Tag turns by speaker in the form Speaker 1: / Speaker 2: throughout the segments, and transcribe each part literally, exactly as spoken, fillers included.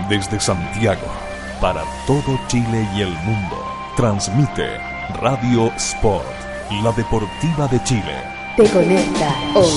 Speaker 1: Desde Santiago, para todo Chile y el mundo, transmite Radio Sport, la deportiva de Chile.
Speaker 2: Te conecta hoy.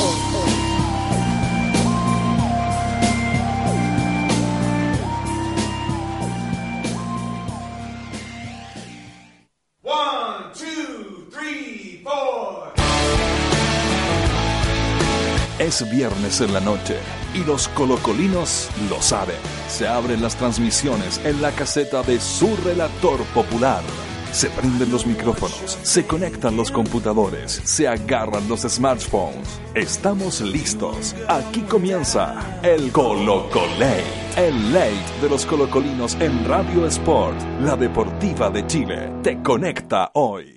Speaker 1: Es viernes en la noche y los colocolinos lo saben. Se abren las transmisiones en la caseta de su relator popular. Se prenden los micrófonos, se conectan los computadores, se agarran los smartphones. Estamos listos. Aquí comienza el Colocolate, el late de los colocolinos en Radio Sport, la deportiva de Chile. Te conecta hoy.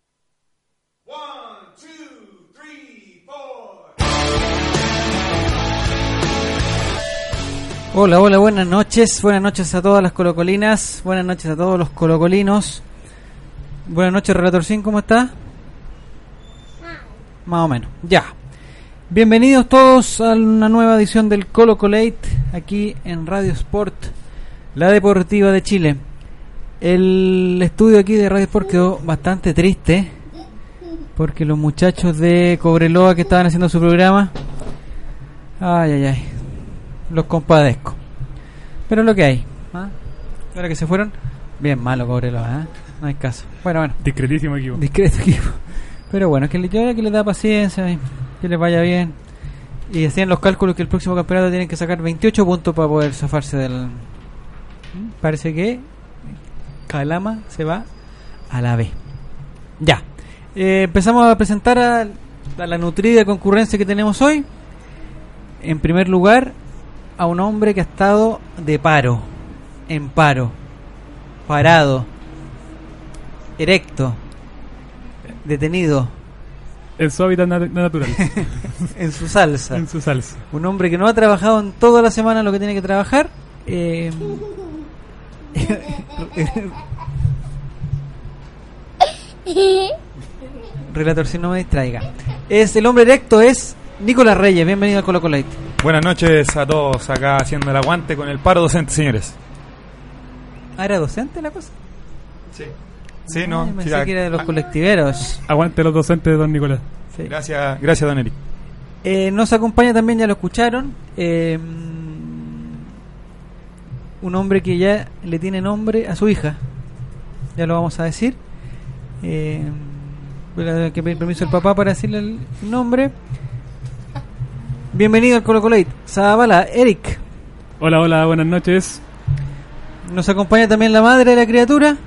Speaker 3: Hola, hola, buenas noches, buenas noches a todas las colocolinas, buenas noches a todos los colocolinos. Buenas noches, Relator Sin, ¿cómo está? Más o menos, ya. Bienvenidos todos a una nueva edición del Colocolate, aquí en Radio Sport, la deportiva de Chile. El estudio aquí de Radio Sport quedó bastante triste, porque los muchachos de Cobreloa que estaban haciendo su programa, ay, ay, ay, los compadezco, pero lo que hay, ¿ah? Ahora que se fueron, bien malo Cobreloa, ¿eh? No hay caso. Bueno, bueno.
Speaker 4: Discretísimo equipo.
Speaker 3: Discreto equipo. Pero bueno, que le, que le da paciencia, que les vaya bien. Y hacían los cálculos que el próximo campeonato tienen que sacar veintiocho puntos para poder zafarse del... Parece que Calama se va a la B. Ya. Eh, empezamos a presentar a, a la nutrida concurrencia que tenemos hoy. En primer lugar, a un hombre que ha estado de paro, en paro, parado, erecto, detenido,
Speaker 4: en su hábitat nat- natural.
Speaker 3: en su salsa.
Speaker 4: En su salsa.
Speaker 3: Un hombre que no ha trabajado en toda la semana lo que tiene que trabajar. Eh... Relator, si no me distraiga. Es el hombre erecto, es Nicolás Reyes. Bienvenido al Colocolate.
Speaker 5: Buenas noches a todos, acá haciendo el aguante con el paro docente, señores.
Speaker 3: ¿Ah, era docente la cosa?
Speaker 5: Sí. Sí, no.
Speaker 3: Ay, pensé
Speaker 5: sí,
Speaker 3: que era de los colectiveros.
Speaker 4: Aguante los docentes de don Nicolás.
Speaker 3: Sí.
Speaker 5: Gracias, gracias, don Eric.
Speaker 3: Eh, nos acompaña también, ya lo escucharon, eh, un hombre que ya le tiene nombre a su hija. Ya lo vamos a decir. Eh, voy a que pedir permiso al papá para decirle el nombre. Bienvenido al Colocolate, Zabala, Eric.
Speaker 4: Hola, hola, buenas noches.
Speaker 3: Nos acompaña también la madre de la criatura,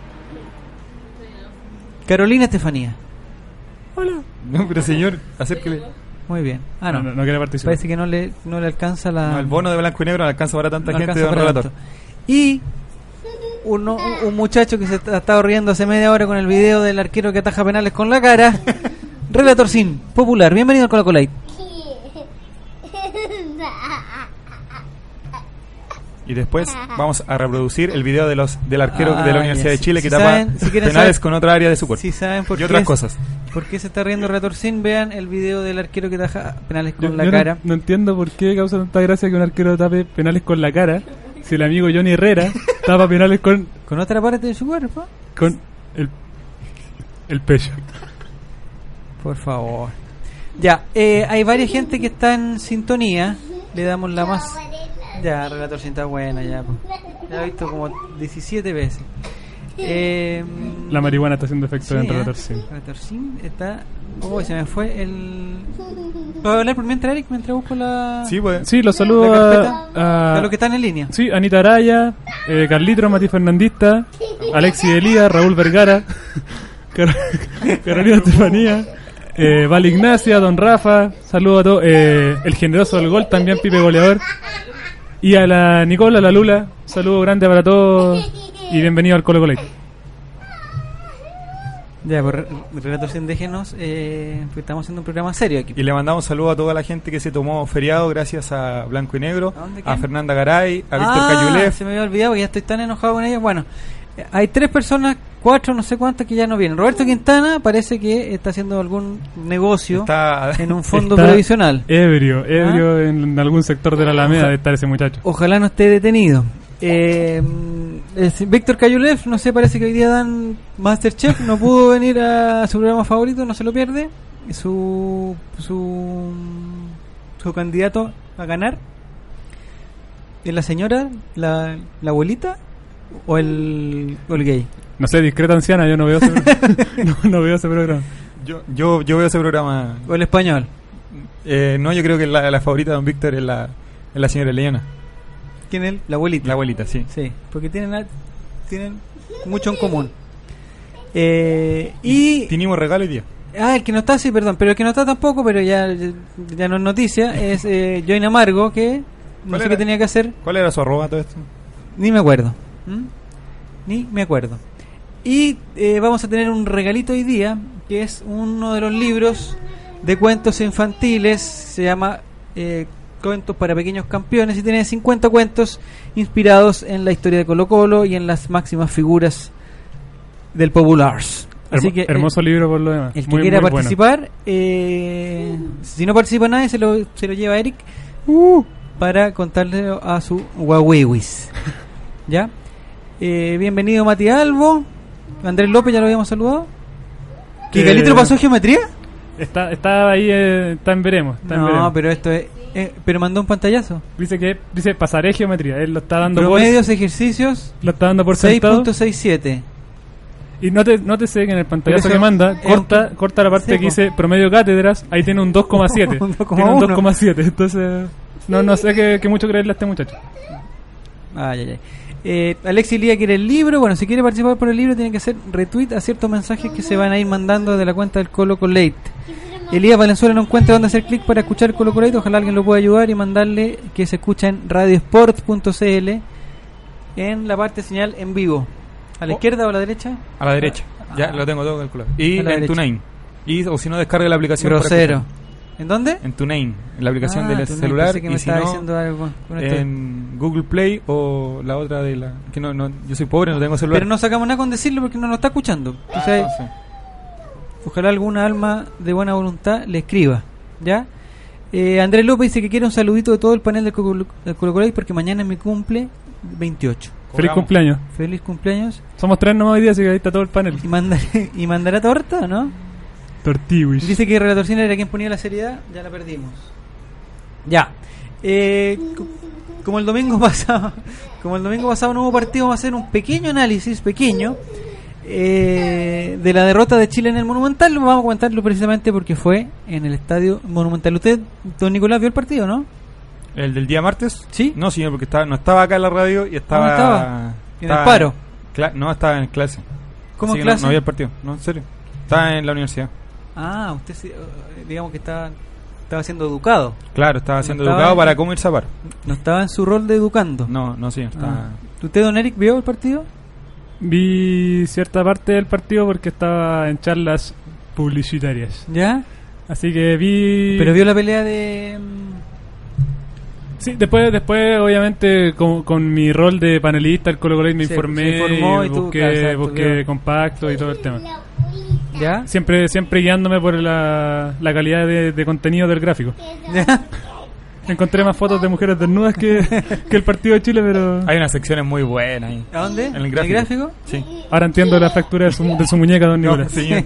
Speaker 3: Carolina Estefanía.
Speaker 5: Hola. No, pero señor, acérquele.
Speaker 3: Muy bien. Ah, no.
Speaker 4: No, no, no quiere participar.
Speaker 3: Parece que no le, no le alcanza la...
Speaker 5: No, el bono de blanco y negro no alcanza para tanta
Speaker 3: no
Speaker 5: gente
Speaker 3: alcanza
Speaker 5: de don
Speaker 3: para
Speaker 5: relator.
Speaker 3: tanto. Y uno, un muchacho que se ha estado riendo hace media hora con el video del arquero que ataja penales con la cara. Relator Sin, popular. Bienvenido al Colocolate.
Speaker 5: Y después vamos a reproducir el video de los del arquero
Speaker 3: Ah,
Speaker 5: de la Universidad
Speaker 3: ya,
Speaker 5: de
Speaker 3: si-
Speaker 5: Chile
Speaker 3: si
Speaker 5: que tapa
Speaker 3: saben- si quieren
Speaker 5: penales
Speaker 3: saber-
Speaker 5: con otra área de su cuerpo.
Speaker 3: Si saben por
Speaker 5: y
Speaker 3: qué
Speaker 5: otras
Speaker 3: es-
Speaker 5: cosas.
Speaker 3: ¿Por qué se está riendo Relator Sin? Vean el video del arquero que ataja penales con
Speaker 4: Yo,
Speaker 3: la
Speaker 4: yo
Speaker 3: cara.
Speaker 4: no, no entiendo por qué causa tanta gracia que un arquero tape penales con la cara si el amigo Johnny Herrera tapa penales con
Speaker 3: Con otra parte de su cuerpo.
Speaker 4: con el el pecho.
Speaker 3: Por favor. Ya, eh, hay varias gente que está en sintonía. Le damos la más... Ya, Relator Sin está buena, ya. po. Ya he visto como diecisiete veces. Eh,
Speaker 4: La marihuana está haciendo efecto
Speaker 3: sí,
Speaker 4: en
Speaker 3: ¿eh?
Speaker 4: Relator Sin.
Speaker 3: Relator Sin está... Oh, se me fue el... ¿Puedo hablar por mientras, Eric? Mientras busco la...
Speaker 5: Sí, pues.
Speaker 4: Sí, los saludo
Speaker 3: la
Speaker 4: a,
Speaker 3: carpeta
Speaker 4: a-
Speaker 3: de los que están en línea.
Speaker 4: sí, Anita Araya, eh, Carlitro, Mati Fernandista, Alexis Elías, Raúl Vergara, Car- Carolina Estefanía, eh, Val Ignacia, Don Rafa, saludo a todos, eh, el generoso del gol también, Pipe Goleador, y a la Nicola, la Lula, saludo grande para todos y bienvenido al Colo Colate.
Speaker 3: Ya, pues, Relator Sin, déjenos, eh, porque estamos haciendo un programa serio aquí.
Speaker 5: Y le mandamos saludos a toda la gente que se tomó feriado gracias a Blanco y Negro,
Speaker 3: ¿A dónde
Speaker 5: a
Speaker 3: quién?
Speaker 5: Fernanda Garay, a Víctor
Speaker 3: Ah,
Speaker 5: Cayulev.
Speaker 3: se me había olvidado porque ya estoy tan enojado con ellos. Bueno, eh, hay tres personas, cuatro, no sé cuántas que ya no vienen. Roberto Quintana parece que está haciendo algún negocio
Speaker 5: Está
Speaker 3: en un fondo
Speaker 4: Está
Speaker 3: previsional.
Speaker 4: Ebrio, ebrio
Speaker 3: ¿Ah?
Speaker 4: en algún sector de la Alameda de estar ese muchacho.
Speaker 3: Ojalá no esté detenido. Eh, es Víctor Cayulev, no sé, parece que hoy día dan Masterchef, no pudo venir a su programa favorito, no se lo pierde. Su su su candidato a ganar es la señora, la, la abuelita o el, o el gay.
Speaker 4: No sé, discreta anciana, yo no veo ese programa. no, no veo ese programa.
Speaker 5: Yo, yo, yo veo ese programa.
Speaker 3: O el español.
Speaker 5: Eh, no, yo creo que la, la favorita de don Víctor es la, es la señora Leona.
Speaker 3: ¿Quién es? La abuelita.
Speaker 5: La abuelita, sí.
Speaker 3: Sí, porque tienen, a- tienen mucho en común. Eh, y...
Speaker 5: Tenemos regalo hoy día.
Speaker 3: Ah, el que no está, sí, perdón, pero el que no está tampoco, pero ya, ya no es noticia, es eh, Join Amargo, que no
Speaker 5: ¿Cuál
Speaker 3: sé
Speaker 5: era?
Speaker 3: qué tenía que hacer,
Speaker 5: ¿Cuál era su arroba todo esto?
Speaker 3: ni me acuerdo. ¿Mm? Ni me acuerdo. Y eh, vamos a tener un regalito hoy día, que es uno de los libros de cuentos infantiles, se llama eh, Cuentos para Pequeños Campeones, y tiene cincuenta cuentos inspirados en la historia de Colo Colo y en las máximas figuras del Populars. Así
Speaker 4: Hermo-
Speaker 3: que,
Speaker 4: hermoso
Speaker 3: eh,
Speaker 4: libro por lo demás.
Speaker 3: el que
Speaker 4: Muy,
Speaker 3: quiera
Speaker 4: muy bueno.
Speaker 3: participar, eh, si no participa nadie, se lo, se lo lleva Eric uh, para contarle a su Huaweiwis. ¿Ya? Eh, bienvenido Mati Albo. Andrés López, ya lo habíamos saludado. ¿Que
Speaker 4: Eh,
Speaker 3: Galitro pasó geometría?
Speaker 4: Está, está ahí, eh, está en veremos. Está en
Speaker 3: No,
Speaker 4: veremos.
Speaker 3: pero esto es... eh, pero mandó un pantallazo.
Speaker 4: Dice que dice pasaré geometría. Él lo está dando
Speaker 3: Promedios, ejercicios,
Speaker 4: por, lo está dando por
Speaker 3: seis
Speaker 4: sentado.
Speaker 3: punto sesenta y siete.
Speaker 4: Y nótese, nótese que en el pantallazo
Speaker 3: Pero
Speaker 4: que
Speaker 3: eso
Speaker 4: manda,
Speaker 3: es
Speaker 4: corta,
Speaker 3: un-
Speaker 4: corta la parte
Speaker 3: sí,
Speaker 4: que
Speaker 3: po.
Speaker 4: dice promedio cátedras, ahí tiene un dos coma siete.
Speaker 3: Un dos coma
Speaker 4: Tiene un
Speaker 3: uno.
Speaker 4: dos coma siete, entonces no no sé qué, qué mucho creerle a este muchacho.
Speaker 3: Ay, ay, ay. Eh, Alexis Lía quiere el libro. Bueno, si quiere participar por el libro, tiene que hacer retweet a ciertos mensajes que se van a ir mandando de la cuenta del Colo Colate. Elías Valenzuela no encuentra dónde hacer clic para escuchar Colo Colate. Ojalá alguien lo pueda ayudar y mandarle que se escucha en radiosport punto c l en la parte señal en vivo. ¿A la
Speaker 5: Oh.
Speaker 3: izquierda o a la derecha?
Speaker 5: A la derecha. Ya
Speaker 3: Ah.
Speaker 5: lo tengo todo calculado. Y
Speaker 3: A la
Speaker 5: en
Speaker 3: derecha.
Speaker 5: TuneIn. Y o si no, descargue la aplicación. para
Speaker 3: Grosero.
Speaker 5: escuchar.
Speaker 3: ¿En dónde?
Speaker 5: En TuneIn, en la aplicación
Speaker 3: Ah,
Speaker 5: del
Speaker 3: tú no,
Speaker 5: celular.
Speaker 3: pensé que me
Speaker 5: Y si
Speaker 3: estaba
Speaker 5: no,
Speaker 3: diciendo algo con esto.
Speaker 5: en Google Play o la otra de la. Que no, no, yo soy pobre, no tengo celular.
Speaker 3: Pero no sacamos nada con decirlo porque no lo está escuchando. O sea,
Speaker 5: Ah, sí.
Speaker 3: ojalá alguna alma de buena voluntad le escriba. ¿Ya? Eh, Andrés López dice que quiere un saludito de todo el panel del Colo del Colo Colate porque mañana es mi cumple veintiocho.
Speaker 4: Feliz
Speaker 5: Cobramos.
Speaker 4: cumpleaños.
Speaker 3: Feliz cumpleaños.
Speaker 4: Somos tres nomás hoy día, así que ahí está todo el panel.
Speaker 3: Y, mandaré, y mandará torta, ¿no?
Speaker 4: Tortiwish.
Speaker 3: Dice que Relatorcina era quien ponía la seriedad. Ya la perdimos. Ya. Eh, co- como el domingo pasado, como el domingo pasado no hubo partido, vamos a hacer un pequeño análisis, pequeño, eh, de la derrota de Chile en el Monumental. Vamos a comentarlo precisamente porque fue en el Estadio Monumental. Usted, don Nicolás, vio el partido, ¿no?
Speaker 5: ¿El del día martes?
Speaker 3: Sí.
Speaker 5: No, señor, porque estaba, no estaba acá en la radio y estaba.
Speaker 3: ¿Dónde estaba? ¿En el
Speaker 5: estaba-
Speaker 3: paro?
Speaker 5: cla- no, estaba en clase.
Speaker 3: ¿Cómo
Speaker 5: Así
Speaker 3: en
Speaker 5: que no-
Speaker 3: clase?
Speaker 5: No, había el partido, no, en serio. Estaba en la universidad.
Speaker 3: Ah, usted sí, eh, digamos que estaba, estaba siendo educado.
Speaker 5: Claro, estaba siendo
Speaker 3: estaba
Speaker 5: educado
Speaker 3: en-
Speaker 5: para cómo irse a paro.
Speaker 3: No estaba en su rol de educando.
Speaker 5: No, no, sí, estaba.
Speaker 3: Ah. ¿Usted, don Eric, vio el partido?
Speaker 4: Vi cierta parte del partido porque estaba en charlas publicitarias.
Speaker 3: ¿Ya?
Speaker 4: Así que vi...
Speaker 3: Pero vio la pelea de... mm,
Speaker 4: Sí, después, después obviamente, con, con mi rol de panelista, el Colo Colo, me
Speaker 3: Se-
Speaker 4: informé,
Speaker 3: se informó y tú,
Speaker 4: busqué,
Speaker 3: claro, exacto,
Speaker 4: busqué
Speaker 3: vio.
Speaker 4: compacto y todo el tema.
Speaker 3: ¿Ya?
Speaker 4: Siempre siempre guiándome por la, la calidad de, de contenido del gráfico.
Speaker 3: ¿Ya?
Speaker 4: Encontré más fotos de mujeres desnudas que, que el partido de Chile, pero
Speaker 5: Hay unas secciones muy buenas ahí.
Speaker 3: ¿A dónde?
Speaker 5: En el gráfico.
Speaker 3: gráfico?
Speaker 5: Sí.
Speaker 4: ahora entiendo la fractura de su, de su muñeca, don
Speaker 5: No,
Speaker 4: Nicolás.
Speaker 5: señor.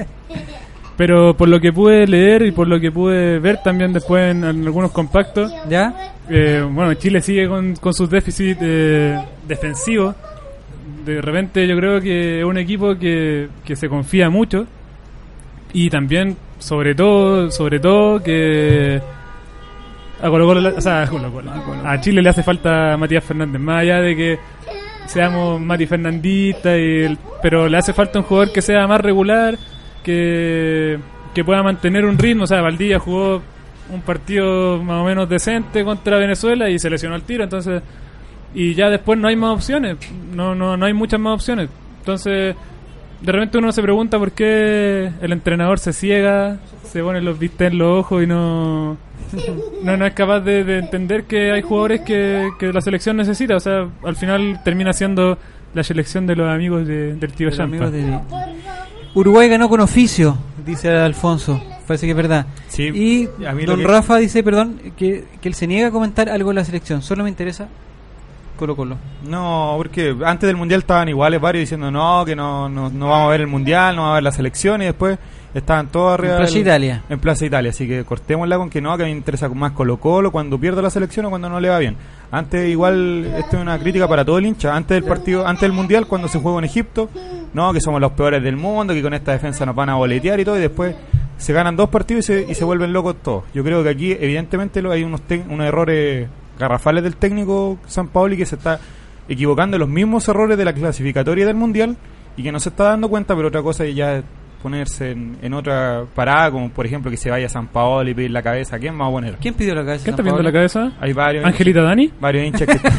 Speaker 4: Pero por lo que pude leer y por lo que pude ver también después en, en algunos compactos,
Speaker 3: ¿Ya?
Speaker 4: eh, bueno, Chile sigue con, con sus déficits eh, defensivos. De repente yo creo que es un equipo que, que se confía mucho y también, sobre todo, sobre todo que a Colo Colo, o sea, a, Colo Colo, a Chile le hace falta Matías Fernández, más allá de que seamos Mati Fernandista, y el- pero le hace falta un jugador que sea más regular, que, que pueda mantener un ritmo. O sea, Valdivia jugó un partido más o menos decente contra Venezuela y se lesionó al tiro, entonces, y ya después no hay más opciones, no no no hay muchas más opciones. Entonces, de repente uno se pregunta por qué el entrenador se ciega, se pone los vistes en los ojos y no no, no es capaz de, de entender que hay jugadores que, que la selección necesita. O sea, al final termina siendo la selección de los amigos de- del tío
Speaker 3: Los
Speaker 4: Champa.
Speaker 3: amigos de- Uruguay ganó con oficio, dice Alfonso. Parece que es verdad.
Speaker 5: Sí,
Speaker 3: Y
Speaker 5: a mí lo
Speaker 3: don
Speaker 5: que-
Speaker 3: Rafa dice, perdón, que, que él se niega a comentar algo de la selección. Solo me interesa Colo Colo?
Speaker 5: No, porque antes del Mundial estaban iguales varios diciendo no, que no, no, no vamos a ver el Mundial, no vamos a ver la selección, y después estaban todos arriba
Speaker 3: En Plaza
Speaker 5: del-
Speaker 3: Italia.
Speaker 5: en Plaza Italia, así que cortémosla con que no, que me interesa más Colo Colo cuando pierda la selección o cuando no le va bien. Antes igual, esto es una crítica para todo el hincha, antes del partido, antes del Mundial, cuando se juega en Egipto, no, que somos los peores del mundo, que con esta defensa nos van a boletear y todo, y después se ganan dos partidos y se, y se vuelven locos todos. Yo creo que aquí evidentemente lo, hay unos, tec- unos errores garrafales del técnico Sampaoli, que se está equivocando en los mismos errores de la clasificatoria del Mundial y que no se está dando cuenta, pero otra cosa es ya ponerse en, en otra parada, como por ejemplo que se vaya a Sampaoli y pedir la cabeza. ¿Quién va a poner?
Speaker 3: ¿Quién pidió la cabeza?
Speaker 4: ¿Qué está
Speaker 3: San
Speaker 4: viendo
Speaker 3: Paolo?
Speaker 4: la cabeza?
Speaker 5: Hay varios
Speaker 4: ¿Angelita Dani?
Speaker 5: hinchas, varios hinchas que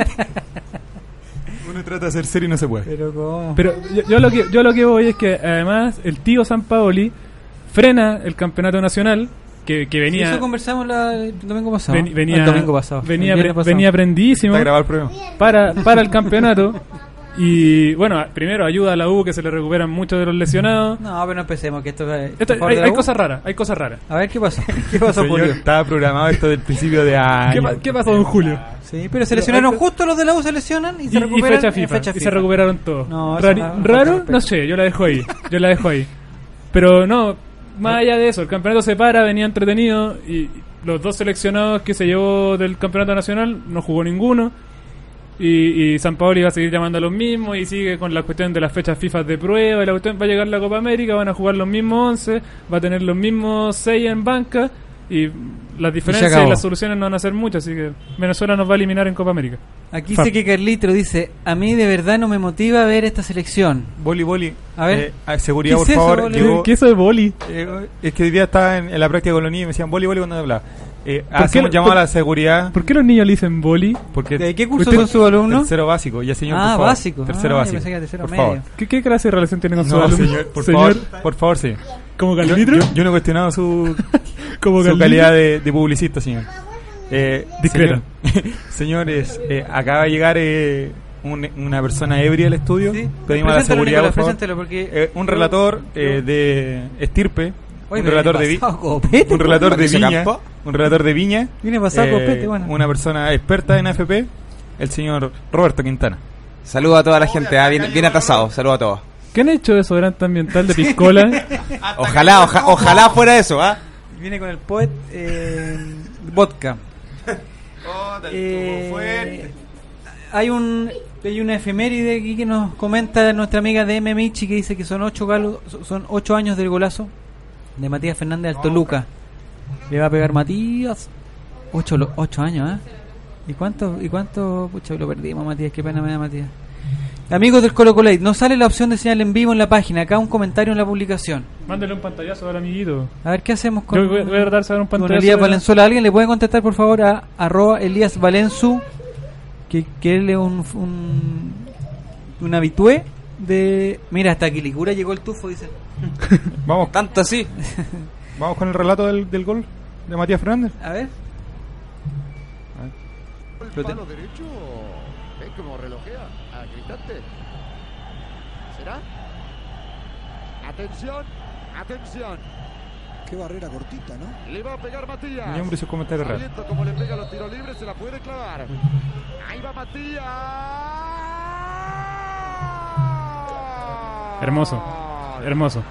Speaker 5: uno trata de ser serio y no se puede.
Speaker 3: Pero ¿cómo?
Speaker 4: Pero yo, yo lo que yo lo que voy es que además el tío Sampaoli frena el campeonato nacional que, que
Speaker 3: Sí,
Speaker 4: venía
Speaker 3: eso conversamos la, el domingo pasado.
Speaker 4: ven- venía
Speaker 3: el domingo pasado.
Speaker 4: venía
Speaker 3: el viernes
Speaker 4: pre-
Speaker 3: pasado.
Speaker 4: venía prendidísimo
Speaker 5: Está grabado el programa.
Speaker 4: para para el campeonato y bueno, primero ayuda a la U, que se le recuperan muchos de los lesionados.
Speaker 3: No, pero no empecemos, que esto es...
Speaker 4: Esto-
Speaker 3: por favor,
Speaker 4: hay,
Speaker 3: de
Speaker 4: hay
Speaker 3: la U.
Speaker 4: cosas raras, hay cosas raras.
Speaker 3: A ver, ¿qué pasó? ¿Qué pasó,
Speaker 5: Señor,
Speaker 3: Julio?
Speaker 5: estaba programado esto del principio de año.
Speaker 4: ¿Qué, pa- qué pasó, don Julio?
Speaker 3: Sí, pero se lesionaron
Speaker 4: hay-
Speaker 3: justo los de la U, se lesionan y
Speaker 4: Y,
Speaker 3: se
Speaker 4: y
Speaker 3: recuperan
Speaker 4: fecha
Speaker 3: en
Speaker 4: FIFA,
Speaker 3: fecha
Speaker 4: y se
Speaker 3: FIFA.
Speaker 4: recuperaron todos.
Speaker 3: No, eso
Speaker 4: Rari-
Speaker 3: no- no falta
Speaker 4: raro,
Speaker 3: respeto.
Speaker 4: no sé, yo la dejo ahí. Yo la dejo ahí. Pero no, más allá de eso, el campeonato se para, venía entretenido y los dos seleccionados que se llevó del campeonato nacional no jugó ninguno. Y, y Sampaoli va a seguir llamando a los mismos y sigue con la cuestión de las fechas FIFA de prueba. Y la cuestión va a llegar la Copa América, van a jugar los mismos once, va a tener los mismos seis en banca. Y las diferencias y,
Speaker 3: acabó.
Speaker 4: las soluciones no van a ser muchas, así que Venezuela nos va a eliminar en Copa América.
Speaker 3: Aquí
Speaker 4: Fa-
Speaker 3: sé que Carlitro dice, a mí de verdad no me motiva ver esta selección.
Speaker 5: Boli, boli.
Speaker 3: A ver.
Speaker 5: Eh, a seguridad,
Speaker 3: ¿Qué
Speaker 5: por
Speaker 3: es eso,
Speaker 5: favor.
Speaker 3: Boli?
Speaker 5: Llegó-
Speaker 4: ¿Qué eso de boli?
Speaker 5: eh, es que hoy día estaba en, en la práctica con los niños y me decían boli, boli cuando hablaba. Eh,
Speaker 4: ¿Por qué
Speaker 5: hacemos
Speaker 4: lo-
Speaker 5: llamado
Speaker 4: por-
Speaker 5: a la seguridad
Speaker 4: ¿Por qué los niños le dicen boli?
Speaker 5: porque
Speaker 3: ¿De qué curso
Speaker 4: Usted-
Speaker 3: son sus alumnos?
Speaker 5: tercero básico. Ya, señor,
Speaker 3: Ah,
Speaker 5: por favor.
Speaker 3: básico.
Speaker 5: Tercero
Speaker 3: Ah, yo
Speaker 5: básico.
Speaker 3: pensé que era tercero
Speaker 5: por
Speaker 3: medio.
Speaker 5: favor.
Speaker 4: ¿Qué, qué clase de relación tiene con su
Speaker 5: No,
Speaker 4: alumno?
Speaker 5: señor, por favor, por favor, señor.
Speaker 4: ¿Como
Speaker 5: Yo,
Speaker 4: Carlitro?
Speaker 5: yo- yo no he cuestionado su,
Speaker 4: ¿Como
Speaker 5: su
Speaker 4: Carlitro?
Speaker 5: calidad de, de publicista, señor. Eh,
Speaker 4: Discreta.
Speaker 5: señor- señores, eh, acaba de llegar eh, un- una persona ebria al estudio.
Speaker 3: Sí.
Speaker 5: Pedimos a la
Speaker 3: Preséntalo,
Speaker 5: seguridad,
Speaker 3: Nicolás,
Speaker 5: por favor.
Speaker 3: preséntalo, porque...
Speaker 5: Eh, un relator eh, de estirpe,
Speaker 3: Oye,
Speaker 5: un
Speaker 3: pero
Speaker 5: relator de
Speaker 3: viene
Speaker 5: vi-
Speaker 3: pasado copete,
Speaker 5: un relator de
Speaker 6: Patricio
Speaker 5: viña,
Speaker 6: Campo.
Speaker 5: un relator de viña,
Speaker 3: Viene pasado
Speaker 5: eh,
Speaker 3: copete, bueno.
Speaker 5: una persona experta en A F P, el señor Roberto Quintana.
Speaker 6: Saludos a toda la gente, ah, bien, bien atrasado, saludos a todos.
Speaker 4: ¿Qué han hecho de desodorante ambiental de piscola?
Speaker 6: Ojalá, oja- ojalá fuera eso, ¿ah?
Speaker 3: Viene con el poet eh, vodka. Eh, hay un hay una efeméride aquí que nos comenta nuestra amiga de M. Michi, que dice que son ocho galos, son ocho años del golazo de Matías Fernández al Toluca. Le va a pegar Matías ocho, lo- ocho años, ¿eh? ¿Y cuánto? ¿Y cuánto? Pucha, lo perdimos, Matías, qué pena me da, Matías. Amigos del Colo Colate, no sale la opción de señal en vivo en la página, acá un comentario en la publicación.
Speaker 4: Mándale un pantallazo al amiguito.
Speaker 3: A ver, ¿qué hacemos con,
Speaker 4: Yo voy, voy a tratar de sacar un
Speaker 3: con
Speaker 4: pantallazo.
Speaker 3: Elías
Speaker 4: de-
Speaker 3: Valenzuela? ¿Alguien le puede contestar, por favor, a arroba Elías Valenzu, que, que él es un, un, un habitué de... Mira, hasta Quilicura llegó el tufo, dice.
Speaker 5: Vamos,
Speaker 6: Tanto así.
Speaker 5: vamos con el relato del, del gol de Matías Fernández.
Speaker 3: A ver.
Speaker 7: El palo derecho, ¿ves cómo relojea a Cristante? ¿Será? Atención, atención.
Speaker 8: Qué barrera cortita, ¿no?
Speaker 7: Le va a pegar Matías.
Speaker 5: Mi hombre hizo comentario raro.
Speaker 7: Sabiendo cómo le pega los tiros libres, se la puede clavar. Ahí va Matías.
Speaker 4: Hermoso, hermoso.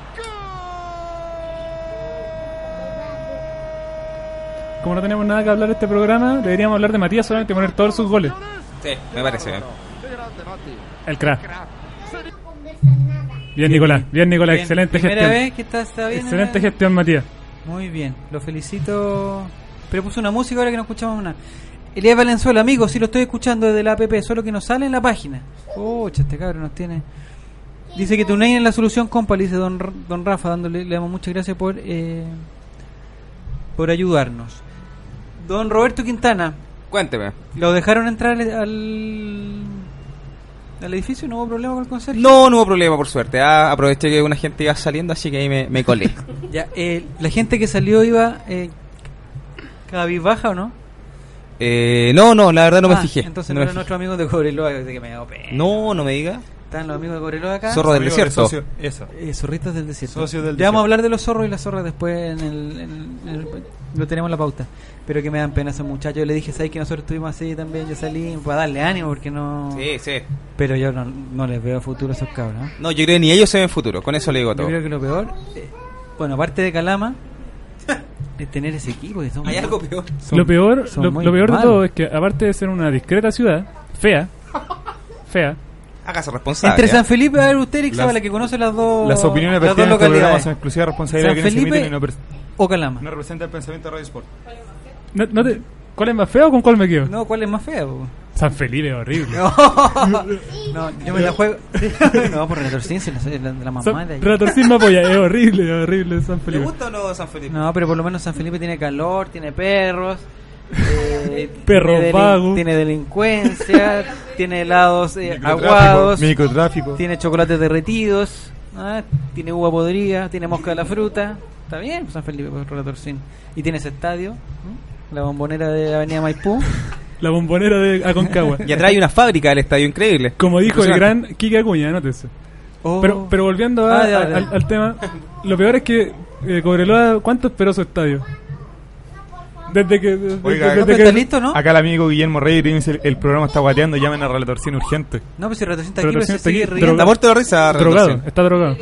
Speaker 4: Como no tenemos nada que hablar de este programa, deberíamos hablar de Matías solamente y poner todos sus goles.
Speaker 6: Sí, me parece bien.
Speaker 7: Qué grande, Mati.
Speaker 4: El crack.
Speaker 7: Crack.
Speaker 4: Bien, Nicolás. Bien, Nicolás.
Speaker 3: Bien,
Speaker 4: Excelente
Speaker 3: primera
Speaker 4: gestión.
Speaker 3: vez que está, está bien.
Speaker 4: Excelente
Speaker 3: eh.
Speaker 4: gestión, Matías.
Speaker 3: Muy bien, lo felicito. Pero puso una música ahora que no escuchamos nada. Elías Valenzuela, amigo, si lo estoy escuchando desde la app, solo que no sale en la página. Pucha, este cabrón nos tiene. Dice que TuneIn es la solución, compa, le dice don, R- don Rafa, dándole, le damos muchas gracias por eh, por ayudarnos. Don Roberto Quintana,
Speaker 6: Cuénteme.
Speaker 3: ¿lo dejaron entrar al, al edificio? ¿No hubo problema con el conserje?
Speaker 6: No, no hubo problema, por suerte. Ah, aproveché que una gente iba saliendo, así que ahí me, me colé.
Speaker 3: Ya, eh, la gente que salió iba eh, cabizbaja o no?
Speaker 6: Eh, no, no, la verdad no me
Speaker 3: Ah,
Speaker 6: fijé.
Speaker 3: Entonces
Speaker 6: no
Speaker 3: no,
Speaker 6: me
Speaker 3: era
Speaker 6: fijé.
Speaker 3: nuestro amigo de Cobreloa, de que me da pena.
Speaker 6: No, no me diga.
Speaker 3: Están los amigos de Cobreloa acá.
Speaker 6: Zorro del
Speaker 5: Amigo de
Speaker 6: desierto.
Speaker 5: socio- Eso.
Speaker 3: Eh, zorritos del desierto.
Speaker 5: Socios del
Speaker 3: ya vamos a
Speaker 5: desierto.
Speaker 3: hablar de los zorros y las zorras después en el, en el- en el- lo tenemos en la pauta. Pero que me dan pena esos muchachos. Yo le dije, ¿sabes que nosotros estuvimos así también? Yo salí para darle ánimo porque no...
Speaker 6: Sí, sí.
Speaker 3: Pero yo no, no les veo futuro a esos cabros, ¿no?
Speaker 6: No, yo creo que ni ellos se ven futuro. Con eso le digo
Speaker 3: Yo
Speaker 6: todo.
Speaker 3: creo que lo peor, eh, bueno, aparte de Calama, es tener ese equipo que son
Speaker 6: Hay
Speaker 3: muy-
Speaker 6: algo peor.
Speaker 3: son-
Speaker 4: Lo peor,
Speaker 3: son
Speaker 4: lo,
Speaker 3: muy
Speaker 4: lo peor de
Speaker 3: malos.
Speaker 4: todo es que aparte de ser una discreta ciudad, fea, fea,
Speaker 6: Hágase responsable.
Speaker 3: Entre
Speaker 6: ¿eh?
Speaker 3: San Felipe, a ver, usted, Eric,
Speaker 5: Las-
Speaker 3: sabe la que conoce las dos,
Speaker 5: Las opiniones
Speaker 3: las dos
Speaker 5: vertidas en este programa
Speaker 3: localidades.
Speaker 5: son exclusiva responsabilidad
Speaker 3: San
Speaker 5: de quienes
Speaker 3: Felipe-
Speaker 5: emiten y no, per-
Speaker 3: o Calama.
Speaker 5: no representa el pensamiento de Radio Sport.
Speaker 4: no, no te- ¿cuál es más feo o con cuál me quedo?
Speaker 3: No, ¿cuál es más fea? po?
Speaker 4: San Felipe es horrible.
Speaker 3: No, yo me la juego. No, por retorcirse, la, la, la mamá
Speaker 4: San,
Speaker 3: de ahí.
Speaker 4: Retorcir me apoya, es horrible, es horrible San
Speaker 6: ¿Le
Speaker 4: Felipe.
Speaker 6: gusta o no San Felipe?
Speaker 3: No, pero por lo menos San Felipe tiene calor, tiene perros. eh,
Speaker 4: Perros
Speaker 3: tiene delin-
Speaker 4: vagos.
Speaker 3: Tiene delincuencia, tiene helados eh,
Speaker 5: Microtráfico,
Speaker 3: aguados,
Speaker 5: Microtráfico.
Speaker 3: tiene chocolates derretidos, ah, tiene uva podrida, tiene mosca de la fruta. Está bien, San Felipe, por retorcir. Y tiene ese estadio, ¿no? La bombonera de Avenida Maipú.
Speaker 4: La bombonera de Aconcagua.
Speaker 6: Y atrás hay una fábrica del estadio increíble.
Speaker 4: Como dijo el
Speaker 6: Impresionante.
Speaker 4: gran Kike Acuña, anótese.
Speaker 3: Oh.
Speaker 4: Pero, pero volviendo a-
Speaker 3: Ah, ya,
Speaker 4: a-
Speaker 3: ya.
Speaker 4: Al, al tema, lo peor es que eh, Cobreloa, ¿cuánto esperó su estadio? Desde que... desde-
Speaker 5: Oiga,
Speaker 4: desde
Speaker 3: No, pero
Speaker 4: que-
Speaker 3: está listo, ¿no?
Speaker 5: Acá el amigo Guillermo Reyes dice el, el programa está guateando, llamen a Relatorcín urgente.
Speaker 3: No, pues si retorcir está
Speaker 4: Pero
Speaker 3: aquí, pero
Speaker 4: recién
Speaker 3: se
Speaker 4: está
Speaker 3: sigue
Speaker 4: aquí,
Speaker 3: riendo.
Speaker 6: Está muerto de risa.
Speaker 4: drogado,
Speaker 6: Retorcín.
Speaker 4: está drogado.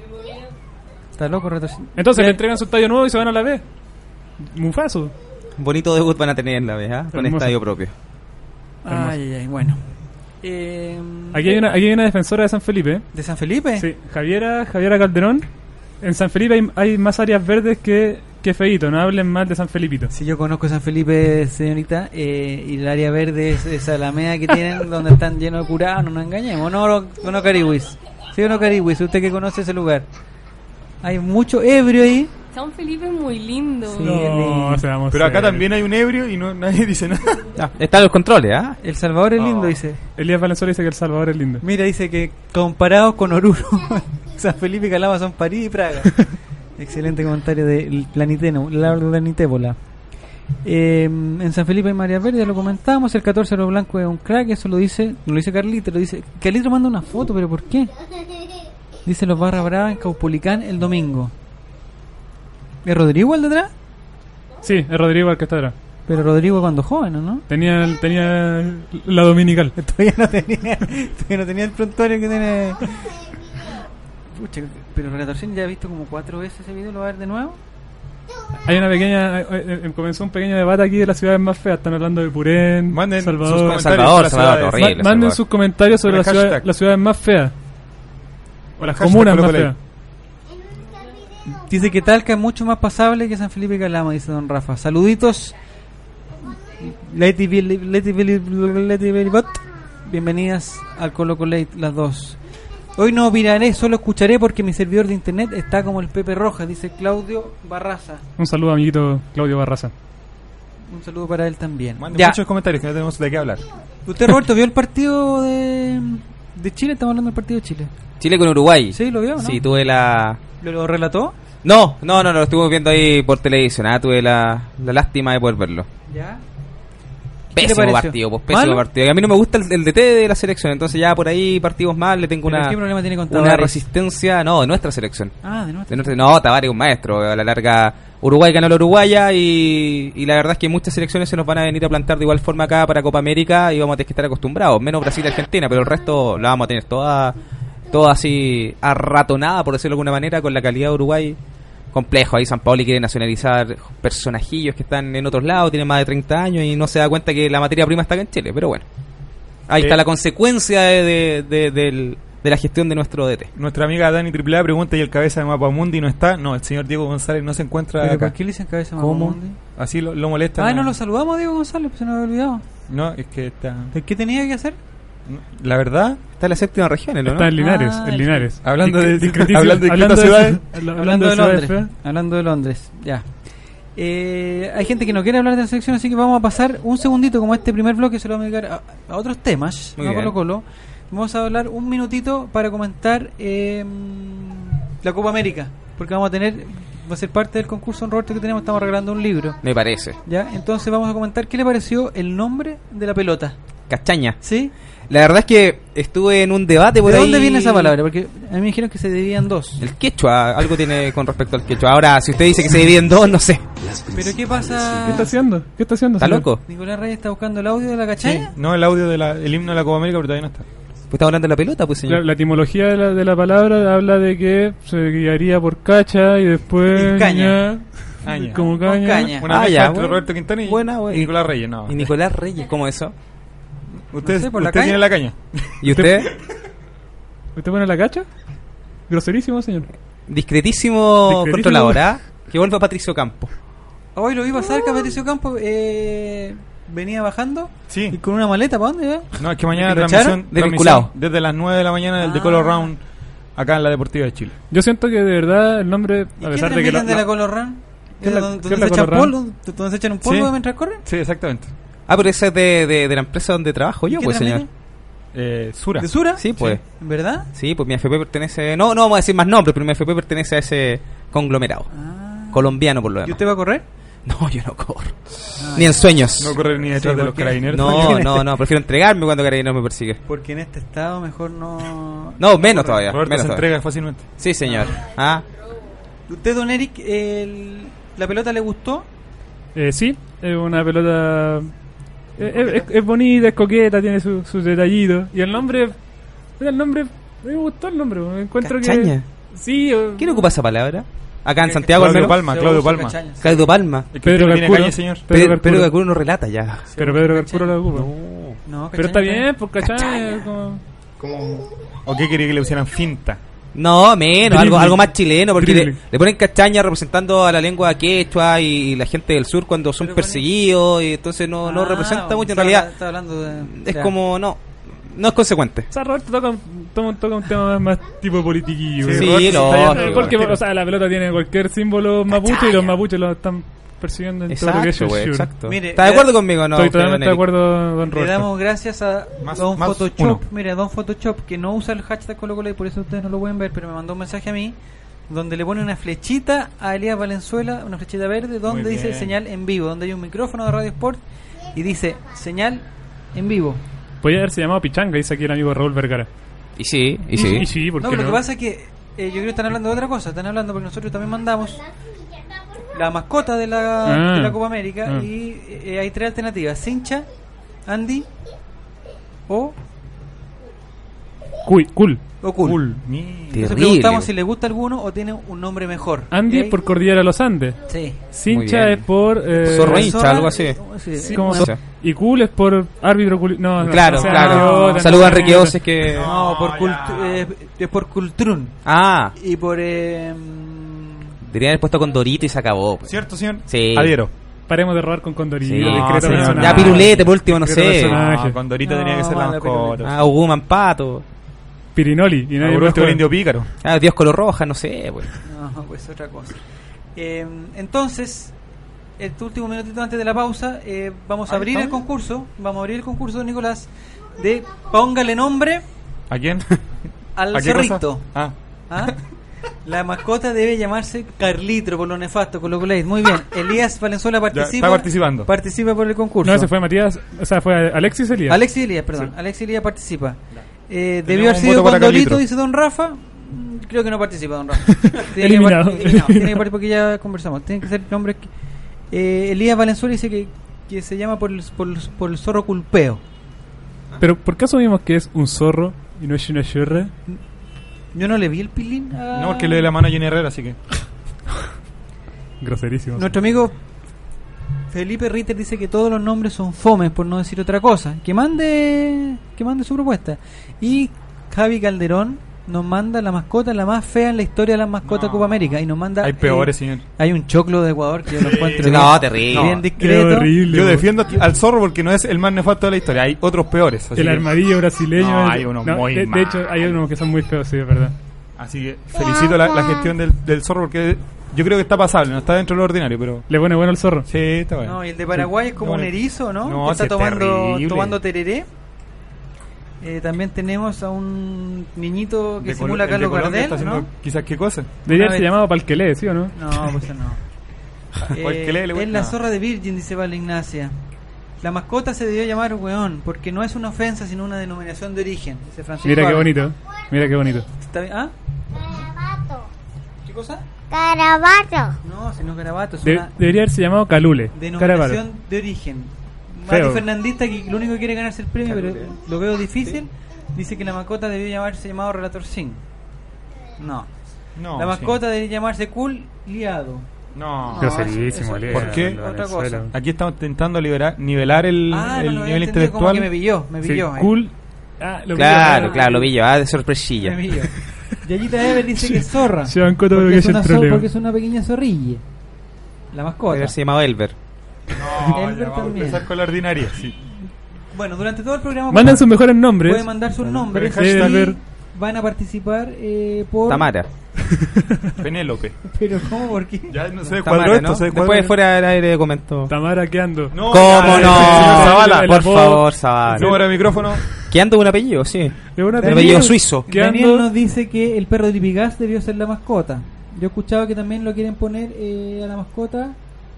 Speaker 3: Está loco retorcir.
Speaker 4: Entonces
Speaker 3: Ya-
Speaker 4: le entregan su estadio nuevo y se van a la B. Mufaso.
Speaker 6: Bonito debut van a tener en la vez, ¿ah? Con
Speaker 4: Hermoso.
Speaker 6: estadio propio.
Speaker 3: Ay, ay, ay, bueno. Eh,
Speaker 4: Aquí hay una, aquí hay una defensora de San Felipe.
Speaker 3: ¿De San Felipe?
Speaker 4: Sí, Javiera, Javiera Calderón. En San Felipe hay, hay más áreas verdes que, que feíto. No hablen mal de San Felipito.
Speaker 3: Si yo conozco San Felipe, señorita, eh, y el área verde es esa alameda que tienen donde están llenos de curados, no nos engañemos. No, no, no Carihuis. Sí o no Carihuis, usted que conoce ese lugar. Hay mucho ebrio ahí.
Speaker 9: San Felipe es muy lindo.
Speaker 3: Sí.
Speaker 4: No, seamos
Speaker 5: Pero acá
Speaker 4: serios.
Speaker 5: también hay un ebrio y no nadie dice nada.
Speaker 6: Ah, están los controles, ¿ah?
Speaker 3: El Salvador es lindo,
Speaker 5: Oh.
Speaker 3: dice.
Speaker 4: Elías Valenzuela dice que El Salvador es lindo.
Speaker 3: Mira, dice que comparados con Oruro, San Felipe y Calama son París y Praga. Excelente comentario de Planiteno, la Planitébola. Eh, en San Felipe hay María Verde, ya lo comentamos. El catorce de lo blanco es un crack, eso lo dice, no lo dice Carlito, lo dice. Carlito manda una foto, pero ¿por qué? Dice los Barra Brava en Caupolicán el domingo. ¿Es Rodrigo el de atrás?
Speaker 4: Sí, es Rodrigo el que está atrás.
Speaker 3: Pero Rodrigo cuando joven, ¿o no?
Speaker 4: Tenía, el- tenía la dominical.
Speaker 3: Todavía no tenía, todavía no tenía el prontuario que tiene. Pucha, pero Relatorcín ya ha visto como cuatro veces ese video, ¿lo va a ver de nuevo?
Speaker 4: Hay una pequeña... eh, eh, comenzó un pequeño debate aquí de las ciudades más feas. Están hablando de Purén,
Speaker 5: Manden sus
Speaker 4: Salvador.
Speaker 5: comentarios.
Speaker 6: Salvador,
Speaker 5: las
Speaker 6: Salvador,
Speaker 5: ciudades.
Speaker 6: horrible.
Speaker 4: Ma- manden
Speaker 6: Salvador.
Speaker 4: sus comentarios sobre
Speaker 5: Con el
Speaker 4: las ciudades,
Speaker 5: hashtag.
Speaker 4: las ciudades más feas. O las
Speaker 5: Hashtag
Speaker 4: comunas más
Speaker 5: Colo Colo.
Speaker 4: feas.
Speaker 3: Dice que Talca es mucho más pasable que San Felipe y Calama, dice don Rafa. Saluditos. Leti Billy- Leti Billy- Leti Billy Bot. Bienvenidas al Colo Colo las dos. Hoy no opinaré, solo escucharé porque mi servidor de internet está como el Pepe Rojas, dice Claudio Barraza.
Speaker 4: Un saludo, amiguito Claudio Barraza.
Speaker 3: Un saludo para él también.
Speaker 5: Manden
Speaker 3: Ya.
Speaker 5: muchos comentarios que no tenemos de qué hablar.
Speaker 3: ¿Usted, Roberto, vio el partido de, de Chile? Estamos hablando del partido de Chile.
Speaker 6: Chile con Uruguay.
Speaker 3: ¿Sí, lo vio, no?
Speaker 6: Sí, tuve la...
Speaker 3: ¿Lo, lo relató?
Speaker 6: No, no, no, no, lo estuvimos viendo ahí por televisión. Ah, tuve la, la lástima de poder verlo.
Speaker 3: Ya. ¿Qué le
Speaker 6: Pésimo
Speaker 3: pareció?
Speaker 6: partido, pues pésimo
Speaker 3: ¿Malo?
Speaker 6: partido. Y a mí no me gusta el, el D T de la selección, entonces ya por ahí partimos mal, le tengo
Speaker 3: ¿Pero
Speaker 6: una,
Speaker 3: qué problema tiene con
Speaker 6: una
Speaker 3: Tavares?
Speaker 6: resistencia, no, de nuestra selección.
Speaker 3: Ah, de nuevo.
Speaker 6: De nuestra- no, Tavares es un maestro, a la larga Uruguay ganó la Uruguaya y, y la verdad es que muchas selecciones se nos van a venir a plantar de igual forma acá para Copa América y vamos a tener que estar acostumbrados, menos Brasil y Argentina, pero el resto la vamos a tener toda, toda así arratonada, por decirlo de alguna manera, con la calidad de Uruguay. Complejo, ahí San Paoli quiere nacionalizar personajillos que están en otros lados, tienen más de treinta años y no se da cuenta que la materia prima está acá en Chile, pero bueno. Ahí
Speaker 5: Eh,
Speaker 6: está la consecuencia de, de, de- del- de la gestión de nuestro D T.
Speaker 5: Nuestra amiga Dani Triple A pregunta: ¿y el cabeza de Mapamundi no está? No, el señor Diego González no se encuentra
Speaker 3: ¿Pero
Speaker 5: acá.
Speaker 3: por qué le dicen cabeza
Speaker 6: ¿Cómo?
Speaker 3: Mapamundi?
Speaker 5: Así lo, lo molesta.
Speaker 3: Ah, no lo saludamos a Diego González, pues se nos había olvidado.
Speaker 5: No, es que está.
Speaker 3: ¿Qué tenía que hacer?
Speaker 5: La verdad,
Speaker 6: Está en la séptima región, ¿no?
Speaker 4: Está en Linares,
Speaker 3: Ah,
Speaker 4: en
Speaker 3: el-
Speaker 4: Linares.
Speaker 5: hablando de-
Speaker 4: Discretísimo-
Speaker 5: hablando de
Speaker 4: hablando
Speaker 5: discretas ciudades.
Speaker 4: habla-
Speaker 3: Hablando de
Speaker 4: ciudades
Speaker 3: Londres.
Speaker 4: feas.
Speaker 3: Hablando de Londres, ya. Eh, hay gente que no quiere hablar de la selección, así que vamos a pasar un segundito, como este primer bloque se lo vamos a dedicar a, a otros temas,
Speaker 6: Muy
Speaker 3: no a
Speaker 6: bien.
Speaker 3: Colo Colo. Vamos a hablar un minutito para comentar eh, la Copa América, porque vamos a tener, va a ser parte del concurso en Roberto que tenemos, estamos regalando un libro.
Speaker 6: Me parece.
Speaker 3: Ya, entonces vamos a comentar qué le pareció el nombre de la pelota.
Speaker 6: Castaña.
Speaker 3: ¿Sí?
Speaker 6: La verdad es que estuve en un debate por
Speaker 3: ¿De
Speaker 6: ahí.
Speaker 3: dónde viene esa palabra? Porque a mí me dijeron que se dividía en dos.
Speaker 6: El quechua, algo tiene con respecto al quechua. Ahora, si usted dice que se divide en dos, no sé.
Speaker 3: ¿Pero qué pasa?
Speaker 4: ¿Qué está haciendo? ¿Qué está haciendo?
Speaker 6: ¿Está
Speaker 4: señor?
Speaker 6: loco?
Speaker 3: Nicolás Reyes está buscando el audio de la
Speaker 5: Sí,
Speaker 3: cachaña.
Speaker 5: no el audio del himno de la Copa América, pero todavía no está.
Speaker 6: Pues estamos hablando de la pelota, pues
Speaker 4: La,
Speaker 6: señor.
Speaker 4: la etimología de la, de la palabra habla de que se guiaría por cacha y después...
Speaker 3: Y caña.
Speaker 4: ña,
Speaker 5: Caña.
Speaker 4: Como
Speaker 3: Con
Speaker 4: caña.
Speaker 3: caña.
Speaker 5: Una
Speaker 6: Ah,
Speaker 5: mezcla
Speaker 6: ya,
Speaker 5: entre
Speaker 6: bueno.
Speaker 5: Roberto Quintana y,
Speaker 6: Buena, buena.
Speaker 5: y Nicolás Reyes. No,
Speaker 6: Y Nicolás Reyes, ¿cómo eso?
Speaker 5: usted,
Speaker 3: No sé, por la
Speaker 5: usted
Speaker 3: caña.
Speaker 5: tiene la caña.
Speaker 6: ¿Y usted?
Speaker 4: ¿Usted pone la cacha? Groserísimo, señor.
Speaker 6: Discretísimo,
Speaker 4: Discretísimo.
Speaker 6: controlador, ¿ah? Que vuelva Patricio Campo.
Speaker 3: Hoy lo vi pasar, que Patricio Campos eh, venía bajando y
Speaker 5: Sí.
Speaker 3: con una maleta, ¿para dónde iba?
Speaker 5: No, es que mañana
Speaker 3: ¿Lo
Speaker 5: transmisión,
Speaker 3: echaron?
Speaker 5: transmisión
Speaker 6: Desvinculado.
Speaker 5: desde las nueve de la mañana del
Speaker 3: Ah.
Speaker 5: The Color Round acá en la Deportiva de Chile.
Speaker 4: Yo siento que de verdad el nombre,
Speaker 3: ¿Y
Speaker 4: a
Speaker 3: qué
Speaker 4: pesar de que...
Speaker 3: transmiten
Speaker 4: la-
Speaker 3: de la Color Run?
Speaker 4: ¿Qué es la-
Speaker 3: ¿Donde,
Speaker 4: qué
Speaker 3: donde
Speaker 4: es la
Speaker 3: se echan
Speaker 4: Color Run?
Speaker 3: polvo? ¿Donde se echan un polvo
Speaker 5: Sí.
Speaker 3: mientras corren?
Speaker 5: Sí, exactamente.
Speaker 6: Ah, pero ese es de, de, de la empresa donde trabajo yo,
Speaker 3: ¿Qué
Speaker 6: pues señor.
Speaker 3: transmiten?
Speaker 5: Eh, Sura.
Speaker 3: ¿De Sura?
Speaker 6: Sí, pues.
Speaker 3: ¿Verdad?
Speaker 6: Sí, pues mi F P pertenece... No, no vamos a decir más nombres, pero mi F P pertenece a ese conglomerado.
Speaker 3: Ah.
Speaker 6: Colombiano, por lo
Speaker 3: ¿Y
Speaker 6: demás.
Speaker 3: usted va a correr?
Speaker 6: No, yo no corro. Ni en sueños.
Speaker 5: No correr ni detrás
Speaker 3: Sí,
Speaker 5: de los
Speaker 3: porque-
Speaker 5: carabineros.
Speaker 6: No, no, no. Prefiero entregarme cuando Carabineros me persigue.
Speaker 3: Porque en este estado mejor no...
Speaker 6: No, menos todavía.
Speaker 5: Roberto
Speaker 6: menos
Speaker 5: se
Speaker 6: todavía.
Speaker 5: entrega fácilmente.
Speaker 6: Sí, señor. Ah,
Speaker 3: ¿Usted, don Eric, el- la pelota le gustó?
Speaker 4: Eh, sí, es una pelota... Es, es- es bonita, es coqueta, tiene su- sus detallitos. Y el nombre... El nombre... Me gustó el nombre, me encuentro
Speaker 6: Cachaña.
Speaker 4: que... Sí, o-
Speaker 6: ¿quién ocupa esa palabra? Acá en Santiago, al
Speaker 5: Claudio
Speaker 6: menos.
Speaker 5: Palma,
Speaker 3: Se
Speaker 5: Claudio
Speaker 3: usa
Speaker 5: Palma.
Speaker 3: cachaña, sí.
Speaker 6: Claudio Palma.
Speaker 5: Es que
Speaker 4: Pedro
Speaker 5: usted no tiene
Speaker 4: Carcuro.
Speaker 5: caña, señor.
Speaker 4: Pedro
Speaker 6: Pedro,
Speaker 4: Carcuro.
Speaker 6: Pedro Carcuro no relata ya.
Speaker 4: Pero Pedro Carcuro la ocupa.
Speaker 6: No.
Speaker 3: No,
Speaker 4: Pero está
Speaker 3: cachaña,
Speaker 4: bien, pues cachaña es como...
Speaker 5: ¿O qué quería que le pusieran finta?
Speaker 6: No, menos, algo,
Speaker 4: Dribbling.
Speaker 6: algo más chileno, porque le,
Speaker 4: Dribbling.
Speaker 6: le ponen cachaña representando a la lengua quechua y la gente del sur cuando son
Speaker 3: Pero
Speaker 6: perseguidos, y entonces no, no
Speaker 3: Ah,
Speaker 6: representa mucho. En
Speaker 3: está-
Speaker 6: realidad,
Speaker 3: está hablando de...
Speaker 6: es
Speaker 3: ya.
Speaker 6: como, no, no es consecuente.
Speaker 4: O sea, Roberto toca, un- toma- toca un tema más, más tipo politiquillo.
Speaker 5: Sí,
Speaker 6: Sí,
Speaker 5: Roberto
Speaker 6: lo-
Speaker 5: está yendo-
Speaker 4: Eh, porque, o sea, la pelota tiene cualquier símbolo mapuche y los mapuches lo están persiguiendo en todo lo que es
Speaker 6: Exacto,
Speaker 4: el
Speaker 6: güey,
Speaker 4: sur.
Speaker 6: exacto.
Speaker 3: Mire,
Speaker 6: ¿Está de
Speaker 3: le-
Speaker 6: acuerdo conmigo? No,
Speaker 4: Estoy
Speaker 6: usted,
Speaker 4: totalmente de
Speaker 6: don Eric?
Speaker 4: acuerdo, don
Speaker 3: Le
Speaker 4: Roberto.
Speaker 3: damos gracias a
Speaker 5: Más-
Speaker 3: Don
Speaker 5: más
Speaker 3: Photoshop.
Speaker 5: uno.
Speaker 3: Mira, Don Photoshop, que no usa el hashtag Colo Colo y por eso ustedes no lo pueden ver, pero me mandó un mensaje a mí donde le pone una flechita a Elías Valenzuela, una flechita verde, donde
Speaker 5: Muy
Speaker 3: dice
Speaker 5: bien.
Speaker 3: señal en vivo, donde hay un micrófono de Radio Sport y dice señal en vivo.
Speaker 4: Podría haberse llamado Pichanga, dice aquí el amigo Raúl Vergara.
Speaker 6: Y sí, y sí.
Speaker 4: Y sí, ¿por
Speaker 3: No,
Speaker 4: qué
Speaker 3: pero lo
Speaker 4: no?
Speaker 3: que pasa es que eh, yo creo que están hablando de otra cosa, están hablando porque nosotros también mandamos la mascota de la,
Speaker 4: Ah.
Speaker 3: de la Copa América
Speaker 4: Ah.
Speaker 3: y eh, hay tres alternativas, Cincha, Andy o,
Speaker 4: Cuy, cool.
Speaker 3: o Cool.
Speaker 5: Cool. Mira.
Speaker 3: Entonces
Speaker 6: Terrible.
Speaker 3: preguntamos si le gusta alguno o tiene un nombre mejor.
Speaker 4: Andy
Speaker 3: Y
Speaker 4: es
Speaker 3: ahí-
Speaker 4: por Cordillera de los Andes.
Speaker 3: Sí.
Speaker 4: Cincha
Speaker 6: bien.
Speaker 4: es por... Eh,
Speaker 6: Zorro hincha,
Speaker 3: Zorra-
Speaker 6: algo así.
Speaker 3: Sí, Sí,
Speaker 4: ¿cómo
Speaker 3: bueno,
Speaker 4: se- Y cool es por árbitro... culi- No, no,
Speaker 6: Claro,
Speaker 4: o sea,
Speaker 6: claro.
Speaker 4: no,
Speaker 6: Saludos a
Speaker 4: no,
Speaker 6: Enrique
Speaker 4: no,
Speaker 6: Oces que...
Speaker 3: no, por
Speaker 5: No,
Speaker 3: cultu-
Speaker 5: ya.
Speaker 3: eh, es por Cultrun
Speaker 6: Ah,
Speaker 3: y por eh,
Speaker 6: deberían haber puesto con Dorito y se acabó. pues.
Speaker 5: ¿Cierto, señor?
Speaker 6: Sí.
Speaker 5: Adhiero.
Speaker 4: Paremos de robar con Condorito.
Speaker 6: Sí.
Speaker 4: discreto
Speaker 5: No, señor.
Speaker 4: personaje.
Speaker 6: Ya Pirulete, por último, no
Speaker 4: Discreto
Speaker 6: sé.
Speaker 4: personaje.
Speaker 5: No, con Dorito tenía que ser la
Speaker 3: No, la
Speaker 5: mascota.
Speaker 6: Ah, Uguman Pato.
Speaker 4: Pirinoli. Y
Speaker 5: Ah,
Speaker 4: nadie
Speaker 5: por
Speaker 4: puede
Speaker 5: último, el
Speaker 4: jugar.
Speaker 5: indio pícaro.
Speaker 6: Ah, Dios color roja, no sé, pues.
Speaker 3: no, pues otra cosa. Eh, entonces, este último minutito antes de la pausa, eh, vamos a
Speaker 5: Ahí
Speaker 3: abrir el
Speaker 5: estamos.
Speaker 3: concurso, vamos a abrir el concurso, Nicolás, de póngale nombre
Speaker 5: ¿A quién?
Speaker 3: al
Speaker 5: ¿A qué cosa?
Speaker 3: zorrito.
Speaker 5: Ah,
Speaker 3: ¿Ah? La mascota debe llamarse Carlitro por lo nefasto, con lo que leí. Muy bien, Elías Valenzuela participa.
Speaker 5: está participando.
Speaker 3: Participa por el concurso.
Speaker 4: No, ese fue Matías. O sea, fue Alexis Elías.
Speaker 3: Alexis Elías, perdón. Alexis Elías participa. Eh,
Speaker 5: Tenemos
Speaker 3: debió haber
Speaker 5: un
Speaker 3: sido
Speaker 5: voto para
Speaker 3: Condorito,
Speaker 5: Carlitro.
Speaker 3: dice Don Rafa. Mm, Creo que no participa Don Rafa. Tiene que
Speaker 4: Eliminado.
Speaker 3: par- eliminado. Tiene que participar porque ya conversamos. Tienen que ser nombres que... Eh, Elías Valenzuela dice que, que se llama por el, por, el, por el zorro culpeo.
Speaker 4: Pero ¿por qué asumimos que es un zorro y no es una chorra?
Speaker 3: Yo no le vi el pilín a...
Speaker 5: no, porque le dé la mano a Jenny Herrera, así que.
Speaker 4: Groserísimo.
Speaker 3: Nuestro amigo Felipe Ritter dice que todos los nombres son fomes, por no decir otra cosa. Que mande que mande su propuesta. Y Javi Calderón nos manda la mascota la más fea en la historia de las mascotas
Speaker 5: No.
Speaker 3: Copa América. Y nos manda...
Speaker 5: Hay peores,
Speaker 3: eh,
Speaker 5: señor.
Speaker 3: Hay un choclo de Ecuador que yo lo encuentro
Speaker 6: Sí,
Speaker 3: bien,
Speaker 6: no, terrible.
Speaker 3: bien
Speaker 6: No,
Speaker 3: discreto.
Speaker 4: Es horrible.
Speaker 5: Yo
Speaker 4: po.
Speaker 5: defiendo al zorro porque no es el más nefasto de la historia. Hay otros peores. Así
Speaker 4: El
Speaker 5: que,
Speaker 4: armadillo brasileño.
Speaker 5: No,
Speaker 4: el-
Speaker 5: hay unos muy
Speaker 4: de, de
Speaker 5: malos.
Speaker 4: hecho, hay unos que son muy feos, sí, es verdad.
Speaker 5: así que felicito la, la gestión del, del zorro porque yo creo que está pasable. No está dentro de lo ordinario, pero.
Speaker 4: Le pone bueno el zorro.
Speaker 5: Sí, está bueno.
Speaker 3: No, y el de Paraguay es como
Speaker 5: No,
Speaker 3: un erizo, ¿no?
Speaker 5: no,
Speaker 3: que está
Speaker 5: sí es
Speaker 3: tomando,
Speaker 5: terrible.
Speaker 3: tomando tereré. Eh, también tenemos a un niñito que
Speaker 5: De
Speaker 3: simula a
Speaker 5: Colo- el de
Speaker 3: Carlos
Speaker 5: Colombia
Speaker 3: Gardel,
Speaker 5: está haciendo
Speaker 3: ¿no?
Speaker 5: quizás qué cosa.
Speaker 4: Debería
Speaker 3: Una
Speaker 4: haberse
Speaker 3: vez-
Speaker 4: llamado Palquelé, ¿sí o no?
Speaker 3: No, pues no.
Speaker 5: ¿Cuál
Speaker 3: Eh,
Speaker 5: que lee, le voy-
Speaker 3: es la
Speaker 5: no.
Speaker 3: zorra de Virgin, dice Vale Ignacia. La mascota se debió llamar weón, porque no es una ofensa, sino una denominación de origen. Dice Francisco
Speaker 4: Mira qué
Speaker 3: Álvarez.
Speaker 4: bonito. Mira qué bonito.
Speaker 3: ¿Está bien? ¿Ah?
Speaker 10: Carabato.
Speaker 3: ¿Qué cosa?
Speaker 10: Carabato.
Speaker 3: No, si no es garabato, es
Speaker 4: De-
Speaker 3: una
Speaker 4: debería haberse llamado Calule.
Speaker 3: denominación
Speaker 4: Carabato.
Speaker 3: de origen.
Speaker 4: Feo.
Speaker 3: Mati Fernandista, que lo único que quiere ganarse el premio, pero lo veo difícil, dice que la mascota debió llamarse llamado Relator Sin. No.
Speaker 5: No,
Speaker 3: La
Speaker 5: sí.
Speaker 3: mascota debería llamarse Cool Liado.
Speaker 5: No.
Speaker 4: Groserísimo,
Speaker 3: eso-
Speaker 4: Lea,
Speaker 5: ¿por qué?
Speaker 4: Valenzuela.
Speaker 3: Otra cosa.
Speaker 5: Aquí estamos intentando liberar, nivelar el,
Speaker 3: Ah,
Speaker 5: el
Speaker 3: no lo había
Speaker 5: nivel
Speaker 3: entendido, como
Speaker 5: intelectual.
Speaker 3: que me pilló, me
Speaker 4: Sí,
Speaker 3: pilló. ahí.
Speaker 4: cool. Ah, lo
Speaker 6: Claro,
Speaker 4: pillo.
Speaker 6: claro, lo pillo, ah, de sorpresilla.
Speaker 3: Me pilló. Yayita Ever dice que es zorra.
Speaker 4: Se bancó todo lo
Speaker 3: porque,
Speaker 4: que
Speaker 3: es
Speaker 4: es el
Speaker 3: una zo-
Speaker 4: problema.
Speaker 3: porque es una pequeña zorrilla. La
Speaker 6: Debe
Speaker 3: mascota.
Speaker 6: haberse llamado Elber.
Speaker 5: No,
Speaker 3: Elber
Speaker 5: ya vamos a
Speaker 3: también.
Speaker 5: empezar con la ordinaria, sí.
Speaker 3: Bueno, durante todo el programa
Speaker 4: Mandan sus mejores nombres.
Speaker 3: pueden mandar sus nombres
Speaker 4: Pero hashtag-
Speaker 3: y
Speaker 4: Elber.
Speaker 3: van a participar eh, por...
Speaker 6: Tamara.
Speaker 5: Penélope.
Speaker 3: Pero ¿cómo? ¿Por qué?
Speaker 5: Ya no se descuadró
Speaker 6: Tamara,
Speaker 5: esto,
Speaker 6: ¿no?
Speaker 5: se descuadró.
Speaker 6: Después fuera del aire comento.
Speaker 4: Tamara, ¿qué ando?
Speaker 5: No,
Speaker 6: ¿Cómo
Speaker 5: ya,
Speaker 6: no?
Speaker 5: señor Zavala,
Speaker 6: Por
Speaker 4: el apodo.
Speaker 6: favor, Zavala.
Speaker 5: número de micrófono.
Speaker 6: ¿Qué ando un apellido? Sí.
Speaker 4: Es una
Speaker 6: El apellido suizo.
Speaker 4: ¿Qué
Speaker 3: Daniel
Speaker 4: ando?
Speaker 3: nos dice que el perro de Tipigas debió ser la mascota. Yo escuchaba que también lo quieren poner eh, a la mascota.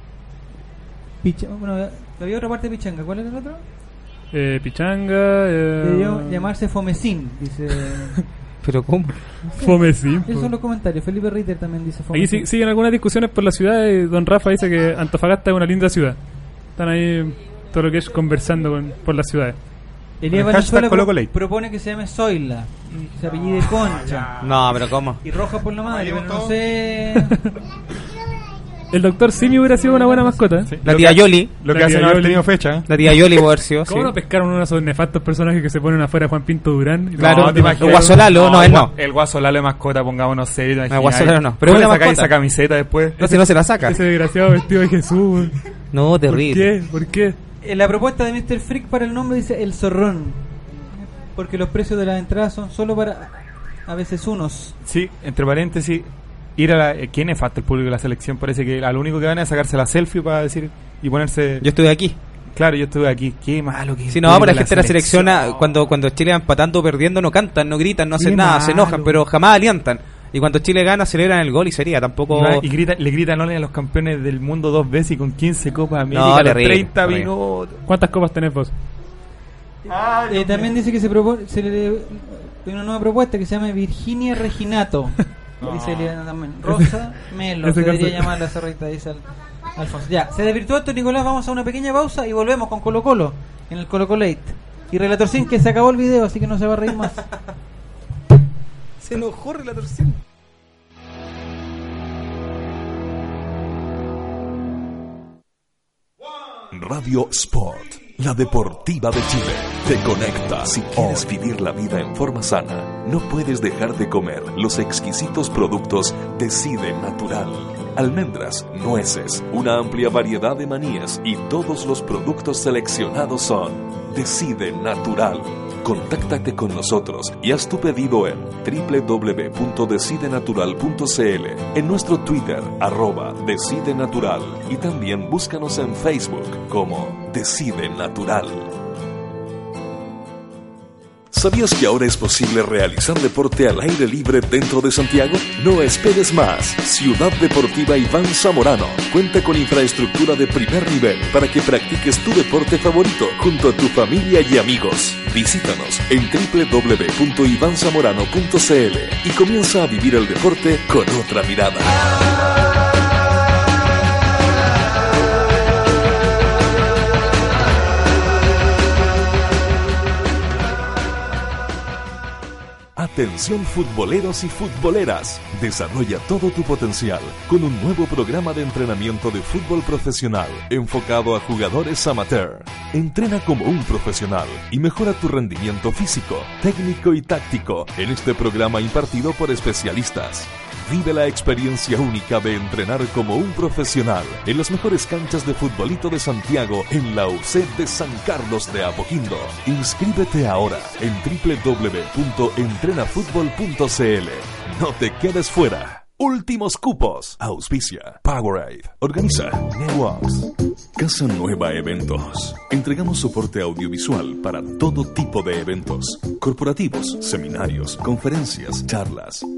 Speaker 3: Picha- bueno, había otra parte de Pichanga. ¿Cuál era el otro?
Speaker 4: Eh, Pichanga. Eh,
Speaker 3: Debió llamarse Fomecín, dice.
Speaker 6: Pero ¿cómo?
Speaker 4: Fomecín.
Speaker 3: Esos son los comentarios. Felipe Ritter también dice
Speaker 4: Aquí
Speaker 3: Fomecín.
Speaker 4: sí- siguen algunas discusiones por la ciudad. Y don Rafa dice que Antofagasta es una linda ciudad. Están ahí todo lo que es conversando con- por las ciudades.
Speaker 3: Elías
Speaker 5: Con el
Speaker 3: Valenzuela
Speaker 5: hashtag
Speaker 3: pro-
Speaker 5: Colocolate.
Speaker 3: propone que se llame Zoila y que se apellide Concha.
Speaker 6: No, pero ¿cómo?
Speaker 3: Y Roja por la madre, pero no sé.
Speaker 4: El doctor Simi hubiera sido una buena mascota. ¿eh?
Speaker 5: Sí.
Speaker 6: La
Speaker 5: Lo
Speaker 6: tía
Speaker 5: que-
Speaker 6: Yoli.
Speaker 5: Lo que
Speaker 4: La
Speaker 5: hace
Speaker 4: tía
Speaker 5: no haber
Speaker 4: Yoli.
Speaker 5: tenido fecha, ¿eh?
Speaker 6: La tía Yoli puede haber sido, sí.
Speaker 4: ¿Cómo no pescaron uno de esos nefastos personajes que se ponen afuera de Juan Pinto Durán?
Speaker 6: Claro,
Speaker 5: No, te imaginas.
Speaker 6: el Guaso Lalo, no,
Speaker 5: el
Speaker 6: él
Speaker 5: gua-
Speaker 6: no.
Speaker 5: El Guaso Lalo de mascota, pongámonos serio. ¿te
Speaker 6: El
Speaker 5: imaginas?
Speaker 6: Guaso Lalo no. Pero
Speaker 5: Pero
Speaker 6: es una
Speaker 5: le sacáis
Speaker 6: mascota.
Speaker 5: esa camiseta después.
Speaker 6: No, si no se la saca.
Speaker 4: Ese desgraciado vestido de Jesús.
Speaker 6: No,
Speaker 4: ¿Por
Speaker 6: terrible.
Speaker 4: qué? ¿Por qué?
Speaker 3: En la propuesta de mister Freak para el nombre dice El Zorrón. Porque los precios de las entradas son solo para a veces unos.
Speaker 5: Sí, entre paréntesis, ir a la... eh, ¿Quién es falta el público de la selección? Parece que a lo único que van es sacarse la selfie para decir y ponerse...
Speaker 6: Yo estuve aquí.
Speaker 5: Claro, yo estuve aquí. Qué malo que es
Speaker 6: Si
Speaker 5: el
Speaker 6: no,
Speaker 5: público
Speaker 6: pero la
Speaker 5: de
Speaker 6: gente de la selección, ah, cuando, cuando Chile va empatando o perdiendo, no cantan, no gritan, no hacen
Speaker 3: Qué
Speaker 6: nada, se
Speaker 3: malo.
Speaker 6: enojan, pero jamás alientan. Y cuando Chile gana, celebran el gol y sería, tampoco...
Speaker 5: Y, va- y grita, le gritan ole a los campeones del mundo dos veces y con quince Copas América
Speaker 6: No,
Speaker 5: a los
Speaker 6: terrible,
Speaker 5: treinta
Speaker 6: terrible.
Speaker 5: minutos.
Speaker 4: ¿Cuántas copas tenés vos?
Speaker 3: Eh, también dice que se propone se le hay una nueva propuesta que se llama Virginia Reginato. Dice Eliana también. Rosa Melo.
Speaker 4: Ese
Speaker 3: Se debería
Speaker 4: caso-
Speaker 3: llamar la zorrita, dice Al- Alfonso. Ya, se desvirtuó esto, Nicolás. Vamos a una pequeña pausa y volvemos con Colo Colo en el Colo Colate. Y Relator Sin, que se acabó el video, así que no se va a reír más.
Speaker 6: Se enojó la torsión.
Speaker 1: Radio Sport, la deportiva de Chile, te conecta. Si quieres vivir la vida en forma sana, no puedes dejar de comer los exquisitos productos Decide Natural. Almendras, nueces, una amplia variedad de manías y todos los productos seleccionados son Decide Natural. Contáctate con nosotros y haz tu pedido en doble u doble u doble u punto decide natural punto c l, en nuestro Twitter, arroba Decide Natural, y también búscanos en Facebook como Decide Natural. ¿Sabías que ahora es posible realizar deporte al aire libre dentro de Santiago? No esperes más. Ciudad Deportiva Iván Zamorano cuenta con infraestructura de primer nivel para que practiques tu deporte favorito junto a tu familia y amigos. Visítanos en doble u doble u doble u punto iván zamorano punto c l y comienza a vivir el deporte con otra mirada. Atención futboleros y futboleras, desarrolla todo tu potencial con un nuevo programa de entrenamiento de fútbol profesional enfocado a jugadores amateur. Entrena como un profesional y mejora tu rendimiento físico, técnico y táctico en este programa impartido por especialistas. Vive la experiencia única de entrenar como un profesional en las mejores canchas de futbolito de Santiago en la U C de San Carlos de Apoquindo. Inscríbete ahora en doble u doble u doble u punto entrena fútbol punto c l. No te quedes fuera. Últimos cupos. Auspicia Powerade. Organiza Networks. Casa Nueva Eventos. Entregamos soporte audiovisual para todo tipo de eventos. Corporativos, seminarios, conferencias, charlas.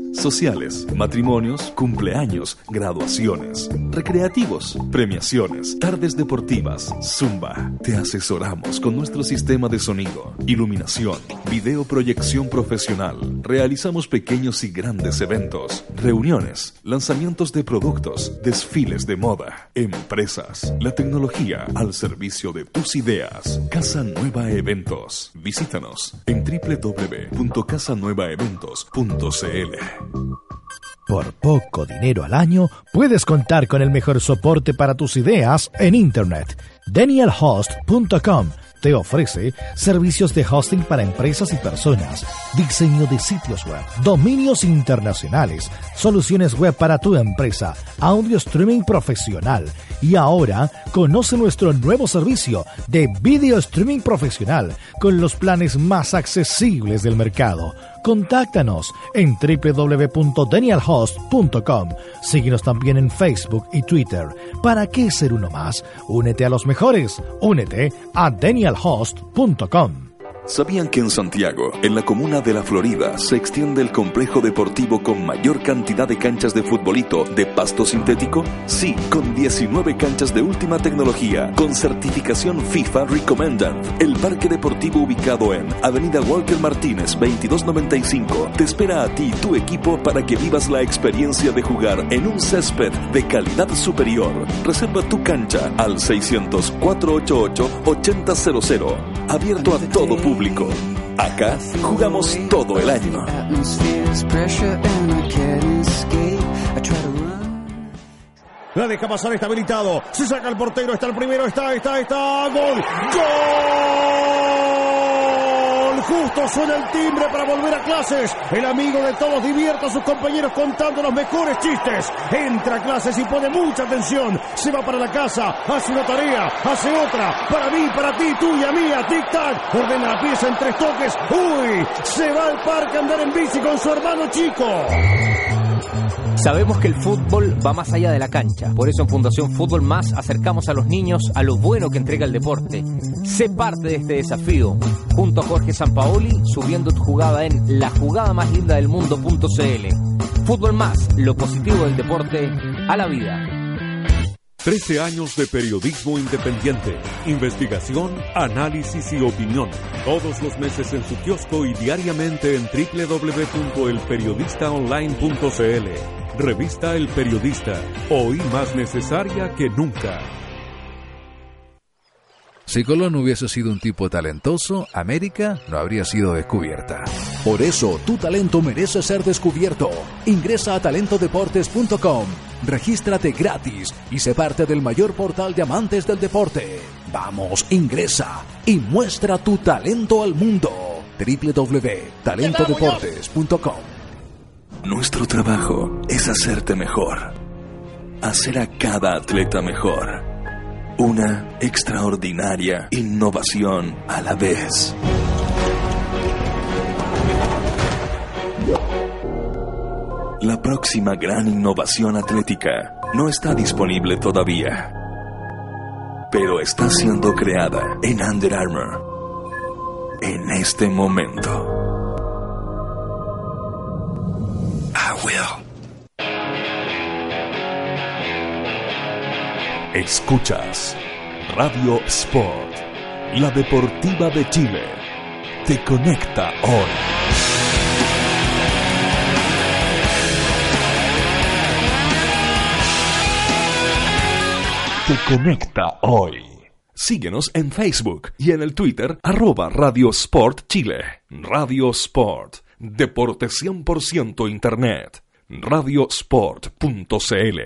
Speaker 1: sociales, matrimonios, cumpleaños, graduaciones, recreativos, premiaciones, tardes deportivas, zumba. Te asesoramos con nuestro sistema de sonido, iluminación, videoproyección profesional. Realizamos pequeños y grandes eventos, reuniones, lanzamientos de productos, desfiles de moda, empresas, la tecnología al servicio de tus ideas. Casa Nueva Eventos. Visítanos en doble u doble u doble u punto casa nueva eventos punto c l.
Speaker 11: Por poco dinero al año, puedes contar con el mejor soporte para tus ideas en Internet. Daniel Host punto com te ofrece servicios de hosting para empresas y personas, diseño de sitios web, dominios internacionales, soluciones web para tu empresa, audio streaming profesional. Y ahora, conoce nuestro nuevo servicio de video streaming profesional con los planes más accesibles del mercado. Contáctanos en doble u doble u doble u punto daniel host punto com. Síguenos también en Facebook y Twitter. ¿Para qué ser uno más? Únete a los mejores. Únete a daniel host punto com.
Speaker 1: ¿Sabían que en Santiago, en la comuna de La Florida, se extiende el complejo deportivo con mayor cantidad de canchas de futbolito de pasto sintético? Sí, con diecinueve canchas de última tecnología, con certificación FIFA Recommended. El parque deportivo ubicado en Avenida Walker Martínez veintidós noventa y cinco te espera a ti y tu equipo para que vivas la experiencia de jugar en un césped de calidad superior. Reserva tu cancha al seiscientos, cuatrocientos ochenta y ocho, ochenta cero cero. Abierto a todo público. Acá jugamos todo el año.
Speaker 12: La deja pasar, está habilitado. Se saca el portero, está el primero, está, está, está. ¡Gol! ¡Gol! Justo suena el timbre para volver a clases. El amigo de todos divierte a sus compañeros contando los mejores chistes. Entra a clases y pone mucha atención. Se va para la casa, hace una tarea, hace otra. Para mí, para ti, tuya, mía, tic-tac. Ordena la pieza en tres toques. ¡Uy! Se va al parque a andar en bici con su hermano chico.
Speaker 13: Sabemos que el fútbol va más allá de la cancha. Por eso en Fundación Fútbol Más acercamos a los niños a lo bueno que entrega el deporte. Sé parte de este desafío. Junto a Jorge Sampaoli, subiendo tu jugada en la jugada más linda del mundo punto c l. Fútbol Más, lo positivo del deporte a la vida.
Speaker 14: trece años de periodismo independiente, investigación, análisis y opinión. Todos los meses en su kiosco y diariamente en doble u doble u doble u punto el periodista online punto c l. Revista El Periodista, hoy más necesaria que nunca.
Speaker 15: Si Colón hubiese sido un tipo talentoso, América no habría sido descubierta.
Speaker 16: Por eso, tu talento merece ser descubierto. Ingresa a talento deportes punto com, regístrate gratis y sé parte del mayor portal de amantes del deporte. Vamos, ingresa y muestra tu talento al mundo. doble u doble u doble u punto talento deportes punto com.
Speaker 1: Nuestro trabajo es hacerte mejor, hacer a cada atleta mejor. Una extraordinaria innovación a la vez. La próxima gran innovación atlética no está disponible todavía, pero está siendo creada en Under Armour en este momento. I will. Escuchas Radio Sport, la deportiva de Chile. Te conecta hoy. Te conecta hoy. Síguenos en Facebook y en el Twitter arroba Radio Sport Chile. Radio Sport, deporte cien por ciento internet. radiosport punto c l.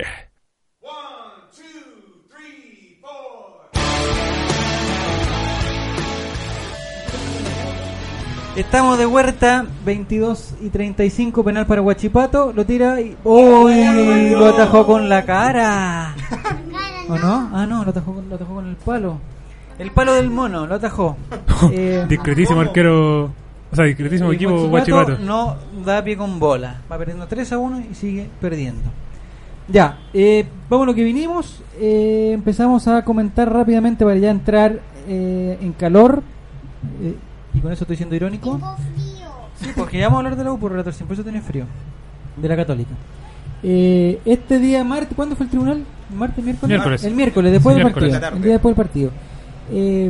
Speaker 3: Estamos de vuelta, veintidós y treinta y cinco, penal para Huachipato, lo tira y... ¡Uy! Lo atajó con la cara. ¿O no? Ah, no, lo atajó, lo atajó con el palo. El palo del mono, lo atajó. Eh,
Speaker 4: discretísimo arquero, o sea, discretísimo equipo
Speaker 3: Huachipato.
Speaker 4: Huachipato.
Speaker 3: No da pie con bola, va perdiendo tres a uno y sigue perdiendo. Ya, eh, vamos a lo que vinimos. Eh, empezamos a comentar rápidamente para ya entrar eh, en calor. Eh, Y con eso estoy siendo irónico. Sí, porque ya vamos a hablar de la U por relator, por eso tiene frío. de la Católica. Eh, este día martes, ¿cuándo fue el tribunal? ¿Martes, miércoles?
Speaker 4: Miércoles.
Speaker 3: El miércoles, después
Speaker 4: Sí,
Speaker 3: del
Speaker 4: miércoles.
Speaker 3: partido. El día después del partido. Eh,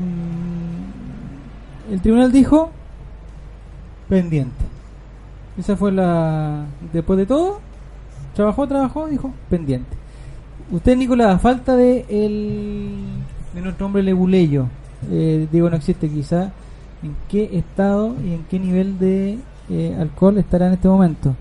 Speaker 3: el tribunal dijo pendiente. Esa fue la... Después de todo, trabajó, trabajó, dijo pendiente. Usted, Nicolás, a falta de el de nuestro hombre Lebuleyo, eh, digo, no existe quizá, ¿en qué estado y en qué nivel de eh, alcohol estará en este momento?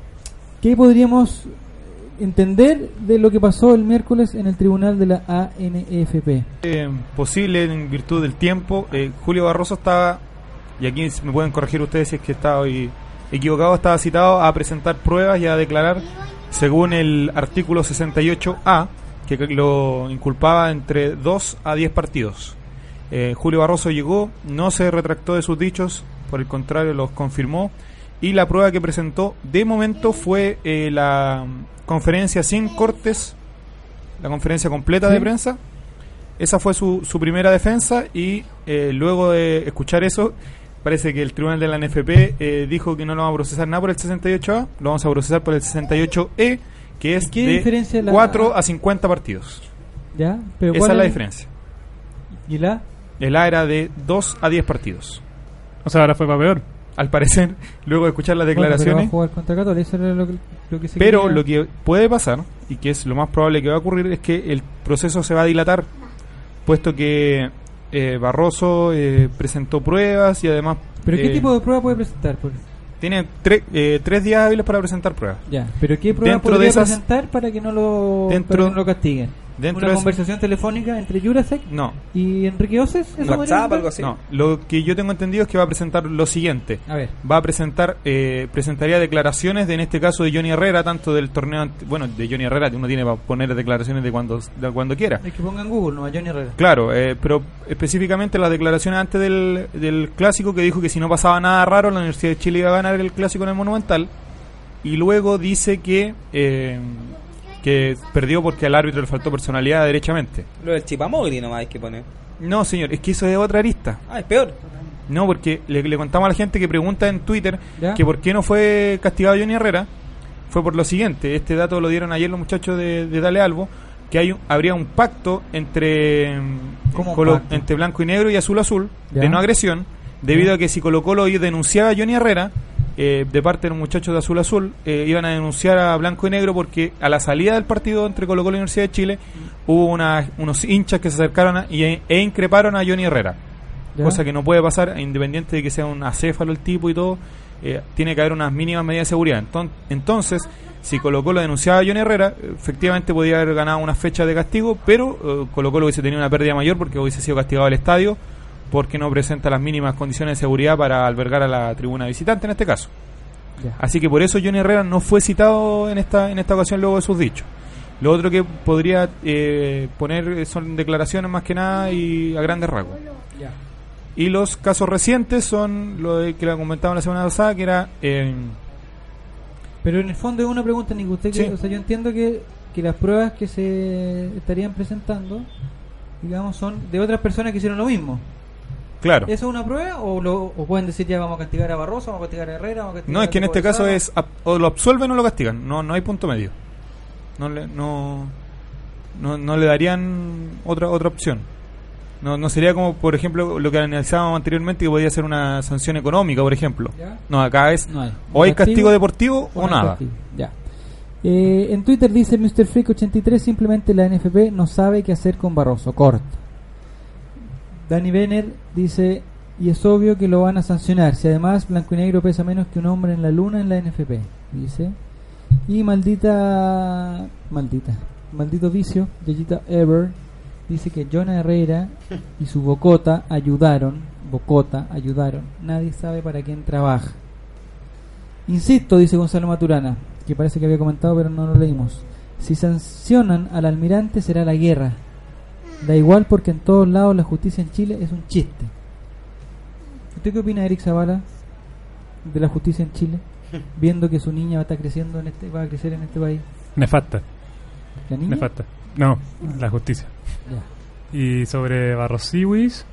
Speaker 3: ¿Qué podríamos entender de lo que pasó el miércoles en el tribunal de la A N F P?
Speaker 5: Eh, posible en virtud del tiempo. eh, Julio Barroso estaba, y aquí me pueden corregir ustedes si es que estaba hoy equivocado, estaba citado a presentar pruebas y a declarar según el artículo sesenta y ocho A, que lo inculpaba entre dos a diez partidos. eh, Julio Barroso llegó, no se retractó de sus dichos, por el contrario los confirmó, y la prueba que presentó de momento fue eh, la conferencia sin cortes, la conferencia completa
Speaker 3: ¿Sí?
Speaker 5: de prensa. Esa fue su, su primera defensa, y eh, luego de escuchar eso, parece que el tribunal de la N F P eh, dijo que no lo vamos a procesar nada por el sesenta y ocho A, lo vamos a procesar por el sesenta y ocho E, que es
Speaker 3: ¿Qué
Speaker 5: de
Speaker 3: diferencia la-
Speaker 5: cuatro a cincuenta partidos.
Speaker 3: ¿Ya? Pero
Speaker 5: Esa
Speaker 3: ¿cuál
Speaker 5: es la
Speaker 3: es?
Speaker 5: diferencia.
Speaker 3: ¿Y la?
Speaker 5: El A era de dos a diez partidos.
Speaker 4: O sea, ahora fue para peor.
Speaker 5: Al parecer, luego de escuchar las
Speaker 3: Bueno, pero va
Speaker 5: declaraciones.
Speaker 3: a jugar contra Católica, eso era lo que, lo que se
Speaker 5: Pero
Speaker 3: quería.
Speaker 5: lo que puede pasar, y que es lo más probable que va a ocurrir, es que el proceso se va a dilatar, puesto que eh, Barroso eh, presentó pruebas y además...
Speaker 3: ¿Pero qué
Speaker 5: eh,
Speaker 3: tipo de prueba puede presentar? Por...
Speaker 5: Tiene tre- eh, tres días hábiles para presentar pruebas.
Speaker 3: Ya, pero ¿qué prueba
Speaker 5: Dentro
Speaker 3: podría
Speaker 5: de esas-
Speaker 3: presentar para que no lo,
Speaker 5: Dentro-
Speaker 3: para que no lo castiguen?
Speaker 5: Dentro
Speaker 3: ¿Una
Speaker 5: de
Speaker 3: conversación telefónica entre Jurasek
Speaker 5: No.
Speaker 3: y Enrique Oces? ¿Eso podría presentar?
Speaker 5: No, lo que yo tengo entendido es que va a presentar lo siguiente.
Speaker 3: A ver.
Speaker 5: Va a presentar, eh, presentaría declaraciones de, en este caso, de Johnny Herrera, tanto del torneo, ant- bueno, de Johnny Herrera, que uno tiene para poner declaraciones de cuando, de cuando quiera.
Speaker 3: Es que pongan Google, no a Johnny Herrera.
Speaker 5: Claro, eh, pero específicamente las declaraciones antes del, del clásico, que dijo que si no pasaba nada raro, la Universidad de Chile iba a ganar el clásico en el Monumental. Y luego dice que eh, que perdió porque al árbitro le faltó personalidad derechamente.
Speaker 6: Lo del Chipamogli nomás hay que poner.
Speaker 5: No, señor, es que eso es otra arista.
Speaker 6: Ah, es peor.
Speaker 5: No, porque le, le contamos a la gente que pregunta en Twitter
Speaker 3: ¿Ya?
Speaker 5: que por qué no fue castigado Johnny Herrera. Fue por lo siguiente, este dato lo dieron ayer los muchachos de, de Dale Albo, que hay un- habría un pacto entre mm,
Speaker 3: ¿Cómo un
Speaker 5: Colo-
Speaker 3: pacto?
Speaker 5: entre blanco y negro y azul azul
Speaker 3: ¿Ya?
Speaker 5: de no agresión, debido
Speaker 3: ¿Ya?
Speaker 5: a que si Colo Colo denunciaba a Johnny Herrera, eh, de parte de los muchachos de azul azul, eh, iban a denunciar a blanco y negro porque a la salida del partido entre Colo Colo y Universidad de Chile hubo una, unos hinchas que se acercaron a- y, e increparon a Johnny Herrera.
Speaker 3: ¿Ya?
Speaker 5: Cosa que no puede pasar, independiente de que sea un acéfalo el tipo y todo, eh, tiene que haber unas mínimas medidas de seguridad. Enton- Entonces, si Colo Colo denunciaba a Johnny Herrera, efectivamente podía haber ganado una fecha de castigo, pero eh, Colo Colo hubiese tenido una pérdida mayor porque hubiese sido castigado al estadio, porque no presenta las mínimas condiciones de seguridad para albergar a la tribuna visitante en este caso.
Speaker 3: Ya.
Speaker 5: Así que por eso Johnny Herrera no fue citado en esta en esta ocasión luego de sus dichos. Lo otro que podría eh, poner son declaraciones más que nada y a grandes rasgos.
Speaker 3: Ya.
Speaker 5: Y los casos recientes son lo de que le comentaba la semana pasada, que era... Eh,
Speaker 3: Pero en el fondo es una pregunta, Nico. Usted que,
Speaker 5: Sí.
Speaker 3: o sea, yo entiendo que, que las pruebas que se estarían presentando, digamos, son de otras personas que hicieron lo mismo.
Speaker 5: claro.
Speaker 3: ¿Eso es una prueba o, lo, o pueden decir ya vamos a castigar a Barroso, vamos a castigar a Herrera, vamos a castigar
Speaker 5: No, es que en
Speaker 3: a
Speaker 5: este caso
Speaker 3: Cobresal?
Speaker 5: es ap- o lo absuelven o lo castigan. No no hay punto medio. No le, no, no, no le darían otra otra opción. No, no sería como, por ejemplo, lo que analizábamos anteriormente, que podía ser una sanción económica, por ejemplo.
Speaker 3: ¿Ya?
Speaker 5: No, acá es
Speaker 3: No hay.
Speaker 5: o hay castigo,
Speaker 3: Castigo
Speaker 5: deportivo o,
Speaker 3: no hay
Speaker 5: nada.
Speaker 3: castigo. Ya. Eh, en Twitter dice mister Freak ochenta y tres, simplemente la N F P no sabe qué hacer con Barroso. Corto. Dani Benner dice, y es obvio que lo van a sancionar, si además Blanco y Negro pesa menos que un hombre en la luna en la N F P, dice. Y maldita, maldita, maldito vicio, Yayita Ever, dice que Jonah Herrera y su Bocota ayudaron, Bocota ayudaron, nadie sabe para quién trabaja. Insisto, dice Gonzalo Maturana, que parece que había comentado pero no lo leímos, si sancionan al almirante será la guerra. Da igual porque en todos lados la justicia en Chile es un chiste. ¿Usted qué opina, Eric Zavala, de la justicia en Chile? Viendo que su niña va a estar creciendo en este, va a crecer en este país.
Speaker 4: Nefasta.
Speaker 3: ¿La niña?
Speaker 4: Nefasta. No, la justicia.
Speaker 3: Ya.
Speaker 4: Y sobre Barrosiwis,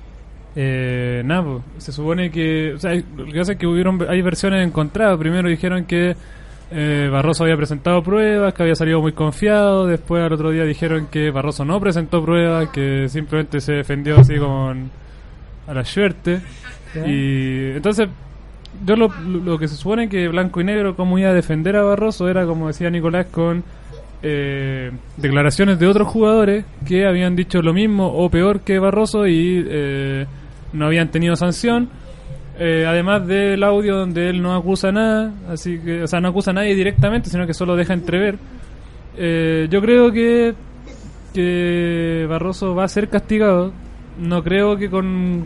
Speaker 4: eh, nada, po, se supone que, o sea, lo que pasa es que hubieron, hay versiones encontradas. Primero dijeron que eh, Barroso había presentado pruebas, que había salido muy confiado. Después al otro día dijeron que Barroso no presentó pruebas, que simplemente se defendió así con a la suerte. Y entonces yo lo, lo que se supone que Blanco y Negro como iba a defender a Barroso era, como decía Nicolás, con eh, declaraciones de otros jugadores que habían dicho lo mismo o peor que Barroso y eh, no habían tenido sanción. Eh, además del audio donde él no acusa nada, así que, o sea, no acusa a nadie directamente, sino que solo deja entrever. Eh, yo creo que que Barroso va a ser castigado. No creo que con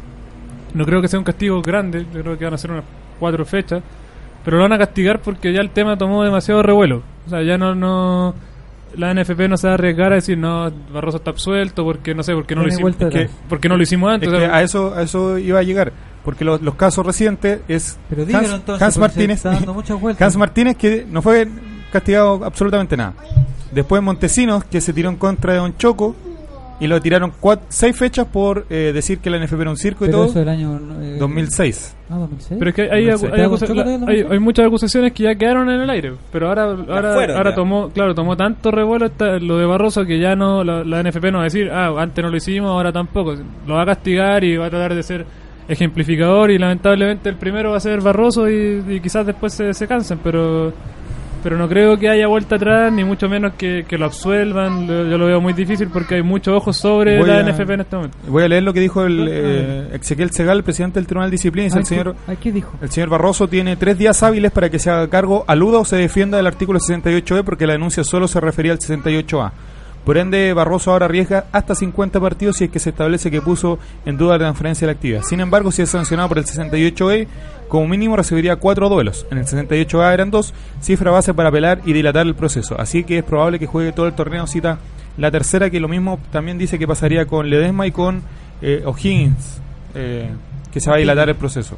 Speaker 4: no creo que sea un castigo grande. Yo creo que van a ser unas cuatro fechas, pero lo van a castigar porque ya el tema tomó demasiado revuelo. O sea, ya no no la N F P no se va a arriesgar a decir no, Barroso está absuelto porque no sé, porque no, lo hicimos, es que, porque no lo hicimos antes.
Speaker 5: Es que a eso a eso iba a llegar. Porque los, los casos recientes es
Speaker 3: Pero dígalo,
Speaker 5: Hans,
Speaker 3: entonces,
Speaker 5: Hans Martínez Hans Martínez que no fue castigado absolutamente nada. Después Montesinos, que se tiró en contra de Don Choco y lo tiraron cuatro, seis fechas por eh, decir que la N F P era un circo.
Speaker 3: Pero
Speaker 5: y todo
Speaker 3: eso del año eh,
Speaker 5: dos mil seis.
Speaker 3: Ah, dos mil seis.
Speaker 4: Pero es que hay, hay, hay, acusa, la, hay, hay muchas acusaciones que ya quedaron en el aire. Pero ahora ahora, fueron, ahora tomó claro tomó tanto revuelo esta, lo de Barroso que ya no la, la N F P no va a decir ah, antes no lo hicimos, ahora tampoco. Lo va a castigar y va a tratar de ser ejemplificador y lamentablemente el primero va a ser Barroso y, y quizás después se, se cansen, pero pero no creo que haya vuelta atrás, ni mucho menos que, que lo absuelvan. Lo, yo lo veo muy difícil porque hay muchos ojos sobre voy la a, N F P en este momento.
Speaker 5: Voy a leer lo que dijo el eh, Ezequiel Segal, el presidente del Tribunal de Disciplina. Dice el señor,
Speaker 3: ¿qué dijo?
Speaker 5: El señor Barroso tiene tres días hábiles para que se haga cargo, aluda o se defienda del artículo sesenta y ocho E porque la denuncia solo se refería al sesenta y ocho A. Por ende, Barroso ahora arriesga hasta cincuenta partidos si es que se establece que puso en duda la transferencia de la actividad. Sin embargo, si es sancionado por el sesenta y ocho E, como mínimo recibiría cuatro duelos. En el sesenta y ocho A eran dos, cifra base para apelar y dilatar el proceso. Así que es probable que juegue todo el torneo, cita la tercera, que lo mismo también dice que pasaría con Ledesma y con eh, O'Higgins, eh, que se va a dilatar el proceso.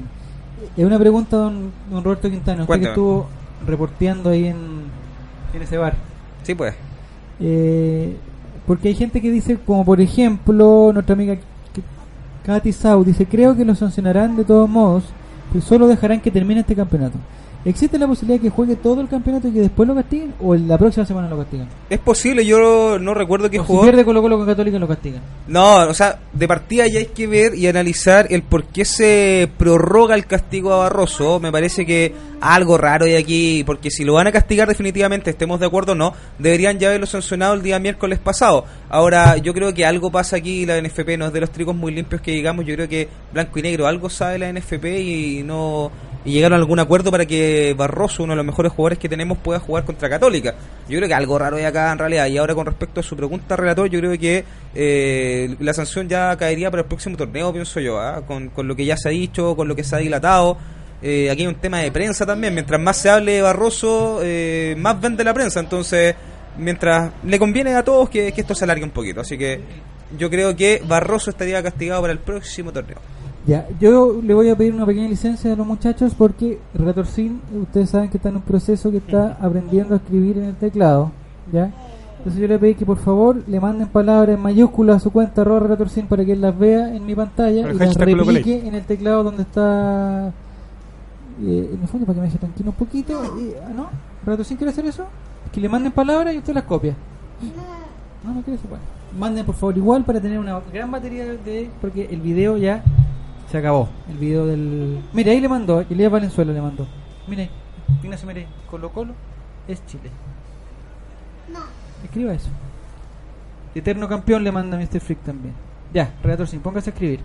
Speaker 3: Es una pregunta, don, don Roberto Quintana, usted Cuéntame. que estuvo reporteando ahí en, en ese bar.
Speaker 6: Sí, pues.
Speaker 3: Eh, porque hay gente que dice, como por ejemplo nuestra amiga Katy Sau dice, creo que lo sancionarán de todos modos, pero solo dejarán que termine este campeonato. ¿Existe la posibilidad de que juegue todo el campeonato y que después lo castiguen? ¿O la próxima semana lo castigan?
Speaker 6: Es posible, yo no recuerdo que jugó.
Speaker 3: Si pierde Colo Colo con Católica lo castigan.
Speaker 6: No, o sea, de partida ya hay que ver y analizar el por qué se prorroga el castigo a Barroso. Me parece que algo raro hay aquí, porque si lo van a castigar definitivamente, estemos de acuerdo o no, deberían ya haberlo sancionado el día miércoles pasado. Ahora, yo creo que algo pasa aquí, la N F P no es de los trigos muy limpios que digamos. Yo creo que Blanco y Negro algo sabe la N F P y no... y llegaron a algún acuerdo para que Barroso, uno de los mejores jugadores que tenemos, pueda jugar contra Católica. Yo creo que algo raro hay acá en realidad. Y ahora con respecto a su pregunta, relator, yo creo que eh, la sanción ya caería para el próximo torneo, pienso yo, ¿eh? con, con lo que ya se ha dicho, con lo que se ha dilatado. Eh, aquí hay un tema de prensa también. Mientras más se hable de Barroso, eh, más vende la prensa. Entonces, mientras le conviene a todos que, que esto se alargue un poquito. Así que yo creo que Barroso estaría castigado para el próximo torneo.
Speaker 3: Ya, yo le voy a pedir una pequeña licencia a los muchachos porque Relator Sin, ustedes saben que está en un proceso que está aprendiendo a escribir en el teclado, ¿ya? Entonces yo le pedí que por favor le manden palabras en mayúsculas a su cuenta arroba Relator Sin para que él las vea en mi pantalla y las replique en el teclado donde está eh, en el fondo, para que me deje tranquilo un poquito. eh, ¿No? ¿Relator Sin quiere hacer eso? Que le manden palabras y usted las copia. No, no quiere eso, bueno. Manden por favor igual para tener una gran batería de... porque el video ya se acabó, el video del... Mire, ahí le mandó, Elías Valenzuela le mandó. Mire, Ignacio, mire, Colo Colo es Chile. No. Escriba eso. Eterno campeón le manda a mister Freak también. Ya, Relator Sin, póngase a escribir.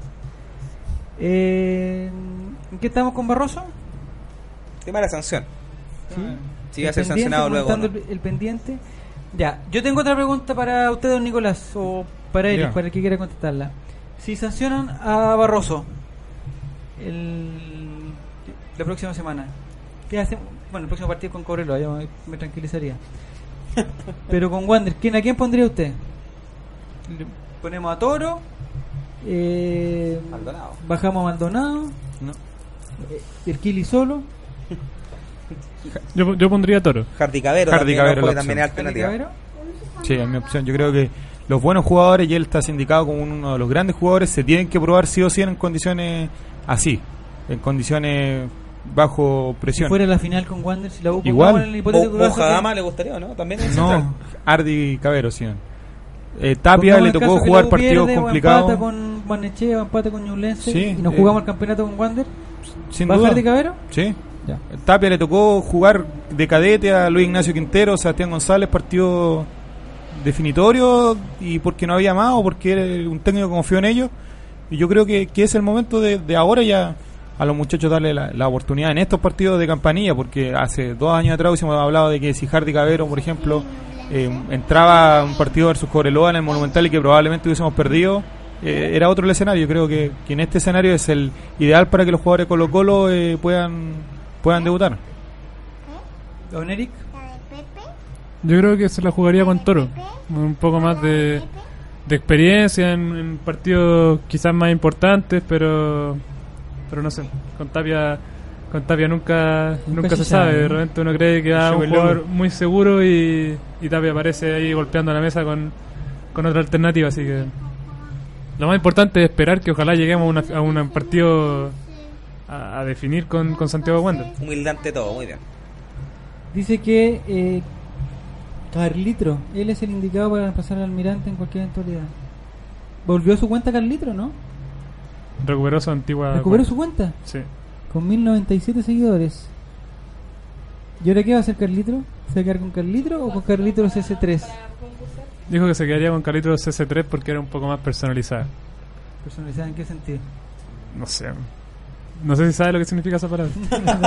Speaker 3: Eh, ¿En qué estamos con Barroso?
Speaker 6: Tema de la sanción.
Speaker 3: Sí,
Speaker 6: sí va a ser sancionado luego, ¿no?
Speaker 3: el, el pendiente. Ya, yo tengo otra pregunta para usted, don Nicolás, o para Eric, para el que quiera contestarla. Si sancionan a Barroso el, la próxima semana, ¿qué hacen? Bueno, el próximo partido con Cobreloa, ya me, me tranquilizaría. Pero con Wander, ¿quién, ¿a quién pondría usted? Le ponemos a Toro, eh,
Speaker 6: Maldonado.
Speaker 3: Bajamos a Maldonado,
Speaker 5: no.
Speaker 3: eh, el Kili solo.
Speaker 4: Yo, yo pondría Toro.
Speaker 6: Jardi Cabero,
Speaker 5: Jardi
Speaker 6: también,
Speaker 5: Cabero,
Speaker 6: no, también es alternativa.
Speaker 5: Sí, es mi opción. Yo creo que los buenos jugadores, y él está sindicado como uno de los grandes jugadores, se tienen que probar sí o sí en condiciones así, en condiciones bajo
Speaker 3: Si
Speaker 5: presión.
Speaker 3: fuera la final con Wander, si la U
Speaker 5: Igual.
Speaker 3: en el hipotético caso que-
Speaker 6: Ojadama le gustaría, ¿o no? También es
Speaker 5: No,
Speaker 6: central.
Speaker 5: Ardi Cabero, sí. Eh, Tapia
Speaker 3: pongamos
Speaker 5: le
Speaker 3: el
Speaker 5: tocó
Speaker 3: caso que
Speaker 5: jugar
Speaker 3: la U
Speaker 5: partidos
Speaker 3: pierde, o
Speaker 5: complicados.
Speaker 3: empata con Barnechea o empata con Ñublense
Speaker 5: Sí,
Speaker 3: y nos
Speaker 5: eh,
Speaker 3: jugamos el campeonato con Wander.
Speaker 5: Sin
Speaker 3: ¿Va
Speaker 5: duda.
Speaker 3: Ardi Cabero?
Speaker 5: Sí.
Speaker 3: Ya.
Speaker 5: Tapia le tocó jugar de cadete a Luis Ignacio Quintero, Sebastián González, partido definitorio, y porque no había más o porque era un técnico que confió en ellos. Y yo creo que, que es el momento de, de ahora ya a los muchachos darle la, la oportunidad en estos partidos de campanilla, porque hace dos años atrás hemos hablado de que si Hardy Cabero, por ejemplo, eh, entraba a un partido versus Cobreloa en el Monumental y que probablemente hubiésemos perdido, eh, era otro el escenario. Yo creo que, que en este escenario es el ideal para que los jugadores de Colo Colo eh, puedan puedan debutar.
Speaker 3: Don Eric.
Speaker 4: Yo creo que se la jugaría con Toro. Un poco más de, de experiencia en, en partidos quizás más importantes, pero pero no sé. Con Tapia con Tapia nunca nunca,
Speaker 3: Nunca
Speaker 4: se
Speaker 3: se
Speaker 4: sabe.
Speaker 3: sabe,
Speaker 4: De
Speaker 3: ¿no?
Speaker 4: repente uno cree que va
Speaker 5: Se
Speaker 4: un
Speaker 5: vuelve
Speaker 4: jugador
Speaker 5: loco.
Speaker 4: muy seguro y, y Tapia aparece ahí golpeando la mesa con, con otra alternativa. Así que lo más importante es esperar que ojalá lleguemos a, una, a un partido a, a definir con, con Santiago Wander.
Speaker 6: Humildante todo, muy bien.
Speaker 3: Dice que eh, Carlitro, él es el indicado para reemplazar al Almirante en cualquier eventualidad. ¿Volvió a su cuenta Carlitro, no?
Speaker 4: Recuperó su antigua
Speaker 3: ¿Recuperó
Speaker 4: cuenta.
Speaker 3: su cuenta?
Speaker 4: Sí.
Speaker 3: Con mil noventa y siete seguidores. ¿Y ahora qué va a hacer Carlitro? ¿Se va a quedar con Carlitro o con Carlitro C S tres?
Speaker 4: Dijo que se quedaría con Carlitos C S tres porque era un poco más personalizada.
Speaker 3: ¿Personalizada en qué sentido?
Speaker 4: No sé. No sé si sabe lo que significa esa palabra.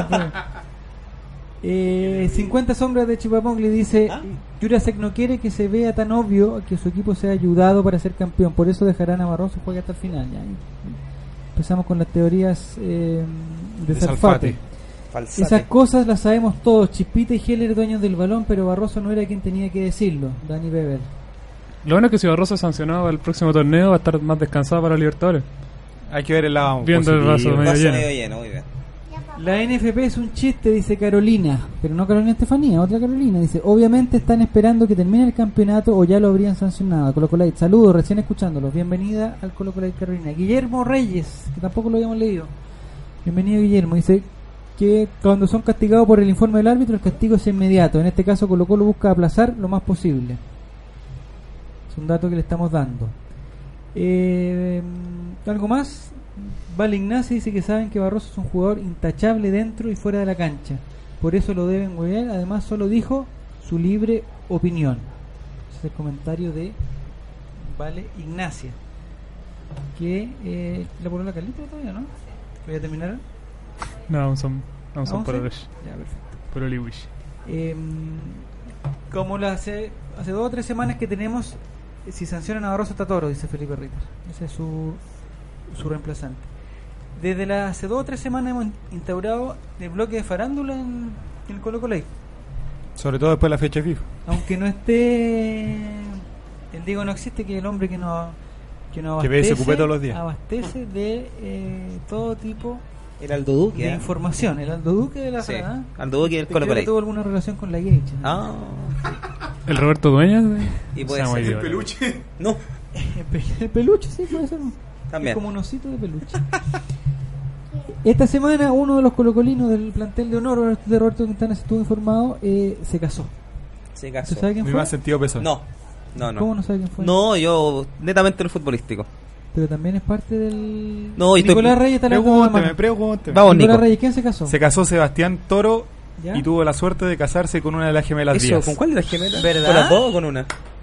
Speaker 3: eh, cincuenta sombras de Chipapong le dice: Jurasek no quiere que se vea tan obvio que su equipo sea ayudado para ser campeón, por eso dejarán a Barroso juegue hasta el final. Ya. Empezamos con las teorías eh, de,
Speaker 5: De
Speaker 3: Salfate.
Speaker 6: Falsate.
Speaker 3: Esas cosas las sabemos todos. Chispita y Heller dueños del balón, pero Barroso no era quien tenía que decirlo. Dani Weber.
Speaker 4: Lo bueno es que si Barroso es sancionado para el próximo torneo va a estar más descansado para los Libertadores.
Speaker 5: Hay que ver el lado
Speaker 4: Viendo el
Speaker 5: positivo.
Speaker 4: vaso medio
Speaker 6: Vaso
Speaker 4: lleno.
Speaker 6: medio lleno, muy bien.
Speaker 3: La N F P es un chiste, dice Carolina, pero no Carolina Estefanía, otra Carolina. Dice: obviamente están esperando que termine el campeonato o ya lo habrían sancionado. Colo Colo Light, saludos, recién escuchándolos. Bienvenida al Colo Colo Light, Carolina. Guillermo Reyes, que tampoco lo habíamos leído. Bienvenido, Guillermo. Dice que cuando son castigados por el informe del árbitro, el castigo es inmediato. En este caso, Colo Colo busca aplazar lo más posible. Es un dato que le estamos dando. Eh, ¿Algo más? Vale Ignacio dice que saben que Barroso es un jugador intachable dentro y fuera de la cancha. Por eso lo deben huevear. Además, solo dijo su libre opinión. Ese es el comentario de Vale Ignacia. Que eh, le pongo la Carlita todavía, ¿no? ¿Voy a terminar?
Speaker 4: No, aún son, aún son
Speaker 3: ¿Aún
Speaker 4: por
Speaker 3: sí?
Speaker 4: Orochi.
Speaker 3: Ya, perfecto.
Speaker 4: Por Oliwish.
Speaker 3: Eh, como la hace, hace dos o tres semanas que tenemos, eh, si sancionan a Barroso está Toro, dice Felipe Ritter. Ese es su, su reemplazante. Desde la, hace dos o tres semanas hemos instaurado el bloque de farándula en, en el Colo Colo Live.
Speaker 5: Sobre todo después de la fecha FIFA.
Speaker 3: Aunque no esté el Diego no existe, que es el hombre que nos que nos
Speaker 5: Que ve ese
Speaker 3: abastece,
Speaker 5: cupé todos los días.
Speaker 3: abastece de eh, todo tipo
Speaker 6: El Aldo Duque.
Speaker 3: de
Speaker 6: ¿eh?
Speaker 3: información. El Aldo Duque de la
Speaker 6: Sí,
Speaker 3: Frada.
Speaker 6: Aldo Duque del
Speaker 3: Creo
Speaker 6: Colo
Speaker 3: que
Speaker 6: Colo.
Speaker 3: tuvo alguna relación con la Geisha, ¿no?
Speaker 6: Ah,
Speaker 4: ¿El Roberto Dueñas?
Speaker 6: y puede
Speaker 4: Está muy
Speaker 6: ser.
Speaker 4: bien.
Speaker 5: peluche.
Speaker 6: No,
Speaker 3: El pe- el peluche, sí, puede ser.
Speaker 6: también.
Speaker 3: Es como un osito de peluche. Esta semana uno de los colocolinos del plantel de honor de Roberto Quintana, se estuvo informado, eh, se casó.
Speaker 6: Se
Speaker 3: ¿Usted
Speaker 6: casó.
Speaker 3: sabe quién
Speaker 5: Mi
Speaker 3: fue?
Speaker 5: más sentido peso.
Speaker 6: No, no, no.
Speaker 3: ¿Cómo no sabe quién fue?
Speaker 6: No, yo netamente el futbolístico.
Speaker 3: Pero también es parte del...
Speaker 6: No, y estoy-
Speaker 3: Nicolás Reyes está levantando la
Speaker 5: Pregúnteme,
Speaker 3: mano.
Speaker 5: pregúnteme.
Speaker 6: Vamos,
Speaker 3: Nicolás
Speaker 6: Nico.
Speaker 3: Reyes, ¿quién se casó?
Speaker 5: Se casó Sebastián Toro
Speaker 3: ¿Ya?
Speaker 5: y tuvo la suerte de casarse con una de las gemelas
Speaker 6: Eso,
Speaker 5: Díaz.
Speaker 6: ¿con cuál de las gemelas?
Speaker 3: ¿Verdad?
Speaker 6: ¿Con las dos o con una?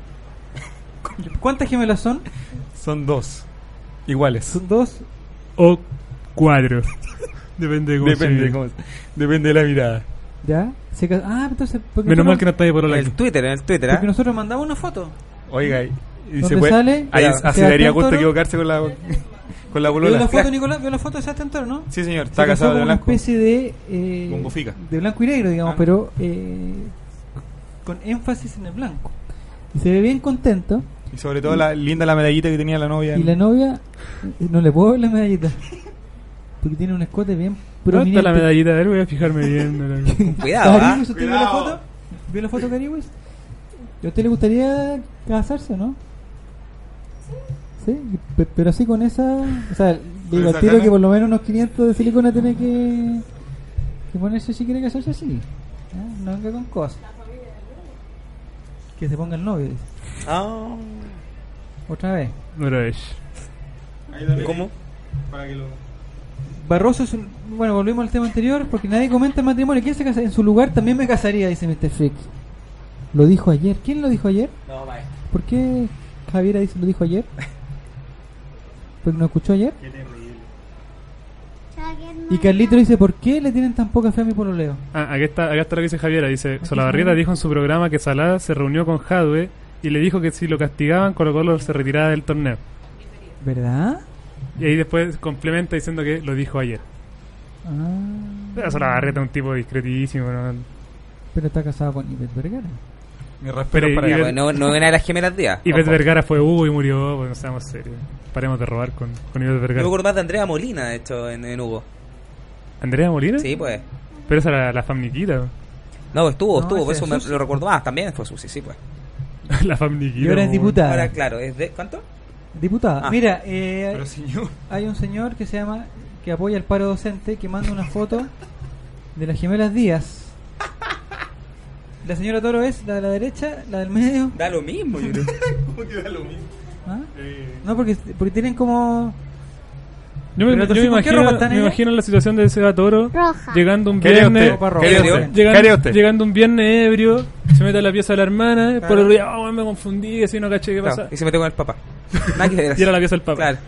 Speaker 3: ¿Cuántas gemelas son?
Speaker 5: Son dos. Iguales.
Speaker 3: Son dos.
Speaker 4: O cuatro. Depende de cómo se
Speaker 5: Depende,
Speaker 4: mire.
Speaker 5: cómo- depende de la mirada.
Speaker 3: ¿Ya? Se casó. Ah, entonces... porque
Speaker 4: Menos
Speaker 3: nosotros-
Speaker 4: mal que no está ahí por
Speaker 6: En
Speaker 4: la
Speaker 6: el Twitter, en el Twitter, ¿ah?
Speaker 3: Porque nosotros mandamos una foto.
Speaker 5: Oiga, y, y
Speaker 3: ¿Dónde
Speaker 5: se puede.
Speaker 3: sale?
Speaker 5: Ahí,
Speaker 3: Ya,
Speaker 5: así
Speaker 3: Sebastián
Speaker 5: daría gusto
Speaker 3: Toro.
Speaker 5: equivocarse con la con la
Speaker 3: ¿Vio
Speaker 5: bolola.
Speaker 3: la foto, Nicolás? ¿Vio la foto de Sebastián Toro, no?
Speaker 5: Sí, señor.
Speaker 3: Se
Speaker 5: Está
Speaker 3: casó
Speaker 5: casado
Speaker 3: con
Speaker 5: de
Speaker 3: una
Speaker 5: blanco.
Speaker 3: especie de... Eh,
Speaker 5: Con bufica.
Speaker 3: de blanco y negro, digamos,
Speaker 5: Ah.
Speaker 3: pero eh, con énfasis en el blanco. Y se ve bien contento.
Speaker 5: Y sobre todo la linda la medallita que tenía la novia.
Speaker 3: Y la novia, eh, no le puedo ver la medallita. Porque tiene un escote bien
Speaker 4: ¿Dónde
Speaker 3: prominente.
Speaker 4: está la medallita de él? Voy a fijarme bien.
Speaker 6: Cuidado, ¿ah?
Speaker 3: Cariwis, ¿usted vio la
Speaker 5: Cuidado.
Speaker 3: foto? ¿Vio la foto, Cariwis? ¿A usted le gustaría casarse o no? Sí, Pe- pero así con esa... O sea, digo, al
Speaker 5: esa
Speaker 3: tiro
Speaker 5: gana.
Speaker 3: que por lo menos unos quinientos de silicona tiene que... que ponerse si quiere casarse así. ¿Eh? No venga con cosas. Que se ponga el novio, dice.
Speaker 6: Ah.
Speaker 3: Otra vez.
Speaker 4: Otra vez.
Speaker 6: ¿Cómo?
Speaker 5: Para que lo...
Speaker 3: Barroso es un... Bueno, volvemos al tema anterior porque nadie comenta el matrimonio. ¿Quién se casa? En su lugar también me casaría, dice mister Freak. Lo dijo ayer. ¿Quién lo dijo ayer?
Speaker 6: No, maestro.
Speaker 3: ¿Por qué Javiera dice lo dijo ayer? ¿Porque no escuchó ayer?
Speaker 5: Qué terrible.
Speaker 3: Y Carlito dice, ¿por qué le tienen tan poca fe a mi pololeo?
Speaker 4: Ah, aquí está, acá está lo que dice Javiera. Dice, Solabarrieta dijo en su programa que Salá se reunió con Jadwe y le dijo que si lo castigaban, Colo Colo se retiraba del torneo.
Speaker 3: ¿Verdad?
Speaker 4: Y ahí después complementa diciendo que lo dijo ayer.
Speaker 3: Ah.
Speaker 4: Solabarrieta es un tipo discretísimo, ¿no?
Speaker 3: Pero está casado con Ivette Vergara.
Speaker 5: Mi respeto para
Speaker 6: ella. No, no era de las gemelas Díaz.
Speaker 4: Ivette Vergara fue Hugo y murió, pues no seamos serios. Paremos de robar con, con Ivette Vergara.
Speaker 6: Yo me acuerdo más de Andrea Molina, de hecho, en, en Hugo.
Speaker 4: ¿Andrea Molina?
Speaker 6: Sí, pues.
Speaker 4: Pero esa era la Famniquita.
Speaker 6: No, estuvo,
Speaker 3: No,
Speaker 6: estuvo, por
Speaker 3: ese
Speaker 6: eso
Speaker 3: es
Speaker 6: me lo recuerdo más. También fue Susi, sí, pues.
Speaker 4: La Famniquita.
Speaker 3: Y ahora es diputada.
Speaker 6: Ahora, claro, es de... ¿Cuánto?
Speaker 3: Diputada.
Speaker 6: Ah.
Speaker 3: Mira, eh,
Speaker 5: Pero señor.
Speaker 3: hay un señor que se llama, que apoya el paro docente, que manda una foto de las gemelas Díaz. La señora Toro es la de la derecha, la del medio.
Speaker 6: Da lo mismo, yo creo.
Speaker 5: ¿Cómo que da lo mismo?
Speaker 3: ¿Ah?
Speaker 5: Eh,
Speaker 3: No, porque, porque tienen como...
Speaker 4: Yo me,
Speaker 3: Pero
Speaker 4: yo me
Speaker 3: entonces, ¿con qué ropa
Speaker 4: imagino,
Speaker 3: están
Speaker 4: me
Speaker 3: ellas?
Speaker 4: imagino la situación de Seba Toro
Speaker 10: Roja.
Speaker 4: llegando un
Speaker 5: ¿Qué haría
Speaker 4: viernes,
Speaker 5: usted?
Speaker 3: ropa
Speaker 5: ¿Qué haría
Speaker 3: roja.
Speaker 5: usted? ¿Qué
Speaker 4: llegando,
Speaker 5: haría usted?
Speaker 4: llegando un viernes ebrio, se mete a la pieza de la hermana,
Speaker 6: Claro.
Speaker 4: por el día, oh, me confundí, así no caché qué
Speaker 6: Claro,
Speaker 4: pasa.
Speaker 6: y se metió con el papá. Nada que ver.
Speaker 4: Y era la pieza del papá.
Speaker 6: Claro.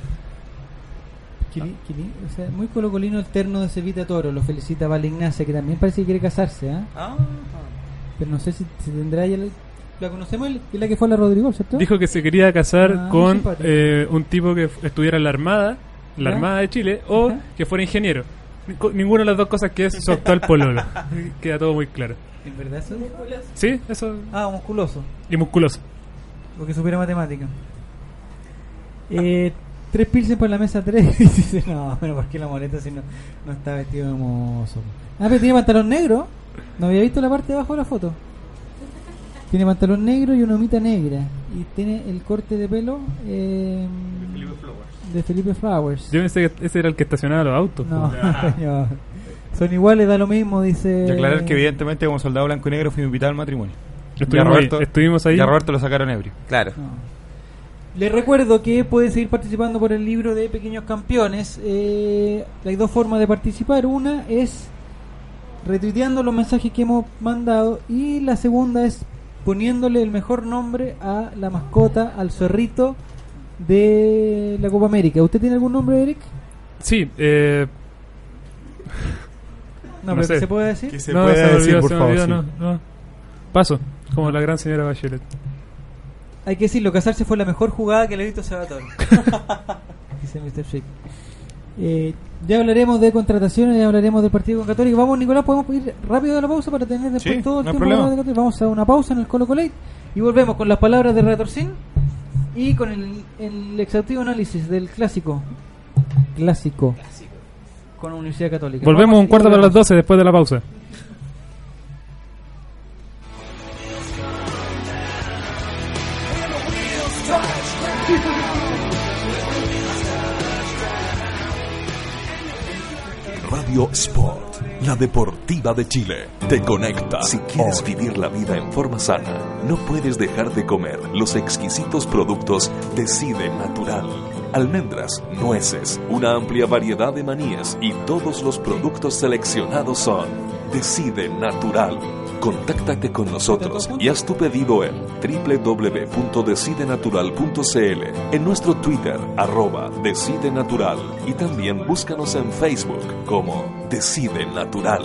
Speaker 3: que li- que li- o sea, muy colocolino el terno de Cevita Toro. Lo felicita Val Ignacia, que también parece que quiere casarse, ¿eh?
Speaker 6: Ah.
Speaker 3: Pero no sé si, si tendrá ella... La, la conocemos, es la que fue a la Rodrigo, ¿cierto?
Speaker 4: Dijo que se quería casar
Speaker 3: Ah, muy
Speaker 4: con
Speaker 3: simpático.
Speaker 4: eh, un tipo que f- estuviera en la Armada, la
Speaker 3: ¿Ya?
Speaker 4: Armada de Chile, o
Speaker 3: ¿Ya?
Speaker 4: que fuera ingeniero. Ni- co- Ninguna de las dos cosas que es su actual pololo. Queda todo muy claro.
Speaker 3: ¿En verdad eso dijo?
Speaker 4: Sí, eso.
Speaker 3: Ah, musculoso.
Speaker 4: Y musculoso.
Speaker 3: Porque supiera matemática. Eh, tres pilsen por la mesa tres. Dice, no, pero ¿por qué la molesta si no, no está vestido de mozo? Ah, pero tiene pantalón negro. No había visto la parte de abajo de la foto. Tiene pantalón negro y una humita negra. Y tiene el corte de pelo eh, de Felipe Flowers.
Speaker 4: Yo pensé que ese era el que estacionaba los autos.
Speaker 3: No,
Speaker 4: po.
Speaker 3: señor. Son iguales, da lo mismo, dice.
Speaker 5: Y aclarar que evidentemente como soldado blanco y negro fui invitado al matrimonio.
Speaker 4: Estuvimos
Speaker 5: Y a Roberto-
Speaker 4: ahí, estuvimos ahí.
Speaker 5: Y a Roberto lo sacaron ebrio.
Speaker 6: Claro.
Speaker 3: No. Les recuerdo que pueden seguir participando por el libro de Pequeños Campeones. Eh, hay dos formas de participar. Una es retuiteando los mensajes que hemos mandado. Y la segunda es poniéndole el mejor nombre a la mascota, al zorrito de la Copa América. ¿Usted tiene algún nombre, Eric?
Speaker 4: Sí, eh.
Speaker 3: No,
Speaker 4: No
Speaker 3: pero
Speaker 4: sé.
Speaker 3: ¿qué se puede decir?
Speaker 5: Que se
Speaker 4: no,
Speaker 5: puede
Speaker 4: se me
Speaker 5: decir,
Speaker 4: olvidó,
Speaker 5: por
Speaker 4: se me
Speaker 5: favor.
Speaker 4: olvidó,
Speaker 5: sí.
Speaker 4: no, no. Paso, como la gran señora Bachelet.
Speaker 3: Hay que decirlo, casarse fue la mejor jugada que le he visto a Sabatón. Dice mister Shake. Eh, ya hablaremos de contrataciones, ya hablaremos del partido con Católica. Vamos, Nicolás, podemos ir rápido a la pausa para tener después
Speaker 5: Sí,
Speaker 3: todo el
Speaker 5: no hay
Speaker 3: tiempo
Speaker 5: problema.
Speaker 3: de Católica. Vamos a una pausa en el Colo Colate y volvemos con las palabras de Retorcín y con el, el exhaustivo análisis del clásico. Clásico. Con la Universidad Católica.
Speaker 4: Volvemos
Speaker 3: Vamos
Speaker 4: un
Speaker 3: y
Speaker 4: cuarto para las
Speaker 3: volvemos.
Speaker 4: doce después de la pausa.
Speaker 1: Radio Sport, la deportiva de Chile, te conecta. Si quieres vivir la vida en forma sana, no puedes dejar de comer los exquisitos productos Decide Natural. Almendras, nueces, una amplia variedad de maníes y todos los productos seleccionados son Decide Natural. Contáctate con nosotros y haz tu pedido en doble u doble u doble u punto decide natural punto c l, en nuestro Twitter, arroba Decide Natural, y también búscanos en Facebook como Decide Natural.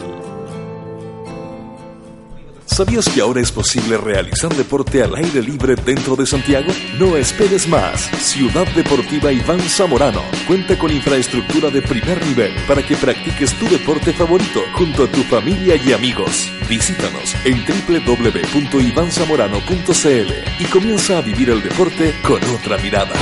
Speaker 1: ¿Sabías que ahora es posible realizar deporte al aire libre dentro de Santiago? No esperes más. Ciudad Deportiva Iván Zamorano cuenta con infraestructura de primer nivel para que practiques tu deporte favorito junto a tu familia y amigos. Visítanos en doble u doble u doble u punto iván zamorano punto c l y comienza a vivir el deporte con otra mirada.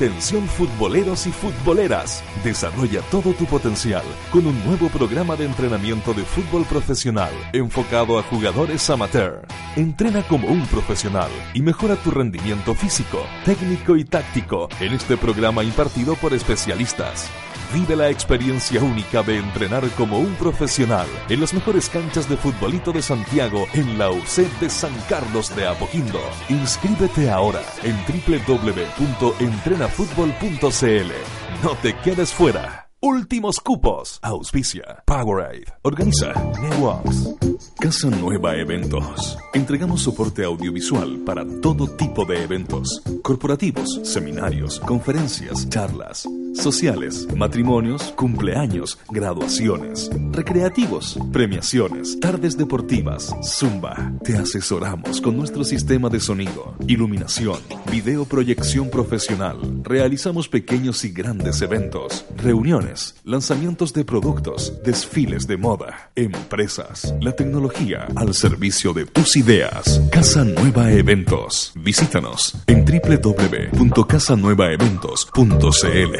Speaker 1: Atención futboleros y futboleras, desarrolla todo tu potencial con un nuevo programa de entrenamiento de fútbol profesional enfocado a jugadores amateur. Entrena como un profesional y mejora tu rendimiento físico, técnico y táctico en este programa impartido por especialistas. Vive la experiencia única de entrenar como un profesional en las mejores canchas de futbolito de Santiago en la U C E de San Carlos de Apoquindo. Inscríbete ahora en doble u doble u doble u punto entrena fútbol punto c l. No te quedes fuera. Últimos cupos. Auspicia Powerade. Organiza Networks. Casa Nueva Eventos. Entregamos soporte audiovisual para todo tipo de eventos. Corporativos, seminarios, conferencias, charlas, sociales, matrimonios, cumpleaños, graduaciones, recreativos, premiaciones, tardes deportivas, zumba. Te asesoramos con nuestro sistema de sonido, iluminación, videoproyección profesional. Realizamos pequeños y grandes eventos, reuniones, lanzamientos de productos, desfiles de moda, empresas, la tecnología al servicio de tus ideas. Casa Nueva Eventos. Visítanos en doble u doble u doble u punto casa nueva eventos punto c l.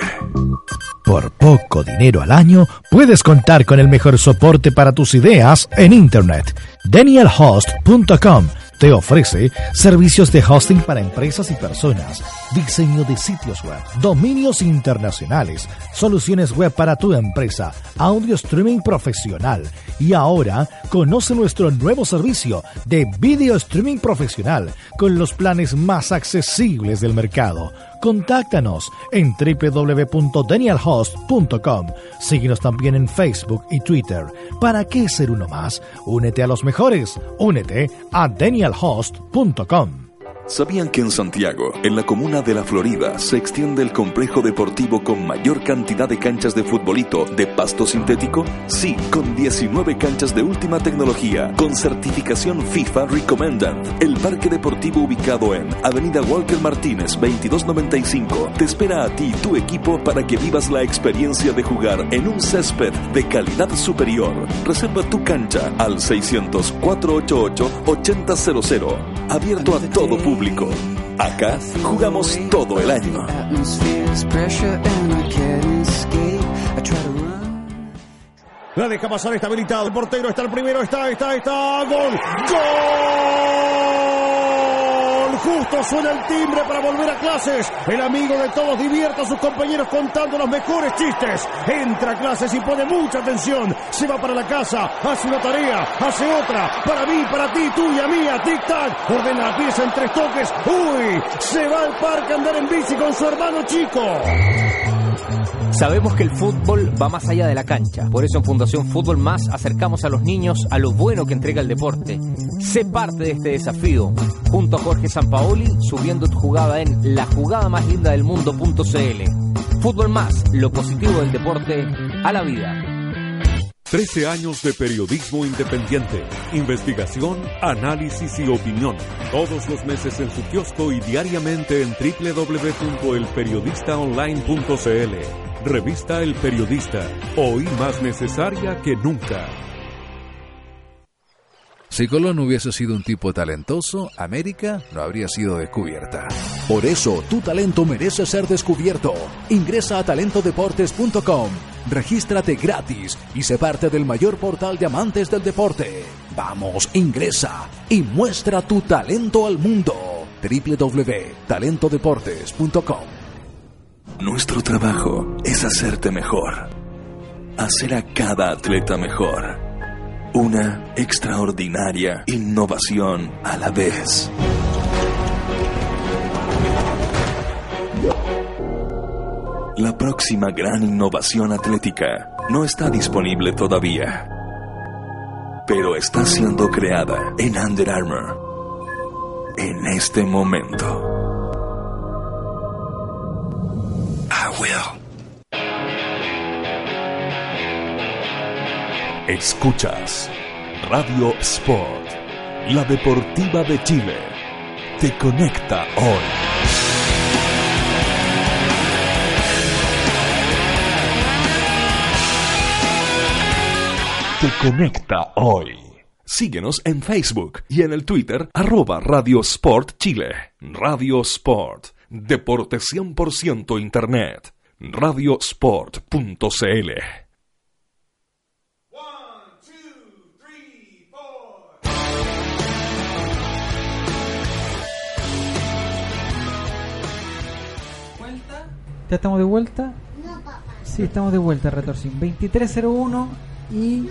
Speaker 11: Por poco dinero al año, puedes contar con el mejor soporte para tus ideas en Internet. Daniel Host punto com te ofrece servicios de hosting para empresas y personas, diseño de sitios web, dominios internacionales, soluciones web para tu empresa, audio streaming profesional. Y ahora, conoce nuestro nuevo servicio de video streaming profesional con los planes más accesibles del mercado. Contáctanos en doble u doble u doble u punto daniel host punto com. Síguenos también en Facebook y Twitter. ¿Para qué ser uno más? Únete a los mejores. Únete a daniel host punto com.
Speaker 1: ¿Sabían que en Santiago, en la comuna de La Florida, se extiende el complejo deportivo con mayor cantidad de canchas de futbolito de pasto sintético? Sí, con diecinueve canchas de última tecnología, con certificación FIFA Recommended. El parque deportivo ubicado en Avenida Walker Martínez veintidós noventa y cinco te espera a ti y tu equipo para que vivas la experiencia de jugar en un césped de calidad superior. Reserva tu cancha al seiscientos, cuatrocientos ochenta y ocho, ochenta cero cero. Abierto a todo público. Acá jugamos todo el año.
Speaker 12: La deja pasar, está habilitado. El portero está el primero, está, está, está. ¡Gol! ¡Gol! Justo suena el timbre para volver a clases. El amigo de todos divierte a sus compañeros contando los mejores chistes. Entra a clases y pone mucha atención. Se va para la casa, hace una tarea, hace otra. Para mí, para ti, tuya, mía, tic-tac. Ordena la pieza en tres toques. ¡Uy! Se va al parque a andar en bici con su hermano chico.
Speaker 13: Sabemos que el fútbol va más allá de la cancha. Por eso en Fundación Fútbol Más acercamos a los niños a lo bueno que entrega el deporte. Sé parte de este desafío junto a Jorge Sampaoli, subiendo tu jugada en la jugada más linda del mundo punto c l. Fútbol Más, lo positivo del deporte a la vida.
Speaker 14: trece años de periodismo independiente, investigación, análisis y opinión. Todos los meses en su kiosco y diariamente en doble u doble u doble u punto el periodista online punto c l. Revista El Periodista, hoy más necesaria que nunca.
Speaker 15: Si Colón hubiese sido un tipo talentoso, América no habría sido descubierta.
Speaker 16: Por eso, tu talento merece ser descubierto. Ingresa a talento deportes punto com, regístrate gratis y sé parte del mayor portal de amantes del deporte. Vamos, ingresa y muestra tu talento al mundo. doble u doble u doble u punto talento deportes punto com.
Speaker 1: Nuestro trabajo es hacerte mejor, hacer a cada atleta mejor. Una extraordinaria innovación a la vez. La próxima gran innovación atlética no está disponible todavía, pero está siendo creada en Under Armour en este momento. I will. Escuchas Radio Sport, la deportiva de Chile. Te conecta hoy. Te conecta hoy. Síguenos en Facebook y en el Twitter arroba Radio Sport Chile. Radio Sport, Deporte cien por ciento Internet. radiosport punto c l.
Speaker 3: ¿Ya estamos de vuelta?
Speaker 10: No, papá.
Speaker 3: Sí, estamos de vuelta, Retorcín. veintitrés cero uno y...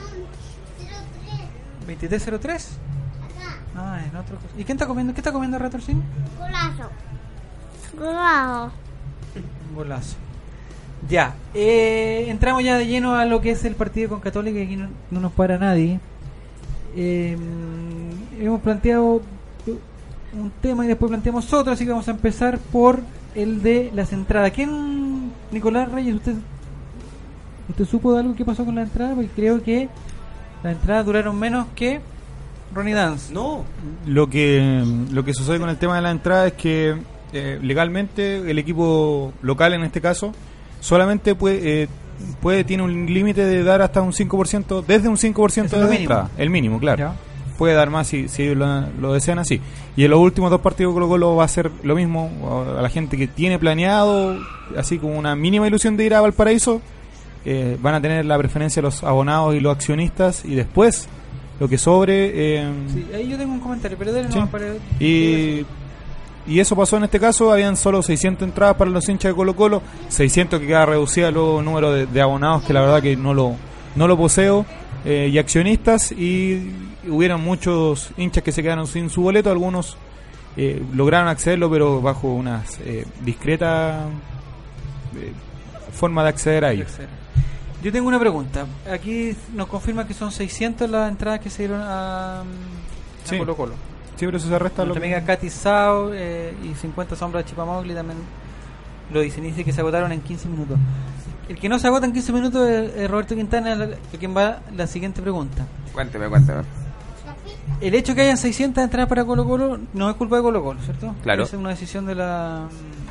Speaker 3: ¿veintitrés cero tres? Ah, en otro... ¿Y quién está comiendo? ¿Qué está comiendo Retorcín?
Speaker 10: Golazo. Golazo.
Speaker 3: Un golazo. Ya, eh, entramos ya de lleno a lo que es el partido con Católica, que aquí no, no nos para nadie. Eh, hemos planteado un tema y después planteamos otro, así que vamos a empezar por el de las entradas. ¿Quién, Nicolás Reyes, usted usted supo de algo que pasó con la entrada? Porque creo que las entradas duraron menos que Ronnie Dance.
Speaker 5: No. Lo que lo que sucede con el tema de la entrada es que eh, legalmente el equipo local, en este caso, solamente puede eh, puede tiene un límite de dar hasta un cinco por ciento, desde un cinco por ciento de entrada, el mínimo, claro. Ya. Puede dar más si, si lo, lo desean así. Y en los últimos dos partidos Colo Colo va a ser lo mismo. A la gente que tiene planeado, así como una mínima ilusión de ir a Valparaíso, eh, van a tener la preferencia los abonados y los accionistas, y después lo que sobre... Eh,
Speaker 3: sí, ahí yo tengo un comentario, pero dale,
Speaker 5: ¿sí?
Speaker 3: No, para...
Speaker 5: Y, y eso pasó en este caso. Habían solo seiscientas entradas para los hinchas de Colo Colo, seiscientos que queda reducida luego el número de, de abonados, que la verdad que no lo, no lo poseo. Eh, y accionistas, y hubieron muchos hinchas que se quedaron sin su boleto. Algunos eh, lograron accederlo, pero bajo una eh, discreta eh, forma de acceder a ellos.
Speaker 3: Yo tengo una pregunta. Aquí nos confirma que son seiscientas las entradas que se dieron a, a
Speaker 5: sí.
Speaker 3: Colo Colo.
Speaker 5: Sí, pero eso se resta.
Speaker 3: Nuestra amiga Katy Sao eh, y cincuenta sombras de Chipamogli también lo dicen, dice que se agotaron en quince minutos. El que no se agota en quince minutos es, es Roberto Quintana, a quien va la siguiente pregunta.
Speaker 6: Cuénteme, cuénteme.
Speaker 3: El hecho que hayan seiscientas entradas para Colo Colo no es culpa de Colo Colo, ¿cierto?
Speaker 6: Claro.
Speaker 3: Es una decisión de la...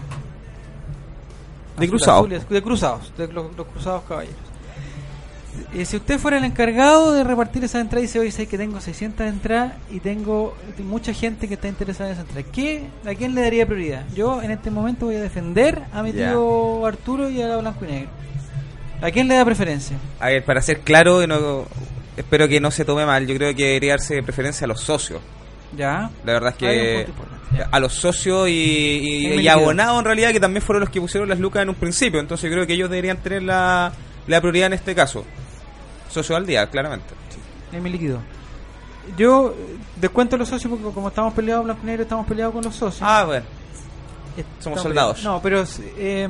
Speaker 6: De Cruzados.
Speaker 3: De Cruzados, de los, los Cruzados Caballeros. Eh, si usted fuera el encargado de repartir esas entradas y dice, oye, sé que tengo seiscientas entradas y tengo mucha gente que está interesada en esas entradas, ¿qué, ¿a quién le daría prioridad? Yo en este momento voy a defender a mi
Speaker 6: yeah.
Speaker 3: tío Arturo y a la Blanco y Negro. ¿A quién le da preferencia?
Speaker 6: A ver, para ser claro, y no, espero que no se tome mal, yo creo que debería darse preferencia a los socios.
Speaker 3: Ya.
Speaker 6: La verdad es que a los socios y, y, y abonados en realidad, que también fueron los que pusieron las lucas en un principio. Entonces yo creo que ellos deberían tener la, la prioridad en este caso. Socios al día, claramente.
Speaker 3: Sí. Es mi líquido. Yo descuento a los socios porque como estamos peleados Blanco y Negro, estamos peleados con los socios.
Speaker 6: Ah, bueno.
Speaker 3: Estamos
Speaker 6: Somos soldados.
Speaker 3: Peleados. No, pero eh,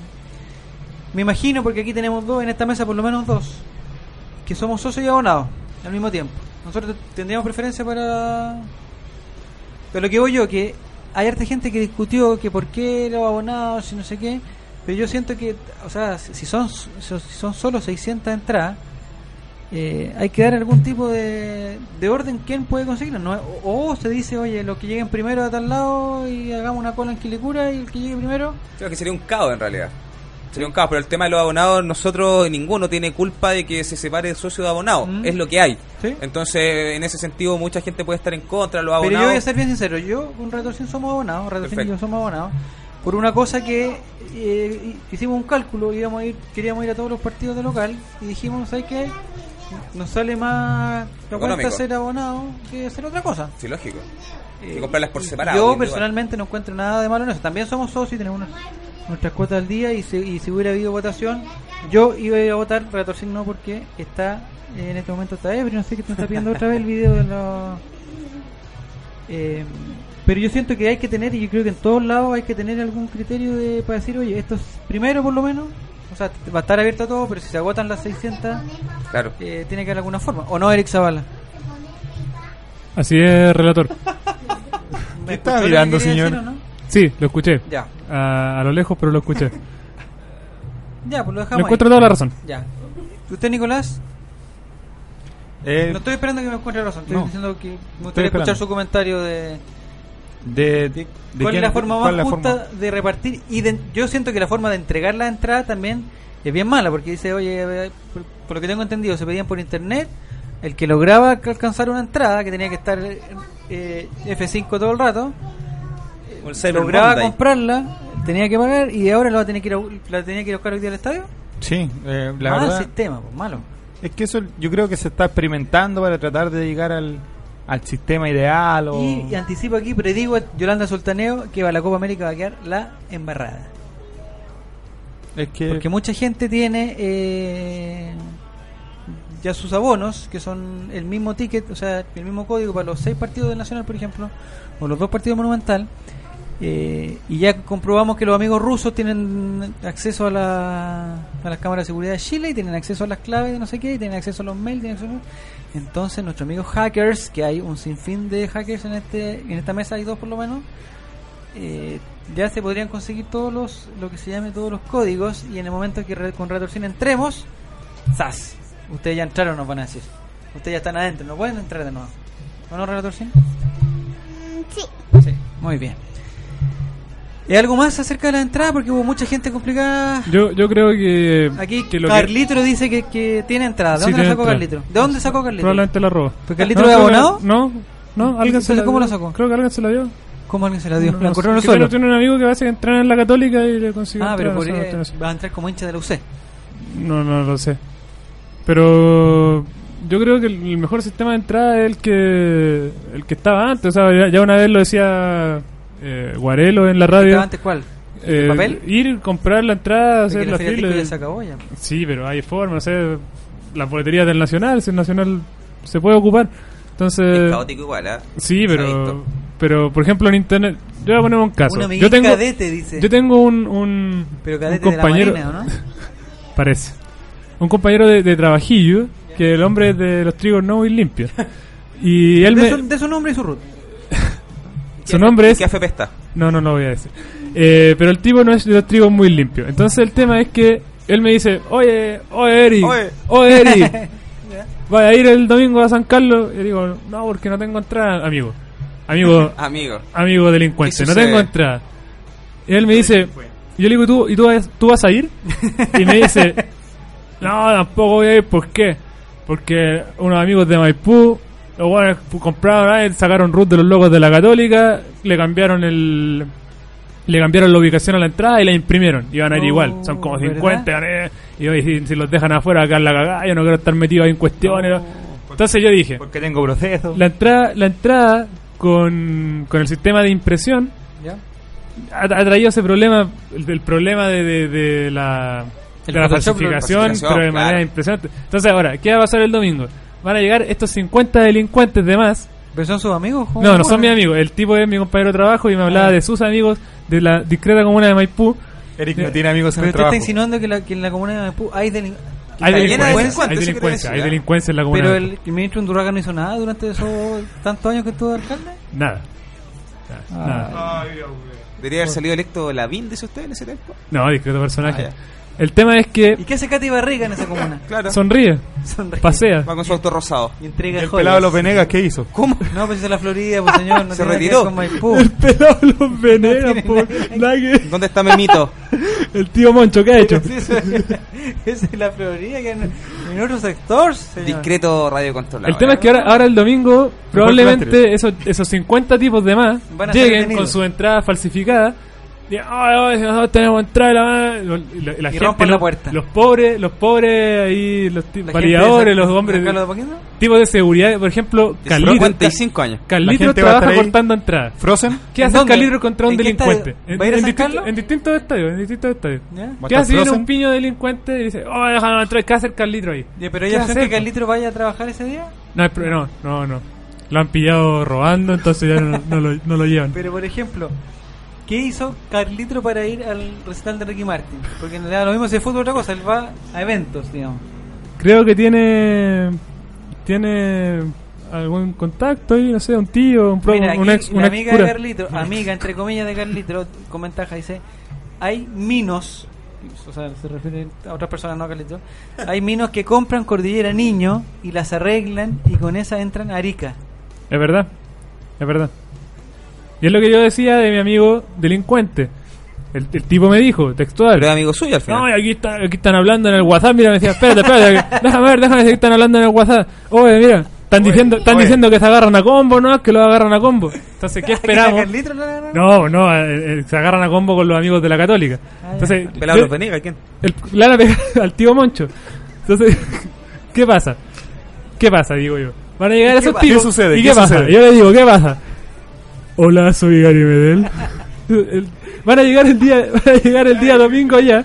Speaker 3: me imagino, porque aquí tenemos dos, en esta mesa por lo menos dos, que somos socios y abonados al mismo tiempo. Nosotros tendríamos preferencia para... Pero lo que voy yo, que hay harta gente que discutió que por qué los abonados y no sé qué, pero yo siento que, o sea, si son, si son solo seiscientas entradas, eh, hay que dar algún tipo de, de orden quién puede conseguirlo, ¿no? O, o se dice, oye, los que lleguen primero a tal lado y hagamos una cola en Quilicura y el que llegue primero...
Speaker 6: Creo que sería un caos en realidad. Sería un caos, pero el tema de los abonados, nosotros ninguno tiene culpa de que se separe el socio de abonado, mm. es lo que hay. ¿Sí? Entonces, en ese sentido, mucha gente puede estar en contra de los abonados.
Speaker 3: Pero yo voy a ser bien sincero, yo con Retorcín somos abonados, Retorcín y yo somos abonados, por una cosa que eh, hicimos un cálculo, íbamos a ir, queríamos ir a todos los partidos de local y dijimos, ¿sabes qué? Nos sale más la cuenta ser abonado que hacer otra cosa.
Speaker 6: Sí, lógico. Eh, que comprarlas por separado.
Speaker 3: Yo personalmente no encuentro nada de malo en eso. También somos socios y tenemos una, nuestras cuotas al día y, se, y si hubiera habido votación, yo iba a ir a votar, Retorcín no, porque está en este momento está ebrio, no sé qué te está pidiendo otra vez el video de los... Eh, pero yo siento que hay que tener, y yo creo que en todos lados hay que tener algún criterio de para decir, oye, esto es primero por lo menos, o sea, va a estar abierto a todo, pero si se agotan las seiscientas,
Speaker 6: claro,
Speaker 3: eh, tiene que haber alguna forma. ¿O no, Eric Zavala?
Speaker 4: Así es, relator.
Speaker 5: ¿Qué está mirando, señor?
Speaker 3: Decir, ¿no?
Speaker 4: Sí, lo escuché.
Speaker 3: Ya.
Speaker 4: A, a lo lejos, pero lo escuché.
Speaker 3: Ya, pues lo dejamos.
Speaker 4: Me encuentro
Speaker 3: ahí.
Speaker 4: toda la razón.
Speaker 3: Ya. ¿Usted, Nicolás?
Speaker 5: Eh,
Speaker 3: no estoy esperando que me encuentre razón. Estoy
Speaker 5: no.
Speaker 3: diciendo que me gustaría escuchar su comentario de...
Speaker 5: De, de,
Speaker 3: de
Speaker 5: de
Speaker 3: ¿Cuál es la forma más
Speaker 5: la
Speaker 3: justa
Speaker 5: forma?
Speaker 3: de repartir? Y de, yo siento que la forma de entregar la entrada también es bien mala, porque dice, oye, por, por lo que tengo entendido, se pedían por internet. El que lograba alcanzar una entrada, que tenía que estar eh, F cinco todo el rato,
Speaker 6: Un Cyber
Speaker 3: lograba
Speaker 6: Monday.
Speaker 3: comprarla, tenía que pagar y ahora la va a tener que ir a, la tenía que ir a buscar hoy día al estadio.
Speaker 5: Sí, eh, la
Speaker 3: Mal
Speaker 5: verdad
Speaker 3: sistema, pues, malo.
Speaker 5: es que eso yo creo que se está experimentando para tratar de llegar al, al sistema ideal. O...
Speaker 3: Y, y anticipo aquí, predigo a Yolanda Sultaneo que va a la Copa América va a quedar la embarrada.
Speaker 5: Es que...
Speaker 3: Porque mucha gente tiene eh, ya sus abonos, que son el mismo ticket, o sea, el mismo código para los seis partidos del Nacional, por ejemplo, o los dos partidos de Monumental, eh, y ya comprobamos que los amigos rusos tienen acceso a, la, a las cámaras de seguridad de Chile, y tienen acceso a las claves de no sé qué, y tienen acceso a los mails, tienen acceso a... Entonces nuestros amigos hackers, que hay un sinfín de hackers en este en esta mesa, hay dos por lo menos, eh, ya se podrían conseguir todos los, lo que se llame todos los códigos, y en el momento que re, con retorsión entremos, ¡zas! Ustedes ya entraron, nos van a decir. Ustedes ya están adentro, no pueden entrar de nuevo. ¿O no, retorsión?
Speaker 10: Sí.
Speaker 3: Sí, muy bien. ¿Y algo más acerca de la entrada? Porque hubo mucha gente complicada.
Speaker 4: Yo, yo creo que...
Speaker 3: Aquí
Speaker 4: que lo
Speaker 3: Carlitro que... dice que, que tiene entrada. ¿De
Speaker 4: sí,
Speaker 3: dónde la sacó
Speaker 4: entrada.
Speaker 3: Carlitro? ¿De dónde sacó Carlitro?
Speaker 4: Probablemente la roba.
Speaker 3: ¿Porque Carlitro
Speaker 4: no,
Speaker 3: es abonado?
Speaker 4: Que, no, no, alguien se la
Speaker 3: ¿Cómo
Speaker 4: dio.
Speaker 3: la sacó?
Speaker 4: Creo que alguien se la dio.
Speaker 3: ¿Cómo alguien se la dio?
Speaker 4: No,
Speaker 3: ¿La
Speaker 4: no,
Speaker 3: encontró en el
Speaker 4: que
Speaker 3: suelo?
Speaker 4: Tiene un amigo que parece que entrena en la Católica y le consiguió
Speaker 3: Ah, pero
Speaker 4: entrar,
Speaker 3: podría,
Speaker 4: no sé,
Speaker 3: va a entrar como hincha de la U C.
Speaker 4: No, no lo sé. Pero yo creo que el mejor sistema de entrada es el que el que estaba antes. O sea, ya, ya una vez lo decía eh, Guarelo en la radio.
Speaker 3: ¿Estaba antes cuál?
Speaker 4: Eh,
Speaker 3: ¿Papel?
Speaker 4: Ir, comprar la entrada, hacer la,
Speaker 3: la
Speaker 4: fila.
Speaker 3: ya se acabó ya.
Speaker 4: Sí, pero hay forma, no sé, las boleterías del Nacional, si el Nacional se puede ocupar. Entonces,
Speaker 6: es caótico igual, ¿eh?
Speaker 4: Sí, pero pero por ejemplo en internet, yo voy a poner un caso.
Speaker 3: Un
Speaker 4: yo tengo
Speaker 3: cadete, dice.
Speaker 4: Yo tengo un un,
Speaker 3: pero cadete
Speaker 4: un compañero
Speaker 3: de la Marina, ¿o no?
Speaker 4: Parece. Un compañero de, de trabajillo, que el hombre es de los trigos no muy limpios. Y él
Speaker 3: de,
Speaker 4: me
Speaker 3: su, de su nombre y su root.
Speaker 4: Su nombre es...
Speaker 6: ¿Qué hace pesta?
Speaker 4: No, no, no voy a decir. Eh, pero el tipo no es de los trigos muy limpios. Entonces el tema es que él me dice, oye, oye Eri, oye, oye Eri, ¿vas a ir el domingo a San Carlos? Y digo, no, porque no tengo entrada, amigo. Amigo,
Speaker 6: amigo,
Speaker 4: amigo delincuente, no tengo entrada. Y él me dice, y yo le digo, ¿tú, ¿y tú vas, tú vas a ir? Y me dice, no, tampoco voy a ir, ¿por qué? Porque unos amigos de Maipú, los buenos compraron, eh, sacaron root de los logos de la Católica, le cambiaron el... Le cambiaron la ubicación a la entrada y la imprimieron. Y van a ir oh, igual. Son como cincuenta. ¿verdad? Y hoy si, si los dejan afuera acá en la cagada, yo no quiero estar metido ahí en cuestiones. No. Entonces yo dije...
Speaker 5: Porque tengo proceso.
Speaker 4: La entrada, la entrada con, con el sistema de impresión ¿ya? Ha, ha traído ese problema, el, el problema de, de, de la, de la falsificación, pero de manera claro. impresionante. Entonces ahora, ¿qué va a pasar el domingo? Van a llegar estos cincuenta delincuentes de más.
Speaker 3: ¿Pero son sus amigos?
Speaker 4: No, no son mis amigos. El tipo es mi compañero de trabajo y me hablaba ah. de sus amigos de la discreta comuna de Maipú.
Speaker 5: Eric no tiene amigos en
Speaker 3: pero
Speaker 5: el trabajo.
Speaker 3: Pero usted está insinuando que, la, que en la comuna de Maipú hay, delin
Speaker 4: hay delincuencia. Hay delincuencia, hay delincuencia en la comuna.
Speaker 3: Pero el, el ministro Undurraga no hizo nada durante esos tantos años que estuvo de alcalde.
Speaker 4: Nada. Nada.
Speaker 6: nada. Ay, ¿debería haber salido electo Lavín, dice usted, en ese tiempo?
Speaker 4: No, discreto personaje. Ah, el tema es que...
Speaker 3: ¿Y qué hace Katy Barriga en esa comuna?
Speaker 4: Claro. Sonríe, Sonríe. Pasea.
Speaker 6: Va con su auto rosado.
Speaker 3: Y entrega
Speaker 5: ¿Y el pelado de los Venegas qué hizo?
Speaker 3: ¿Cómo? No, pues es la Florida, pues señor. No
Speaker 6: se retiró.
Speaker 3: Con Maipú.
Speaker 4: El pelado de los Venegas, no por que...
Speaker 6: ¿Dónde está Memito?
Speaker 4: El tío Moncho, ¿qué ha hecho?
Speaker 3: Esa es la Florida, que en, en otro sector, señor.
Speaker 6: Discreto radio controlado.
Speaker 4: El tema es que ahora, ahora el domingo, probablemente esos, esos cincuenta tipos de más lleguen con su entrada falsificada. Y, oh, oh, no tenemos entrada la, la, la, la
Speaker 3: y
Speaker 4: gente,
Speaker 3: la
Speaker 4: los,
Speaker 3: puerta.
Speaker 4: los pobres, los pobres ahí, los validadores, los hombres, de, tipos de seguridad, por ejemplo, Carlitro,
Speaker 6: cincuenta y cinco años.
Speaker 4: Carlitro trabaja cortando entradas.
Speaker 5: ¿Frozen?
Speaker 4: ¿Qué hace Carlitro contra un delincuente?
Speaker 3: En, ¿Va a ir a
Speaker 4: en,
Speaker 3: distintos,
Speaker 4: en distintos estadios, en distintos estadios. ¿Qué hace viene un piño delincuente y dice, oh, déjame entrar, ¿qué hace el Carlitro ahí?
Speaker 3: Yeah, pero ya sé que Carlitro vaya a trabajar ese día.
Speaker 4: No, no, no, no. Lo han pillado robando, entonces ya no, no, lo, no lo llevan.
Speaker 3: Pero por ejemplo, ¿qué hizo Carlitro para ir al recital de Ricky Martin? Porque en realidad lo mismo si es fútbol otra cosa, él va a eventos, digamos.
Speaker 4: Creo que tiene tiene algún contacto ahí, no sé, un tío, un, pro,
Speaker 3: Mira,
Speaker 4: un ex,
Speaker 3: la
Speaker 4: una
Speaker 3: amiga de Carlitro, amiga entre comillas de Carlitro, con ventaja dice, hay minos, o sea, se refiere a otras personas, no a Carlitro, hay minos que compran Cordillera Niño y las arreglan y con esa entran a Arica.
Speaker 4: Es verdad, es verdad. Y es lo que yo decía de mi amigo delincuente. El, el tipo me dijo, textual.
Speaker 6: Pero es amigo suyo al final.
Speaker 4: No, y aquí, está, aquí están hablando en el WhatsApp. Mira, me decía, espérate, espérate. Déjame ver, déjame ver si están hablando en el WhatsApp. Oye, mira, Están diciendo, están
Speaker 5: Oye.
Speaker 4: diciendo que se agarran a combo, ¿no? Que lo agarran a combo. Entonces, ¿qué esperamos?
Speaker 3: ¿Carlitos lo agarraron?
Speaker 4: No, no, eh, eh, se agarran a combo con los amigos de la Católica. Entonces,
Speaker 6: Pelado
Speaker 4: yo-
Speaker 6: los Venegas, ¿quién?
Speaker 4: el, le van a pegar al tío Moncho. Entonces, ¿qué pasa? ¿Qué pasa, digo yo? Van a llegar
Speaker 5: ¿Qué
Speaker 4: esos
Speaker 5: pasa?
Speaker 4: tipos.
Speaker 5: ¿Qué sucede?
Speaker 4: ¿Y
Speaker 5: ¿Qué
Speaker 4: qué pasa?
Speaker 5: sucede?
Speaker 4: Yo le digo, ¿qué pasa? Hola, soy Gary Medel. El- van a llegar el día, van a llegar el día domingo allá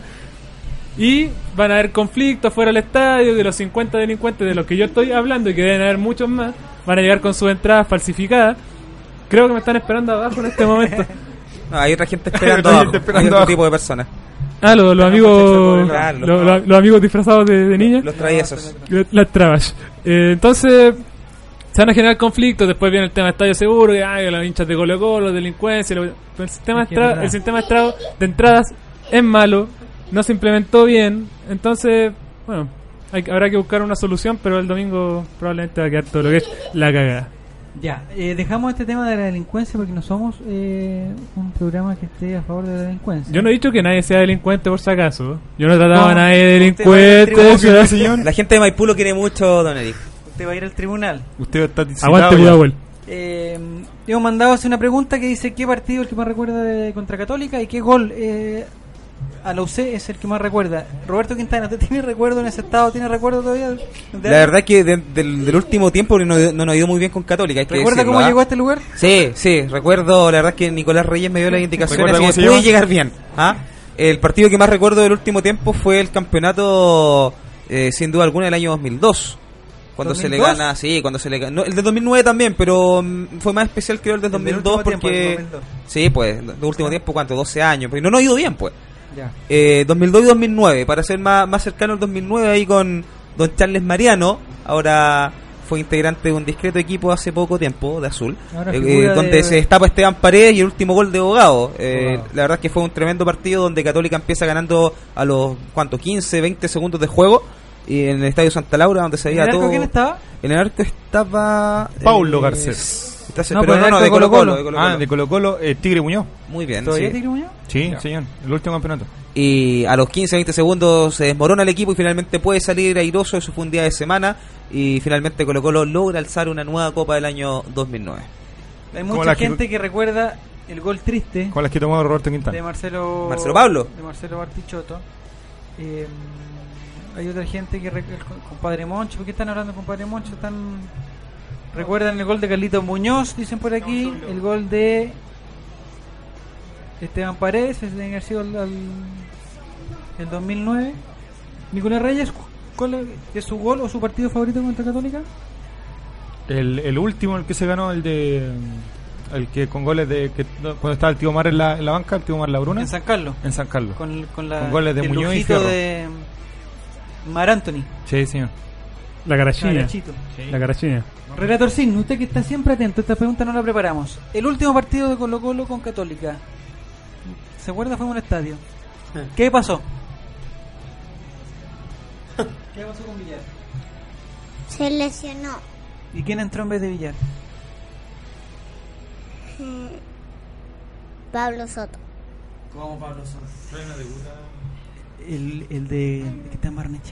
Speaker 4: y van a haber conflictos fuera del estadio de los cincuenta delincuentes de los que yo estoy hablando y que deben haber muchos más. Van a llegar con sus entradas falsificadas. Creo que me están esperando abajo en este momento.
Speaker 6: No, hay otra gente esperando
Speaker 5: Hay
Speaker 6: abajo.
Speaker 5: gente esperando
Speaker 6: Hay otro
Speaker 5: abajo.
Speaker 6: tipo de personas.
Speaker 4: Ah, los, los amigos
Speaker 6: Claro,
Speaker 4: los,
Speaker 6: los-
Speaker 4: los- los amigos disfrazados de, de niñas.
Speaker 6: Los traviesos.
Speaker 4: Las trabas. Eh, entonces, se van a generar conflictos. Después viene el tema de estadio seguro. Que, ay, los hinchas de Colo Colo, delincuencia. Lo, pero el sistema,
Speaker 3: Es que
Speaker 4: estra-
Speaker 3: es verdad.
Speaker 4: el sistema estra- de entradas es malo. No se implementó bien. Entonces, bueno, hay, que- habrá que buscar una solución. Pero el domingo probablemente va a quedar todo lo que es la cagada.
Speaker 3: Ya, eh, dejamos este tema de la delincuencia porque no somos eh, un programa que esté a favor de la delincuencia.
Speaker 4: Yo no he dicho que nadie sea delincuente por si acaso. Yo no he tratado
Speaker 3: No,
Speaker 4: a nadie de
Speaker 3: usted va a ir al
Speaker 4: delincuente.
Speaker 3: tribunal,
Speaker 4: o sea,
Speaker 6: La gente de Maipú lo quiere mucho, don Eric.
Speaker 3: Usted va a ir al tribunal.
Speaker 5: Usted está citado
Speaker 4: Aguante,
Speaker 5: ya.
Speaker 4: Budahuel.
Speaker 3: Eh, hemos mandado hacer una pregunta que dice qué partido es el que más recuerda de contra Católica y qué gol eh, a la U C es el que más recuerda. Roberto Quintana, ¿usted tiene recuerdo en ese estado? ¿Tiene recuerdo todavía? de-
Speaker 6: La verdad es que de- del, del último tiempo no, no nos ha ido muy bien con Católica. Hay que
Speaker 3: ¿Recuerda
Speaker 6: decirlo,
Speaker 3: cómo
Speaker 6: ¿ah?
Speaker 3: llegó a este lugar?
Speaker 6: Sí, sí, recuerdo, la verdad es que Nicolás Reyes me dio las indicaciones
Speaker 5: ¿Recuerda
Speaker 6: y
Speaker 5: cómo
Speaker 6: que
Speaker 5: se
Speaker 6: pude
Speaker 5: llama?
Speaker 6: llegar bien. ¿Ah? El partido que más recuerdo del último tiempo fue el campeonato, eh, sin duda alguna, del año dos mil dos. Cuando se le
Speaker 3: ¿dos mil dos?
Speaker 6: gana, sí, cuando se le gana. No, el de dos mil nueve también, pero mm, fue más especial creo el del
Speaker 3: El del
Speaker 6: dos mil dos
Speaker 3: último tiempo,
Speaker 6: porque...
Speaker 3: el dos mil dos.
Speaker 6: Sí, pues, de último tiempo, ¿cuánto? doce años, pero no nos ha ido bien, pues.
Speaker 3: Ya.
Speaker 6: Eh, dos mil dos y dos mil nueve, para ser más, más cercano al dos mil nueve, ahí con don Charles Mariano, ahora fue integrante de un discreto equipo hace poco tiempo, de Azul,
Speaker 3: Ahora
Speaker 6: eh,
Speaker 3: figura
Speaker 6: eh, donde
Speaker 3: de-
Speaker 6: se destapa Esteban Paredes y el último gol de Bogado. Eh,
Speaker 3: Bogado.
Speaker 6: la verdad es que fue un tremendo partido donde Católica empieza ganando a los, ¿cuántos? quince, veinte segundos de juego, y en el Estadio Santa Laura, donde se
Speaker 3: ¿En
Speaker 6: veía
Speaker 3: el arco
Speaker 6: todo.
Speaker 3: quién estaba?
Speaker 6: En el arco estaba...
Speaker 5: Paulo
Speaker 6: eh,
Speaker 5: Garcés.
Speaker 6: está-
Speaker 3: No,
Speaker 6: pero
Speaker 3: pero
Speaker 6: no,
Speaker 3: el
Speaker 6: no,
Speaker 3: arco
Speaker 6: de
Speaker 3: de
Speaker 6: Colo Colo.
Speaker 3: Colo-Colo.
Speaker 6: de Colo-Colo.
Speaker 5: Ah, de Colo Colo, eh, Tigre Muñoz.
Speaker 6: Muy bien,
Speaker 3: ¿Todavía
Speaker 6: sí.
Speaker 3: Tigre Muñoz?
Speaker 5: Sí,
Speaker 3: Ya.
Speaker 5: señor. El último campeonato.
Speaker 6: Y a los quince, veinte segundos se desmorona el equipo y finalmente puede salir airoso. Eso fue un día de semana y finalmente Colo Colo logra alzar una nueva copa del año dos mil nueve.
Speaker 3: Hay
Speaker 5: Como
Speaker 3: mucha
Speaker 5: la que-
Speaker 3: gente que recuerda el gol triste
Speaker 5: Con las que tomó Roberto
Speaker 3: de
Speaker 5: Quintana.
Speaker 3: Marcelo
Speaker 6: Marcelo Pablo.
Speaker 3: de Marcelo Bartichotto. Eh, hay otra gente que recuerda el co- compadre Moncho. ¿Por qué están hablando de compadre Moncho? Están recuerdan el gol de Carlitos Muñoz, dicen por aquí, el gol de Esteban Paredes, ese debe haber sido el, el, el dos mil nueve. Nicolás Reyes, ¿cuál es su gol o su partido favorito contra Católica?
Speaker 5: El, el último, el que se ganó, el de. El que con goles de. Que, cuando estaba el tío Mar en la, en la banca, el tío Mar Labruna.
Speaker 3: En San Carlos.
Speaker 5: En San Carlos.
Speaker 3: Con, con, la,
Speaker 5: Con goles de
Speaker 3: el
Speaker 5: Muñoz y
Speaker 3: lujito
Speaker 5: Fierro.
Speaker 3: de Mar Anthony.
Speaker 5: Sí, señor.
Speaker 4: La carachina.
Speaker 3: Carachito.
Speaker 4: La carachina.
Speaker 3: Relator Sin, usted que está siempre atento, esta pregunta no la preparamos. El último partido de Colo Colo con Católica, ¿se acuerda? Fue en un estadio. ¿Qué pasó? ¿Qué pasó con Villar?
Speaker 10: Se lesionó.
Speaker 3: ¿Y quién entró en vez de Villar?
Speaker 10: Mm, Pablo Soto.
Speaker 3: ¿Cómo Pablo Soto? El, el de el que está en Barnecha.